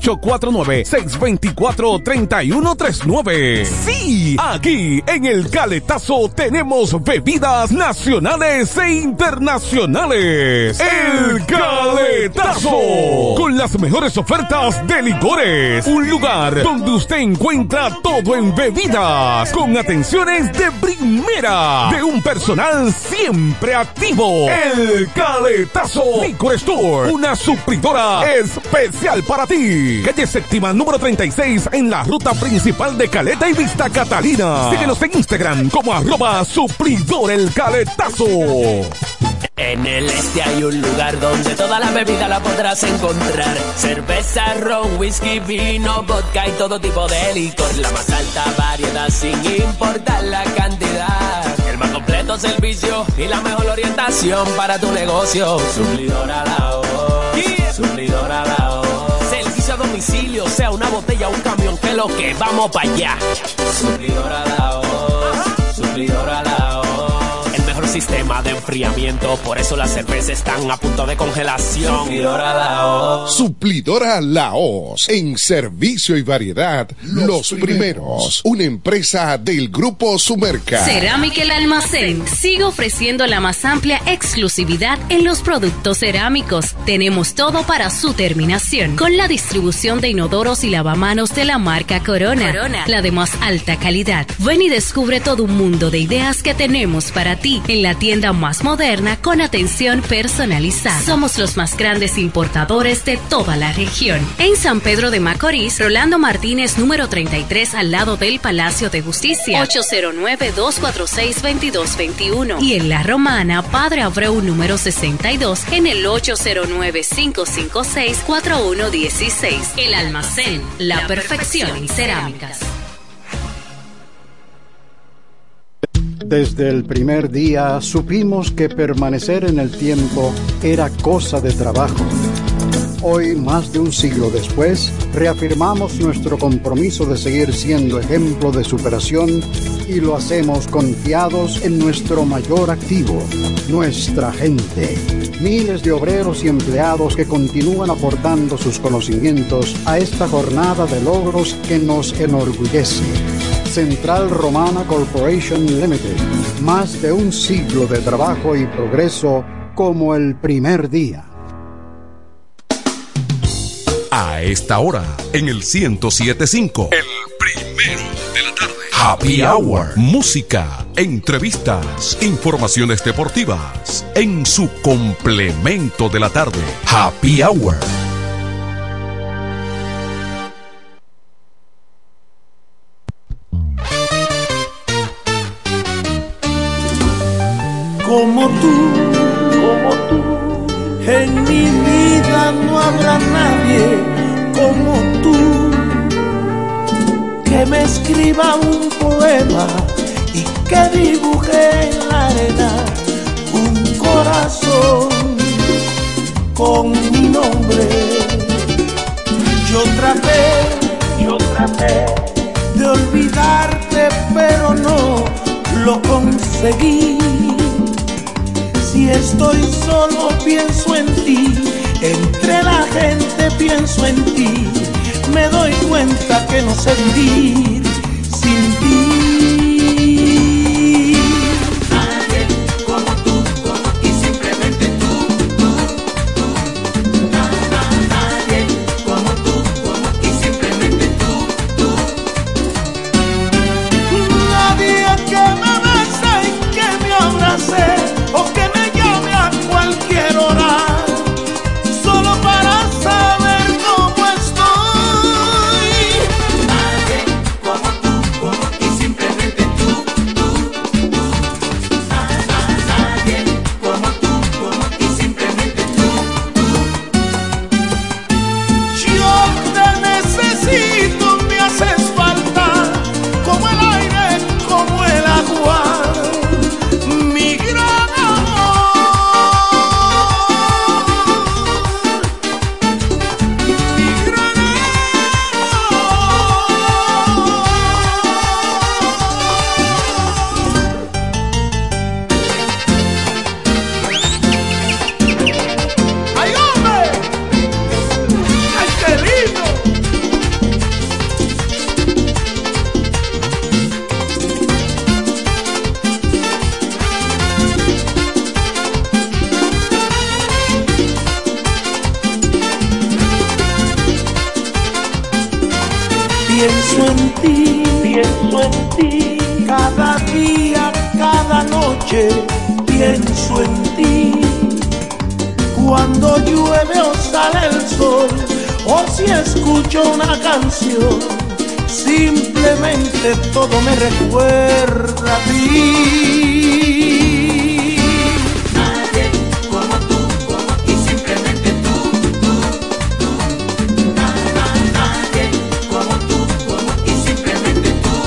849-624-3139. Sí, aquí en El Caletazo tenemos bebidas nacionales e internacionales. El Caletazo, con las mejores ofertas de licores. Un lugar donde usted encuentra todo en bebidas, con atenciones de primera, de un personal siempre activo. El Caletazo Licor Store, una suplidora especial para ti. Calle Séptima, número 36, en la ruta principal de Caleta y Vista Catalina. Síguenos en Instagram como @suplidor El Caletazo. En el este hay un lugar donde toda la bebida la podrás encontrar. Cerveza, ron, whisky, vino, vodka y todo tipo de licor. La más alta variedad sin importar la cantidad. El más completo servicio y la mejor orientación para tu negocio. Suplidora La Hoz. Yeah. Suplidora La Hoz. Servicio a domicilio, sea una botella o un camión, que lo que vamos para allá. Suplidora La Hoz. Suplidora La Hoz. Sistema de enfriamiento, por eso las cervezas están a punto de congelación. Suplidora La Hoz. Suplidora La Hoz, en servicio y variedad, los primeros. Una empresa del Grupo Sumerca. Cerámica El Almacén sigue ofreciendo la más amplia exclusividad en los productos cerámicos. Tenemos todo para su terminación, con la distribución de inodoros y lavamanos de la marca Corona, la de más alta calidad. Ven y descubre todo un mundo de ideas que tenemos para ti en la tienda más moderna con atención personalizada. Somos los más grandes importadores de toda la región. En San Pedro de Macorís, Rolando Martínez, número 33, al lado del Palacio de Justicia, 809-246-2221. Y en La Romana, Padre Abreu, número 62, en el 809-556-4116. El Almacén, la perfección en cerámicas. Desde el primer día supimos que permanecer en el tiempo era cosa de trabajo. Hoy, más de un siglo después, reafirmamos nuestro compromiso de seguir siendo ejemplo de superación y lo hacemos confiados en nuestro mayor activo, nuestra gente. Miles de obreros y empleados que continúan aportando sus conocimientos a esta jornada de logros que nos enorgullece. Central Romana Corporation Limited. Más de un siglo de trabajo y progreso como el primer día. A esta hora, en el 107.5, el primero de la tarde. Happy Hour. Música, entrevistas, informaciones deportivas. En su complemento de la tarde. Happy Hour. Como tú, en mi vida no habrá nadie como tú, que me escriba un poema y que dibuje en la arena un corazón con mi nombre. Yo traté de olvidarte, pero no lo conseguí. Si estoy solo pienso en ti Entre la gente pienso en ti, me doy cuenta que no sé vivir sin ti. Nadie como tú, y simplemente tú. Nadie como tú, y simplemente tú. Nadie que me bese y que me abrace o que me llame a cualquier hora, solo para saber cómo estoy. Nadie como tú, y simplemente tú. Nadie como tú, y simplemente tú. Yo te necesito, me haces falta, como el aire, como el agua, mi gran amor, mi gran ¡ay, hombre! ¡Ay, qué lindo! Pienso en ti, cada día, cada noche, pienso en ti. Cuando llueve o sale el sol, o si escucho una canción, simplemente todo me recuerda a ti. Nadie como tú, y simplemente tú. Nadie como tú, y simplemente tú.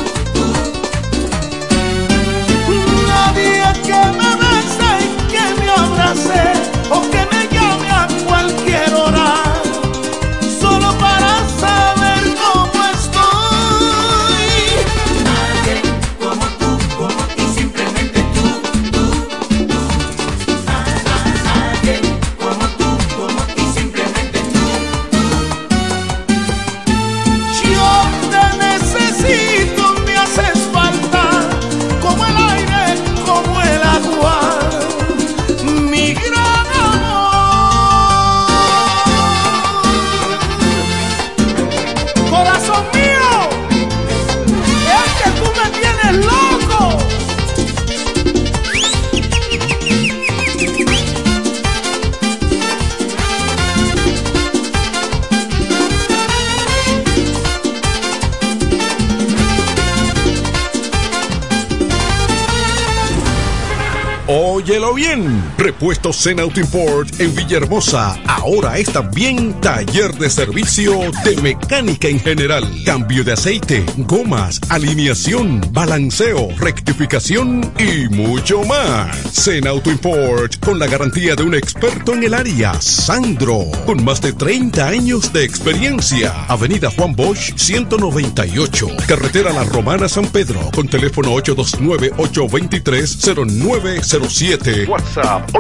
Nadie que me bese y que me abrace o que me llame a cualquier hora, solo para saber cómo estoy. Nadie como tú, y simplemente tú. Nadie como tú, y simplemente tú. Yo te necesito, me haces falta, como el aire, como el agua, mi gran amor. Corazón mío, es que tú me tienes loco. Óyelo bien. Repuestos Zen Auto Import en Villahermosa. Ahora es también taller de servicio de mecánica en general. Cambio de aceite, gomas, alineación, balanceo, rectificación y mucho más. Zen Auto Import con la garantía de un experto en el área, Sandro, con más de 30 años de experiencia. Avenida Juan Bosch 198, carretera La Romana San Pedro, con teléfono 829-823-0907. WhatsApp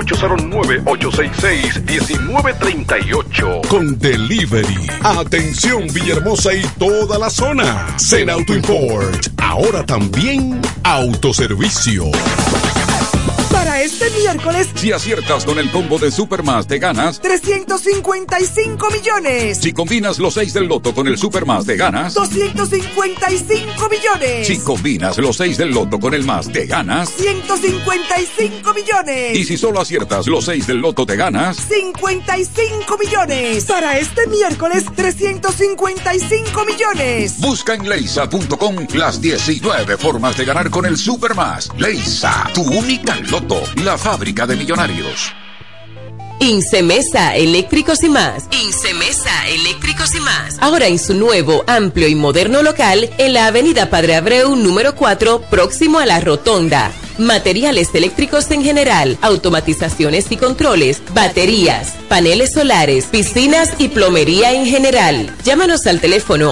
809-866-1938. Con delivery. Atención Villahermosa y toda la zona. Zen Auto Import. Ahora también autoservicio. Para este miércoles, si aciertas con el combo de Supermás, te ganas 355 millones. Si combinas los 6 del loto con el Supermás, te ganas 255 millones. Si combinas los 6 del loto con el más, te ganas 155 millones. Y si solo aciertas los 6 del loto, te ganas 55 millones. Para este miércoles, 355 millones. Busca en leisa.com las 19 formas de ganar con el Supermás. Leisa, tu única loto, la fábrica de millonarios. Incemesa Eléctricos y más. Incemesa Eléctricos y más. Ahora en su nuevo, amplio y moderno local en la avenida Padre Abreu número 4, próximo a la Rotonda. Materiales eléctricos en general, automatizaciones y controles, baterías, paneles solares, piscinas y plomería en general. Llámanos al teléfono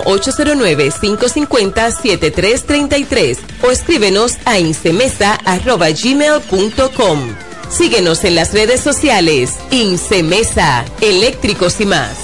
809-550-7333 o escríbenos a incemesa@gmail.com. Síguenos en las redes sociales. Incemesa, eléctricos y más.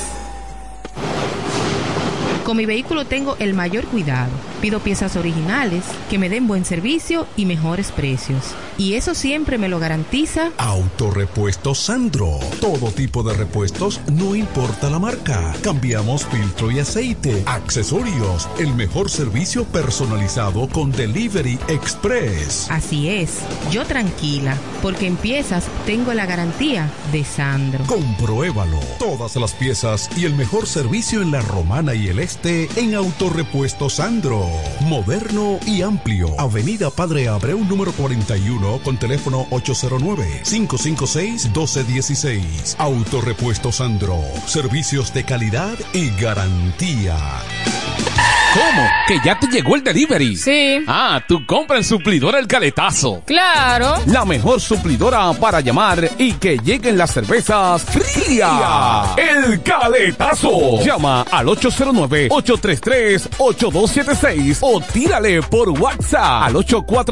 Con mi vehículo tengo el mayor cuidado. Pido piezas originales, que me den buen servicio y mejores precios. Y eso siempre me lo garantiza Autorepuestos Sandro. Todo tipo de repuestos, no importa la marca. Cambiamos filtro y aceite, accesorios, el mejor servicio personalizado con Delivery Express. Así es, yo tranquila, porque en piezas tengo la garantía de Sandro. Compruébalo. Todas las piezas y el mejor servicio en La Romana y el Este en Autorepuestos Sandro. Moderno y amplio. Avenida Padre Abreu número 41 con teléfono 809-556-1216. Autorepuestos Sandro. Servicios de calidad y garantía. ¿Cómo? ¿Que ya te llegó el delivery? Sí. Ah, tú compras en Suplidora El Caletazo. Claro. La mejor suplidora para llamar y que lleguen las cervezas frías. El Caletazo. Llama al 809-833-8276 o tírale por WhatsApp al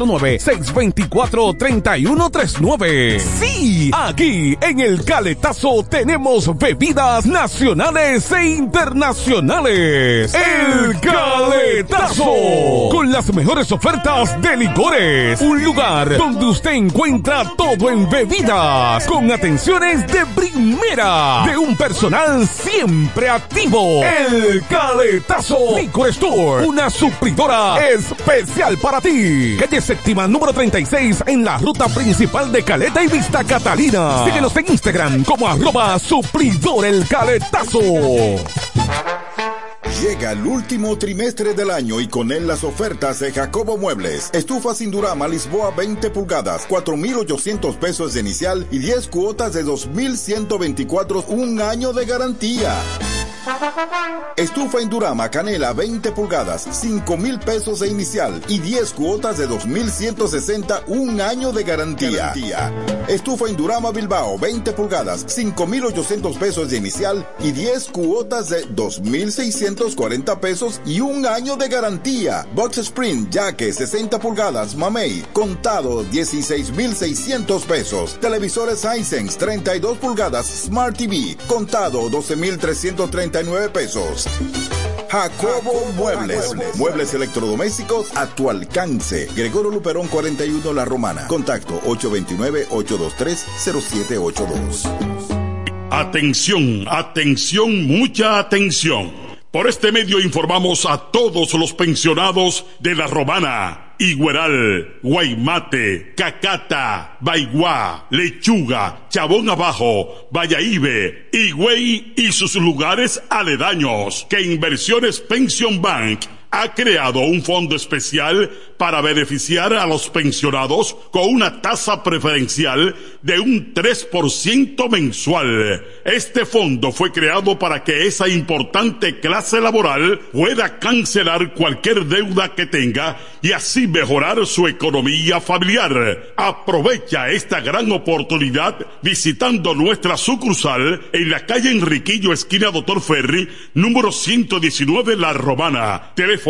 849-624-3139. Sí, aquí en El Caletazo tenemos bebidas nacionales e internacionales. El Caletazo, con las mejores ofertas de licores. Un lugar donde usted encuentra todo en bebidas, con atenciones de primera, de un personal siempre activo. El Caletazo Licor Store, una suplidora especial para ti. Calle Séptima, número 36, en la ruta principal de Caleta y Vista Catalina. Síguenos en Instagram como @suplidor El Caletazo. Llega el último trimestre del año y con él las ofertas de Jacobo Muebles. Estufa sin Durama Lisboa 20 pulgadas, 4,800 pesos de inicial y 10 cuotas de 2,124, un año de garantía. Estufa Indurama Canela 20 pulgadas, 5,000 pesos de inicial y 10 cuotas de 2,160, un año de garantía. Estufa Indurama Bilbao 20 pulgadas, 5,800 pesos de inicial y 10 cuotas de 2,640 pesos y un año de garantía. Box Spring Jaque 60 pulgadas Mamey, contado 16,600 pesos. Televisores Hisense 32 pulgadas Smart TV, contado 12,339 pesos. Jacobo Muebles. Muebles electrodomésticos a tu alcance. Gregorio Luperón 41 La Romana. Contacto 829-823-0782. Atención, atención, mucha atención. Por este medio informamos a todos los pensionados de La Romana, Igueral, Guaymate, Cacata, Baigua, Lechuga, Chabón Abajo, Valladolid, Higüey y sus lugares aledaños, que Inversiones Pension Bank ha creado un fondo especial para beneficiar a los pensionados con una tasa preferencial de un 3% mensual. Este fondo fue creado para que esa importante clase laboral pueda cancelar cualquier deuda que tenga y así mejorar su economía familiar. Aprovecha esta gran oportunidad visitando nuestra sucursal en la calle Enriquillo, esquina Doctor Ferry, número 119, La Romana. Teléfono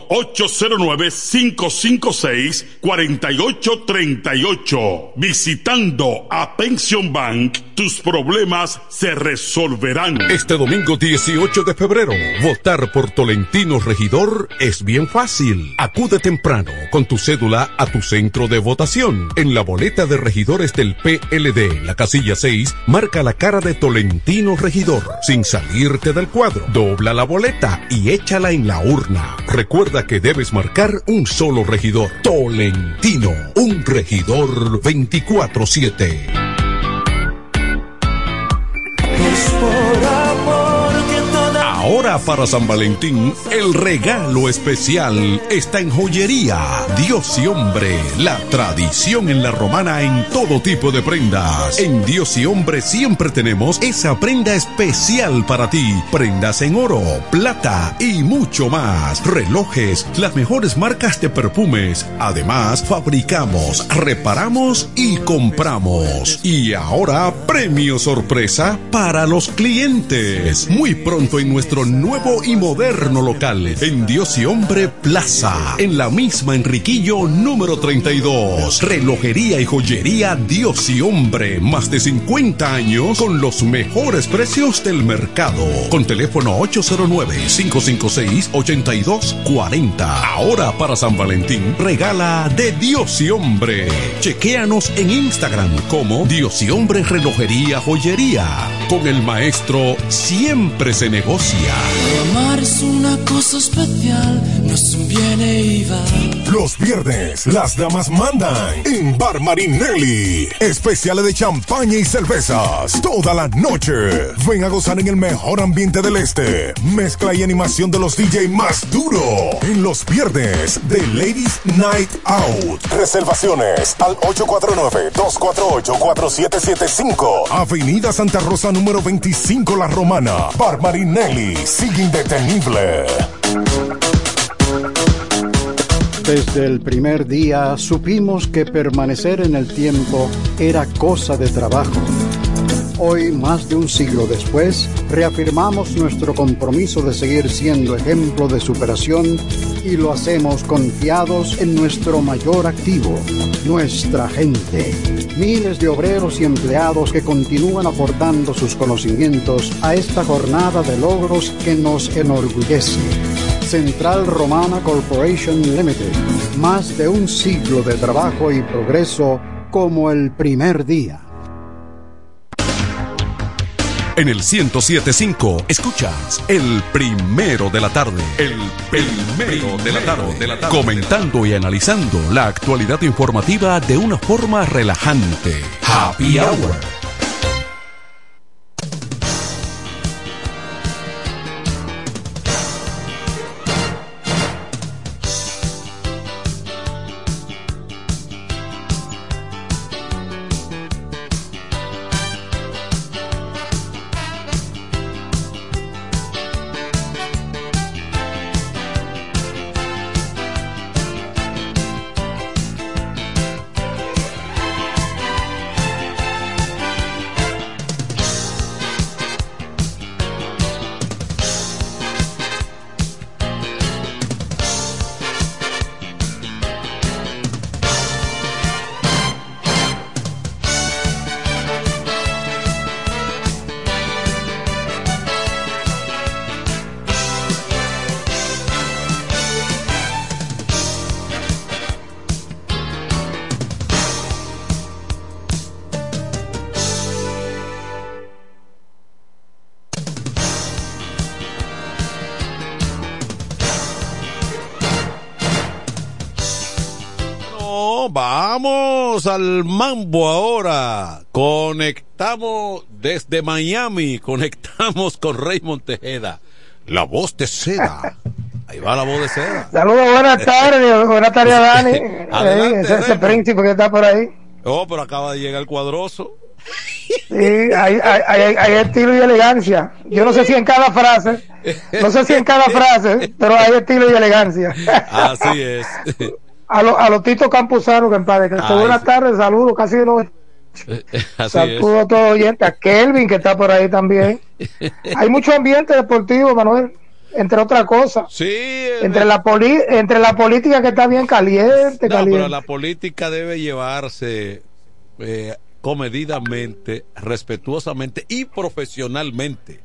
809-556-4838. Visitando a Pension Bank, tus problemas se resolverán. Este domingo 18 de febrero, votar por Tolentino Regidor es bien fácil. Acude temprano con tu cédula a tu centro de votación. En la boleta de regidores del PLD, la casilla 6, marca la cara de Tolentino Regidor, sin salirte del cuadro. Dobla la boleta y échala en la urna. Recuerda que debes marcar un solo regidor. Tolentino, un regidor 24/7. Ahora para San Valentín, el regalo especial está en Joyería Dios y Hombre, la tradición en La Romana en todo tipo de prendas. En Dios y Hombre siempre tenemos esa prenda especial para ti. Prendas en oro, plata y mucho más. Relojes, las mejores marcas de perfumes. Además, fabricamos, reparamos y compramos. Y ahora, premio sorpresa para los clientes. Muy pronto en nuestro nuevo y moderno local en Dios y Hombre Plaza, en la misma Enriquillo número 32. Relojería y joyería Dios y Hombre, más de 50 años con los mejores precios del mercado. Con teléfono 809-556-8240. Ahora para San Valentín, regala de Dios y Hombre. Chequéanos en Instagram como Dios y Hombre Relojería Joyería. Con el maestro siempre se negocia. Amar es una cosa especial, no es un viene y va. Los viernes, las damas mandan en Bar Marinelli. Especiales de champaña y cervezas toda la noche. Ven a gozar en el mejor ambiente del este. Mezcla y animación de los DJ más duro. En los viernes de Ladies Night Out. Reservaciones al 849-248-4775. Avenida Santa Rosa número 25 La Romana. Bar Marinelli sigue indetenible. Desde el primer día supimos que permanecer en el tiempo era cosa de trabajo. Hoy, más de un siglo después, reafirmamos nuestro compromiso de seguir siendo ejemplo de superación y lo hacemos confiados en nuestro mayor activo, nuestra gente. Miles de obreros y empleados que continúan aportando sus conocimientos a esta jornada de logros que nos enorgullece. Central Romana Corporation Limited. Más de un siglo de trabajo y progreso como el primer día. En el 107.5 escuchas El Primero de la Tarde. El Primero de la Tarde. Comentando y analizando la actualidad informativa de una forma relajante. Happy Hour. Vamos al mambo ahora. Conectamos desde Miami. Conectamos con Raymond Tejeda, la voz de seda. Ahí va la voz de seda. Saludos, buenas tardes. Buenas tardes a Dani. Adelante, ese príncipe que está por ahí. Oh, pero acaba de llegar el cuadroso. Sí, hay estilo y elegancia. Yo no sé si en cada frase, pero hay estilo y elegancia. Así es. A los Tito Campuzano, que en paz descanse. Buenas tardes, saludos, casi no. Saludos a todos los oyentes, a Kelvin que está por ahí también. Hay mucho ambiente deportivo, Manuel, entre otras cosas. Sí, entre la política que está bien caliente. Pero la política debe llevarse comedidamente, respetuosamente y profesionalmente.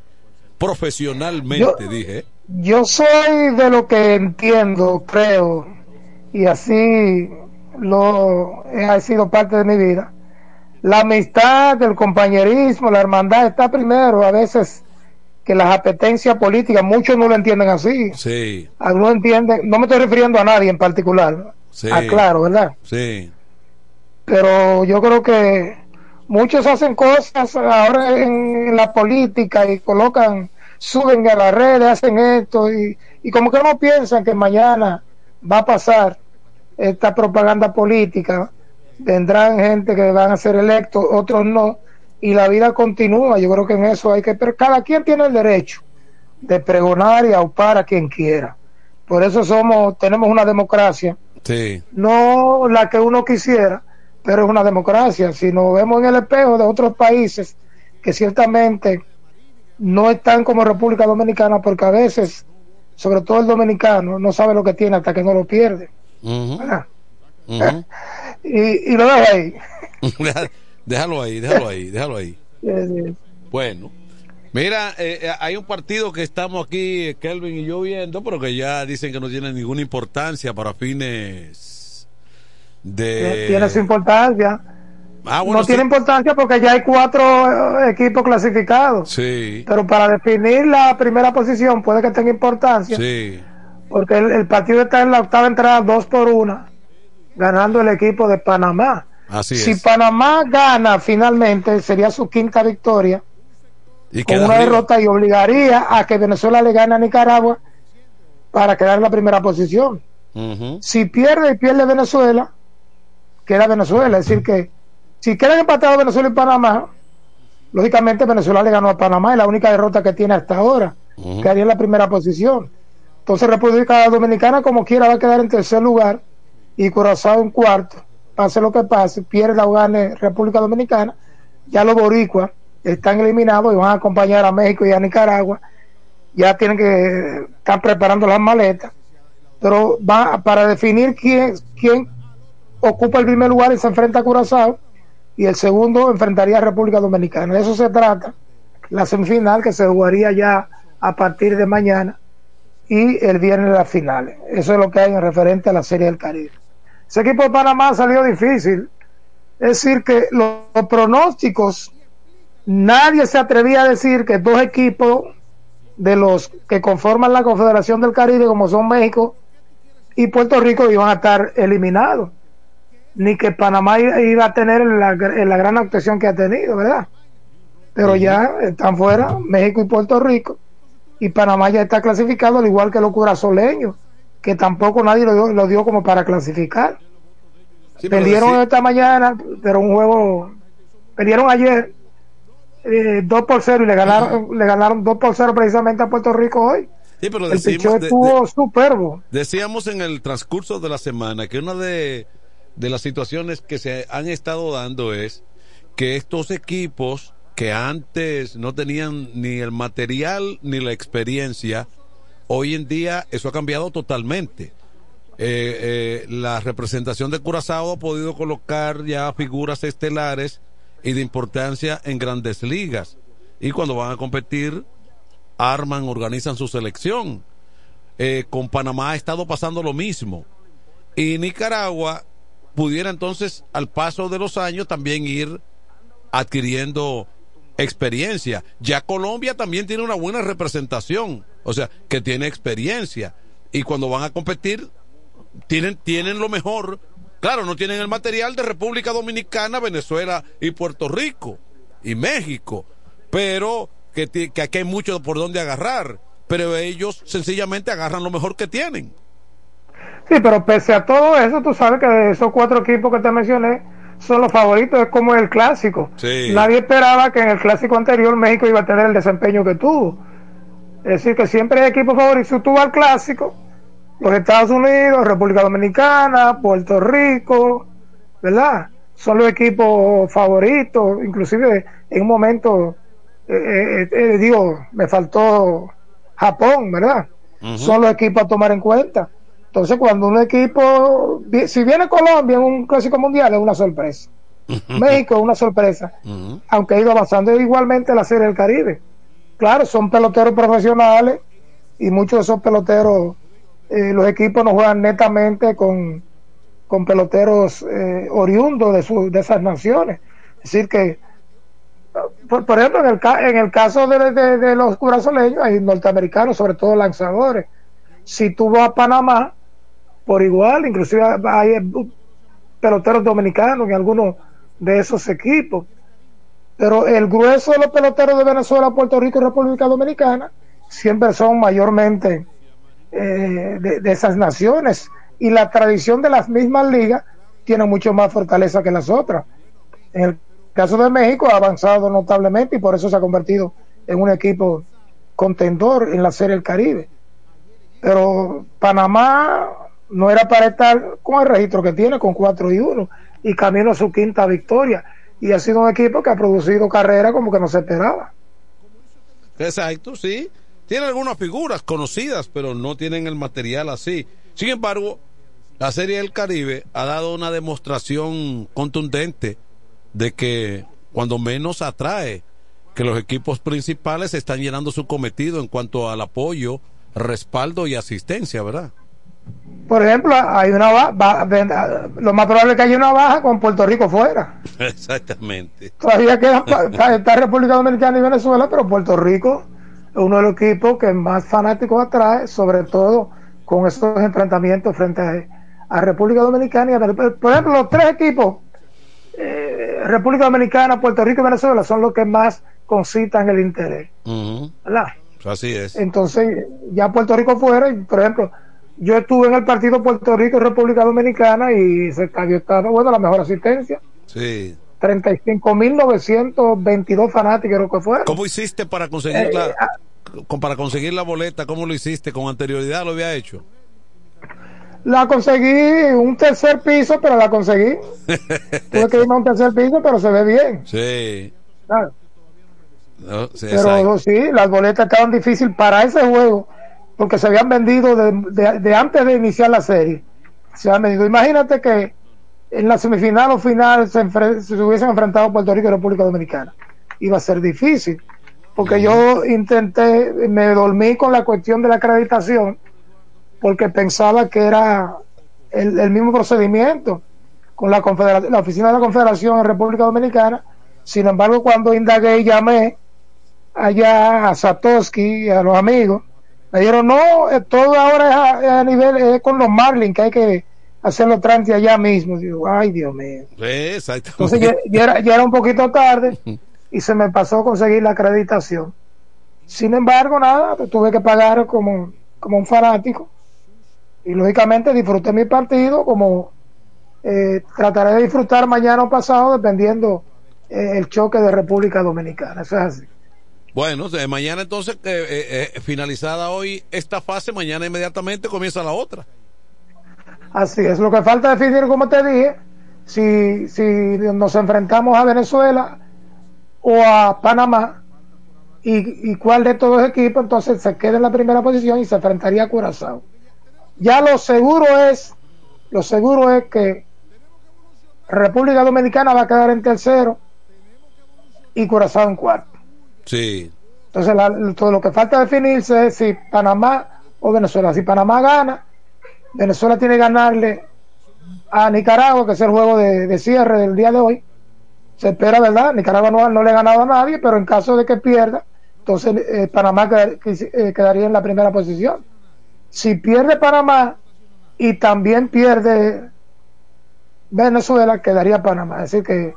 Dije. Yo soy de lo que entiendo, creo, y así ha sido parte de mi vida. La amistad, el compañerismo, la hermandad está primero. A veces que las apetencias políticas, muchos no lo entienden así. Sí. Algunos entienden, no me estoy refiriendo a nadie en particular. Sí. Claro, ¿verdad? Sí. Pero yo creo que muchos hacen cosas ahora en la política y suben a las redes, hacen esto y como que no piensan que mañana va a pasar esta propaganda política, vendrán gente que van a ser electos, otros no, y la vida continúa. Yo creo que en eso pero cada quien tiene el derecho de pregonar y aupar a quien quiera. Por eso tenemos una democracia, sí, no la que uno quisiera, pero es una democracia. Si nos vemos en el espejo de otros países que ciertamente no están como República Dominicana, porque a veces, sobre todo el dominicano, no sabe lo que tiene hasta que no lo pierde. Y lo dejo ahí. déjalo ahí. Bueno, mira, hay un partido que estamos aquí, Kelvin y yo viendo, pero que ya dicen que no tiene ninguna importancia para fines de... Tiene su importancia. Bueno, no tiene importancia porque ya hay 4 equipos clasificados. Sí. Pero para definir la primera posición puede que tenga importancia. Sí. Porque el partido está en la octava entrada 2-1, ganando el equipo de Panamá. Si Panamá gana finalmente, sería su 5ª victoria con una derrota, y obligaría a que Venezuela le gane a Nicaragua para quedar en la primera posición. Si pierde Venezuela, queda Venezuela. Es decir, que si quedan empatados Venezuela y Panamá, lógicamente Venezuela le ganó a Panamá, y la única derrota que tiene hasta ahora, quedaría en la primera posición. Entonces República Dominicana, como quiera, va a quedar en tercer lugar y Curazao en cuarto. Pase lo que pase, pierda o gane República Dominicana, ya los boricuas están eliminados y van a acompañar a México y a Nicaragua. Ya tienen que estar preparando las maletas, pero va para definir quién ocupa el primer lugar y se enfrenta a Curazao, y el segundo enfrentaría a República Dominicana. De eso se trata la semifinal, que se jugaría ya a partir de mañana, y el viernes las finales. Eso es lo que hay en referente a la Serie del Caribe. Ese equipo de Panamá salió difícil. Es decir, que los pronósticos, nadie se atrevía a decir que 2 equipos de los que conforman la Confederación del Caribe, como son México y Puerto Rico, iban a estar eliminados, ni que Panamá iba a tener la gran actuación que ha tenido, ¿verdad? Pero ya están fuera México y Puerto Rico, y Panamá ya está clasificado, al igual que los curazoleños, que tampoco nadie lo dio como para clasificar. Perdieron esta mañana, pero un juego, perdieron ayer 2-0 y le ganaron 2-0 precisamente a Puerto Rico hoy. Sí, pero el picheo estuvo superbo. Decíamos en el transcurso de la semana que una de las situaciones que se han estado dando es que estos equipos que antes no tenían ni el material ni la experiencia, hoy en día eso ha cambiado totalmente. La representación de Curazao ha podido colocar ya figuras estelares y de importancia en grandes ligas, y cuando van a competir organizan su selección. Con Panamá ha estado pasando lo mismo, y Nicaragua pudiera entonces, al paso de los años, también ir adquiriendo experiencia. Ya Colombia también tiene una buena representación, o sea, que tiene experiencia, y cuando van a competir tienen lo mejor. Claro, no tienen el material de República Dominicana, Venezuela y Puerto Rico y México, pero que aquí hay mucho por donde agarrar, pero ellos sencillamente agarran lo mejor que tienen. Sí, pero pese a todo eso, tú sabes que esos 4 equipos que te mencioné son los favoritos, es como el clásico. Sí. Nadie esperaba que en el clásico anterior México iba a tener el desempeño que tuvo. Es decir, que siempre hay equipos favoritos. Si tú vas al clásico, los Estados Unidos, República Dominicana, Puerto Rico, ¿verdad? Son los equipos favoritos. Inclusive en un momento, me faltó Japón, ¿verdad? Son los equipos a tomar en cuenta. Entonces, cuando un equipo, si viene Colombia en un clásico mundial, es una sorpresa. México es una sorpresa, aunque ha ido avanzando igualmente la Serie del Caribe. Claro, son peloteros profesionales, y muchos de esos peloteros, los equipos no juegan netamente con peloteros oriundos de esas naciones. Es decir que, por ejemplo, en el caso de los curazoleños, hay norteamericanos, sobre todo lanzadores. Si tú vas a Panamá, por igual, inclusive hay peloteros dominicanos en algunos de esos equipos, pero el grueso de los peloteros de Venezuela, Puerto Rico y República Dominicana siempre son mayormente de esas naciones, y la tradición de las mismas ligas tiene mucho más fortaleza que las otras. En el caso de México ha avanzado notablemente, y por eso se ha convertido en un equipo contendor en la Serie del Caribe. Pero Panamá no era para estar con el registro que tiene, con 4-1, y camino a su 5ª victoria, y ha sido un equipo que ha producido carrera como que no se esperaba. Exacto, sí. Tienen algunas figuras conocidas, pero no tienen el material así. Sin embargo, la Serie del Caribe ha dado una demostración contundente de que cuando menos atrae, que los equipos principales están llenando su cometido en cuanto al apoyo, respaldo y asistencia, ¿verdad? Por ejemplo, hay una lo más probable es que haya una baja con Puerto Rico fuera. Exactamente. Todavía queda está República Dominicana y Venezuela, pero Puerto Rico es uno de los equipos que más fanáticos atrae, sobre todo con estos enfrentamientos frente a República Dominicana y a Venezuela. Por ejemplo, los tres equipos, República Dominicana, Puerto Rico y Venezuela, son los que más concitan el interés. ¿Verdad? Así es. Entonces, ya Puerto Rico fuera, y, por ejemplo, yo estuve en el partido Puerto Rico y República Dominicana y ese estadio estaba, bueno, la mejor asistencia. Sí. 35.922 fanáticos creo que fueron. ¿Cómo hiciste para conseguir la boleta? ¿Cómo lo hiciste? ¿Con anterioridad lo había hecho? La conseguí un tercer piso, pero la conseguí. Tuve que irme a un tercer piso, pero se ve bien. Sí. Claro. No, sí, pero sí, las boletas estaban difíciles para ese juego, porque se habían vendido de antes de iniciar la serie. Se habían vendido. Imagínate que en la semifinal o final se hubiesen enfrentado Puerto Rico y República Dominicana. Iba a ser difícil, porque yo me dormí con la cuestión de la acreditación, porque pensaba que era el mismo procedimiento con la oficina de la Confederación en República Dominicana. Sin embargo, cuando indagué y llamé allá a Satoshi y a los amigos, me dijeron, no, todo ahora es a nivel, con los Marlins, que hay que hacer los trámites allá mismo. Digo, ay, Dios mío. Exactamente. Entonces ya era un poquito tarde y se me pasó a conseguir la acreditación. Sin embargo, nada, tuve que pagar como un fanático y lógicamente disfruté mi partido como trataré de disfrutar mañana o pasado dependiendo el choque de República Dominicana. Eso es así. Bueno, mañana entonces, finalizada hoy esta fase, mañana inmediatamente comienza la otra. Así es, lo que falta definir, como te dije, si nos enfrentamos a Venezuela o a Panamá y cuál de estos dos equipos entonces se queda en la primera posición y se enfrentaría a Curazao. Ya lo seguro es que República Dominicana va a quedar en tercero y Curazao en cuarto. Sí. Entonces todo lo que falta definirse es si Panamá o Venezuela. Si Panamá gana, Venezuela tiene que ganarle a Nicaragua, que es el juego de cierre del día de hoy. Se espera, ¿verdad? Nicaragua no le ha ganado a nadie, pero en caso de que pierda, entonces Panamá quedaría en la primera posición. Si pierde Panamá y también pierde Venezuela, quedaría Panamá. Es decir que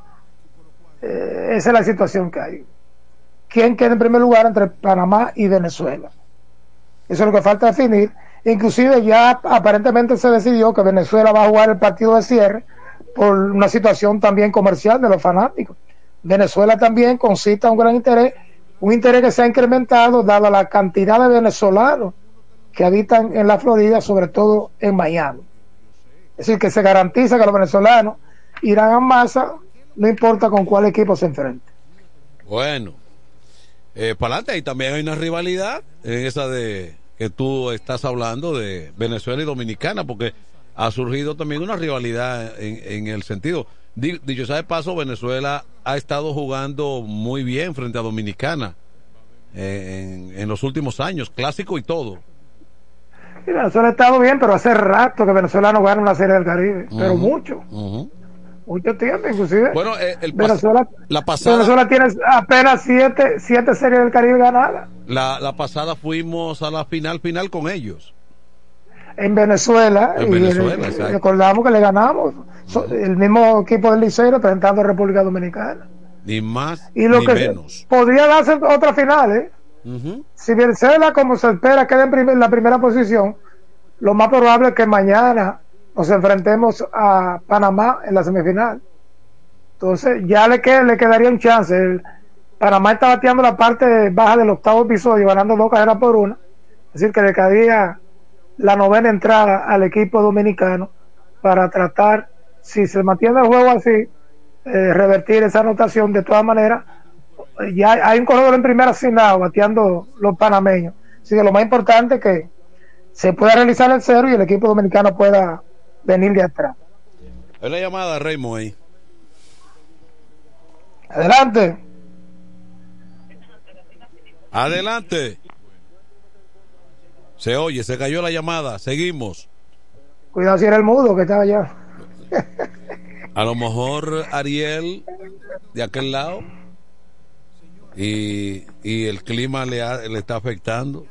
esa es la situación que hay. ¿Quién queda en primer lugar entre Panamá y Venezuela? Eso es lo que falta definir. Inclusive ya aparentemente se decidió que Venezuela va a jugar el partido de cierre por una situación también comercial de los fanáticos. Venezuela también concita un gran interés, un interés que se ha incrementado dada la cantidad de venezolanos que habitan en la Florida, sobre todo en Miami. Es decir, que se garantiza que los venezolanos irán a masa, no importa con cuál equipo se enfrente. Bueno, para adelante, y también hay una rivalidad en esa de que tú estás hablando de Venezuela y Dominicana, porque ha surgido también una rivalidad en el sentido, dicho sea de paso, Venezuela ha estado jugando muy bien frente a Dominicana en los últimos años, clásico y todo. Y Venezuela ha estado bien, pero hace rato que Venezuela no gana una Serie del Caribe, pero mucho mucho tiempo. Inclusive bueno, Venezuela tiene apenas siete Series del Caribe ganadas. La pasada fuimos a la final con ellos en Venezuela, recordamos que le ganamos el mismo equipo del Licey representando a República Dominicana, ni más y lo ni que menos. Podría darse otra final, si Venezuela, como se espera, queda en la primera posición, lo más probable es que mañana nos enfrentemos a Panamá en la semifinal. Entonces ya le quedaría un chance. Panamá está bateando la parte baja del octavo episodio, ganando 2-1, es decir que le quedaría la novena entrada al equipo dominicano para tratar, si se mantiene el juego así, revertir esa anotación. De todas maneras, ya hay un corredor en primera asignado bateando los panameños. Así que lo más importante es que se pueda realizar el cero y el equipo dominicano pueda venir de atrás. Hay una llamada, Raymond, ahí. Adelante. Adelante. Se oye, se cayó la llamada. Seguimos. Cuidado si era el mudo que estaba allá. A lo mejor Ariel de aquel lado y el clima le está afectando.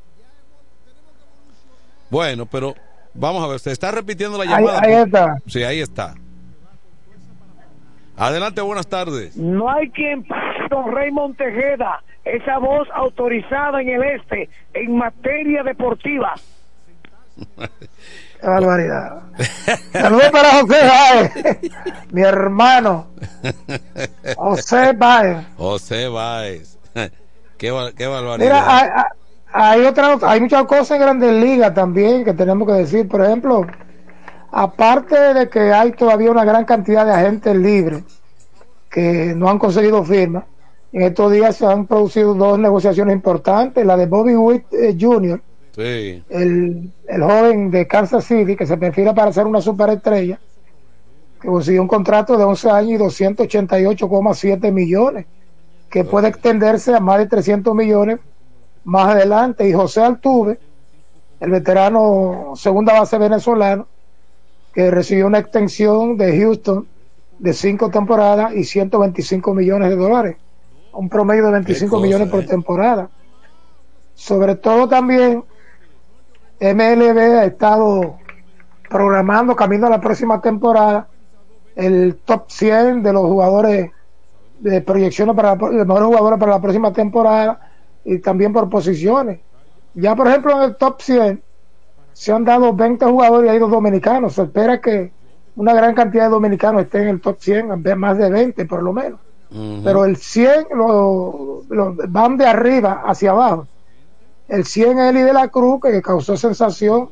Bueno, pero vamos a ver, se está repitiendo la llamada. Ahí está. Sí, ahí está. Adelante, buenas tardes. No hay quien pase don Raymond Tejeda, esa voz autorizada en el este en materia deportiva. Qué barbaridad. Saludos para José Báez, mi hermano. José Báez. José Báez. Qué barbaridad. Mira, hay muchas cosas en Grandes Ligas también que tenemos que decir. Por ejemplo, aparte de que hay todavía una gran cantidad de agentes libres que no han conseguido firma, en estos días se han producido dos negociaciones importantes. La de Bobby Witt Jr., sí, el joven de Kansas City que se perfila para ser una superestrella, que consiguió un contrato de 11 años y 288,7 millones, que puede extenderse a más de 300 millones más adelante. Y José Altuve, el veterano segunda base venezolano, que recibió una extensión de Houston de 5 temporadas y 125 millones de dólares, un promedio de 25 millones por temporada. Sobre todo también MLB ha estado programando camino a la próxima temporada el top 100 de los jugadores de proyecciones para los mejores jugadores para la próxima temporada, y también por posiciones. Ya por ejemplo en el top 100 se han dado 20 jugadores y hay 2 dominicanos. Se espera que una gran cantidad de dominicanos estén en el top 100, más de 20 por lo menos. Pero el 100 van de arriba hacia abajo. El 100 es Eli de la Cruz, que causó sensación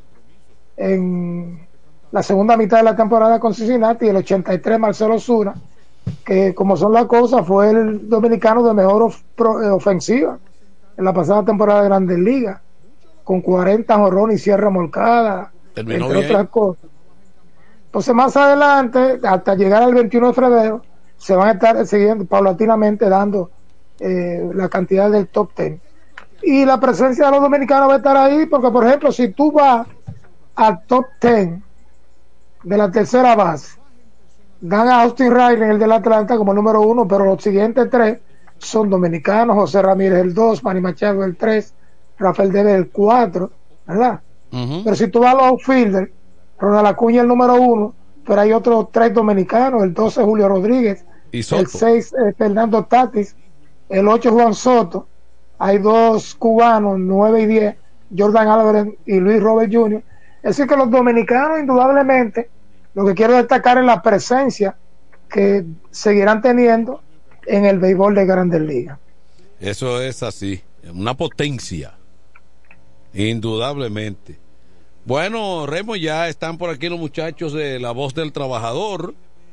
en la segunda mitad de la temporada con Cincinnati, y el 83 Marcelo Zuna, que como son las cosas fue el dominicano de mejor ofensiva en la pasada temporada de Grandes Ligas, con 40 jonrones y cierre molcada, entre otras cosas. Entonces más adelante, hasta llegar al 21 de febrero, se van a estar siguiendo paulatinamente dando la cantidad del top 10. Y la presencia de los dominicanos va a estar ahí, porque por ejemplo, si tú vas al top 10 de la tercera base, dan a Austin Riley, el del Atlanta, como número 1, pero los siguientes 3 son dominicanos: José Ramírez el 2, Manny Machado el 3, Rafael Devers el 4, ¿verdad? Pero si tú vas a los outfielders, Ronald Acuña el número 1, pero hay otros 3 dominicanos: el 12 Julio Rodríguez, el 6 Fernando Tatis, el 8 Juan Soto, hay 2 cubanos, 9 y 10, Jordan Álvarez y Luis Robert Jr. Es decir que los dominicanos indudablemente, lo que quiero destacar es la presencia que seguirán teniendo en el béisbol de Grandes Ligas. Eso es así, una potencia, indudablemente. Bueno, Remo, ya están por aquí los muchachos de La Voz del Trabajador.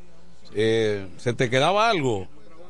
¿Se te quedaba algo?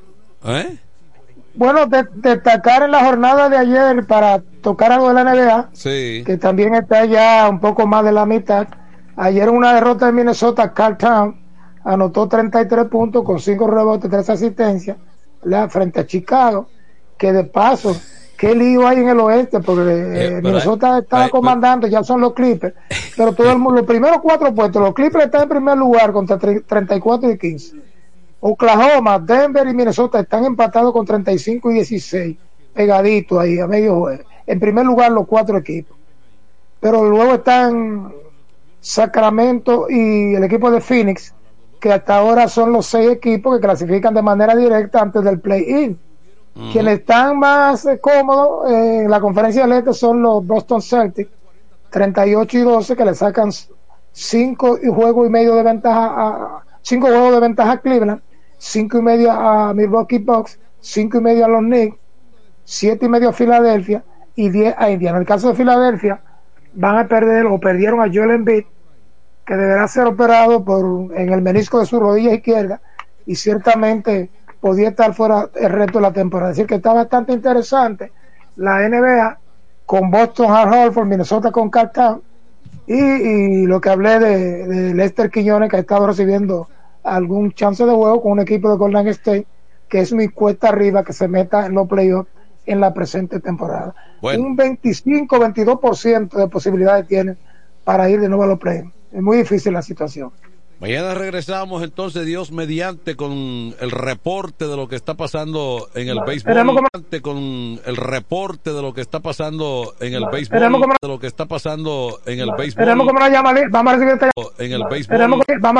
Bueno, destacar en la jornada de ayer, para tocar algo de la NBA, sí, que también está ya un poco más de la mitad. Ayer una derrota de Minnesota, Carl Town anotó 33 puntos con 5 rebotes, 3 asistencias, frente a Chicago, que de paso, qué lío hay en el oeste, porque Minnesota estaba comandando, ya son los Clippers, pero todo el mundo, los primeros 4 puestos, los Clippers están en primer lugar con 34 y 15. Oklahoma, Denver y Minnesota están empatados con 35 y 16, pegaditos ahí a medio juego. En primer lugar los 4 equipos, pero luego están Sacramento y el equipo de Phoenix, que hasta ahora son los 6 equipos que clasifican de manera directa antes del play-in. Quienes están más cómodos en la conferencia del este son los Boston Celtics, 38 y 12, que le sacan 5 juegos y medio de ventaja 5 juegos de ventaja a Cleveland, 5 y medio a Milwaukee Bucks, 5 y medio a los Knicks, 7 y medio a Filadelfia y 10 a Indiana. En el caso de Filadelfia, van a perder o perdieron a Joel Embiid, que deberá ser operado en el menisco de su rodilla izquierda, y ciertamente podía estar fuera el resto de la temporada. Es decir, que está bastante interesante la NBA con Boston Hard Horford, Minnesota con Karl Towns y lo que hablé de Lester Quiñones, que ha estado recibiendo algún chance de juego con un equipo de Golden State, que es mi cuesta arriba que se meta en los playoffs en la presente temporada. Bueno. Un 25-22% de posibilidades tienen para ir de nuevo a los playoffs. Es muy difícil la situación. Mañana regresamos entonces, Dios mediante, con el reporte de lo que está pasando en el béisbol. Con el reporte de lo que está pasando en el béisbol. De lo que está pasando en el béisbol. Esperemos que me la llama, vamos a recibir esta en el béisbol.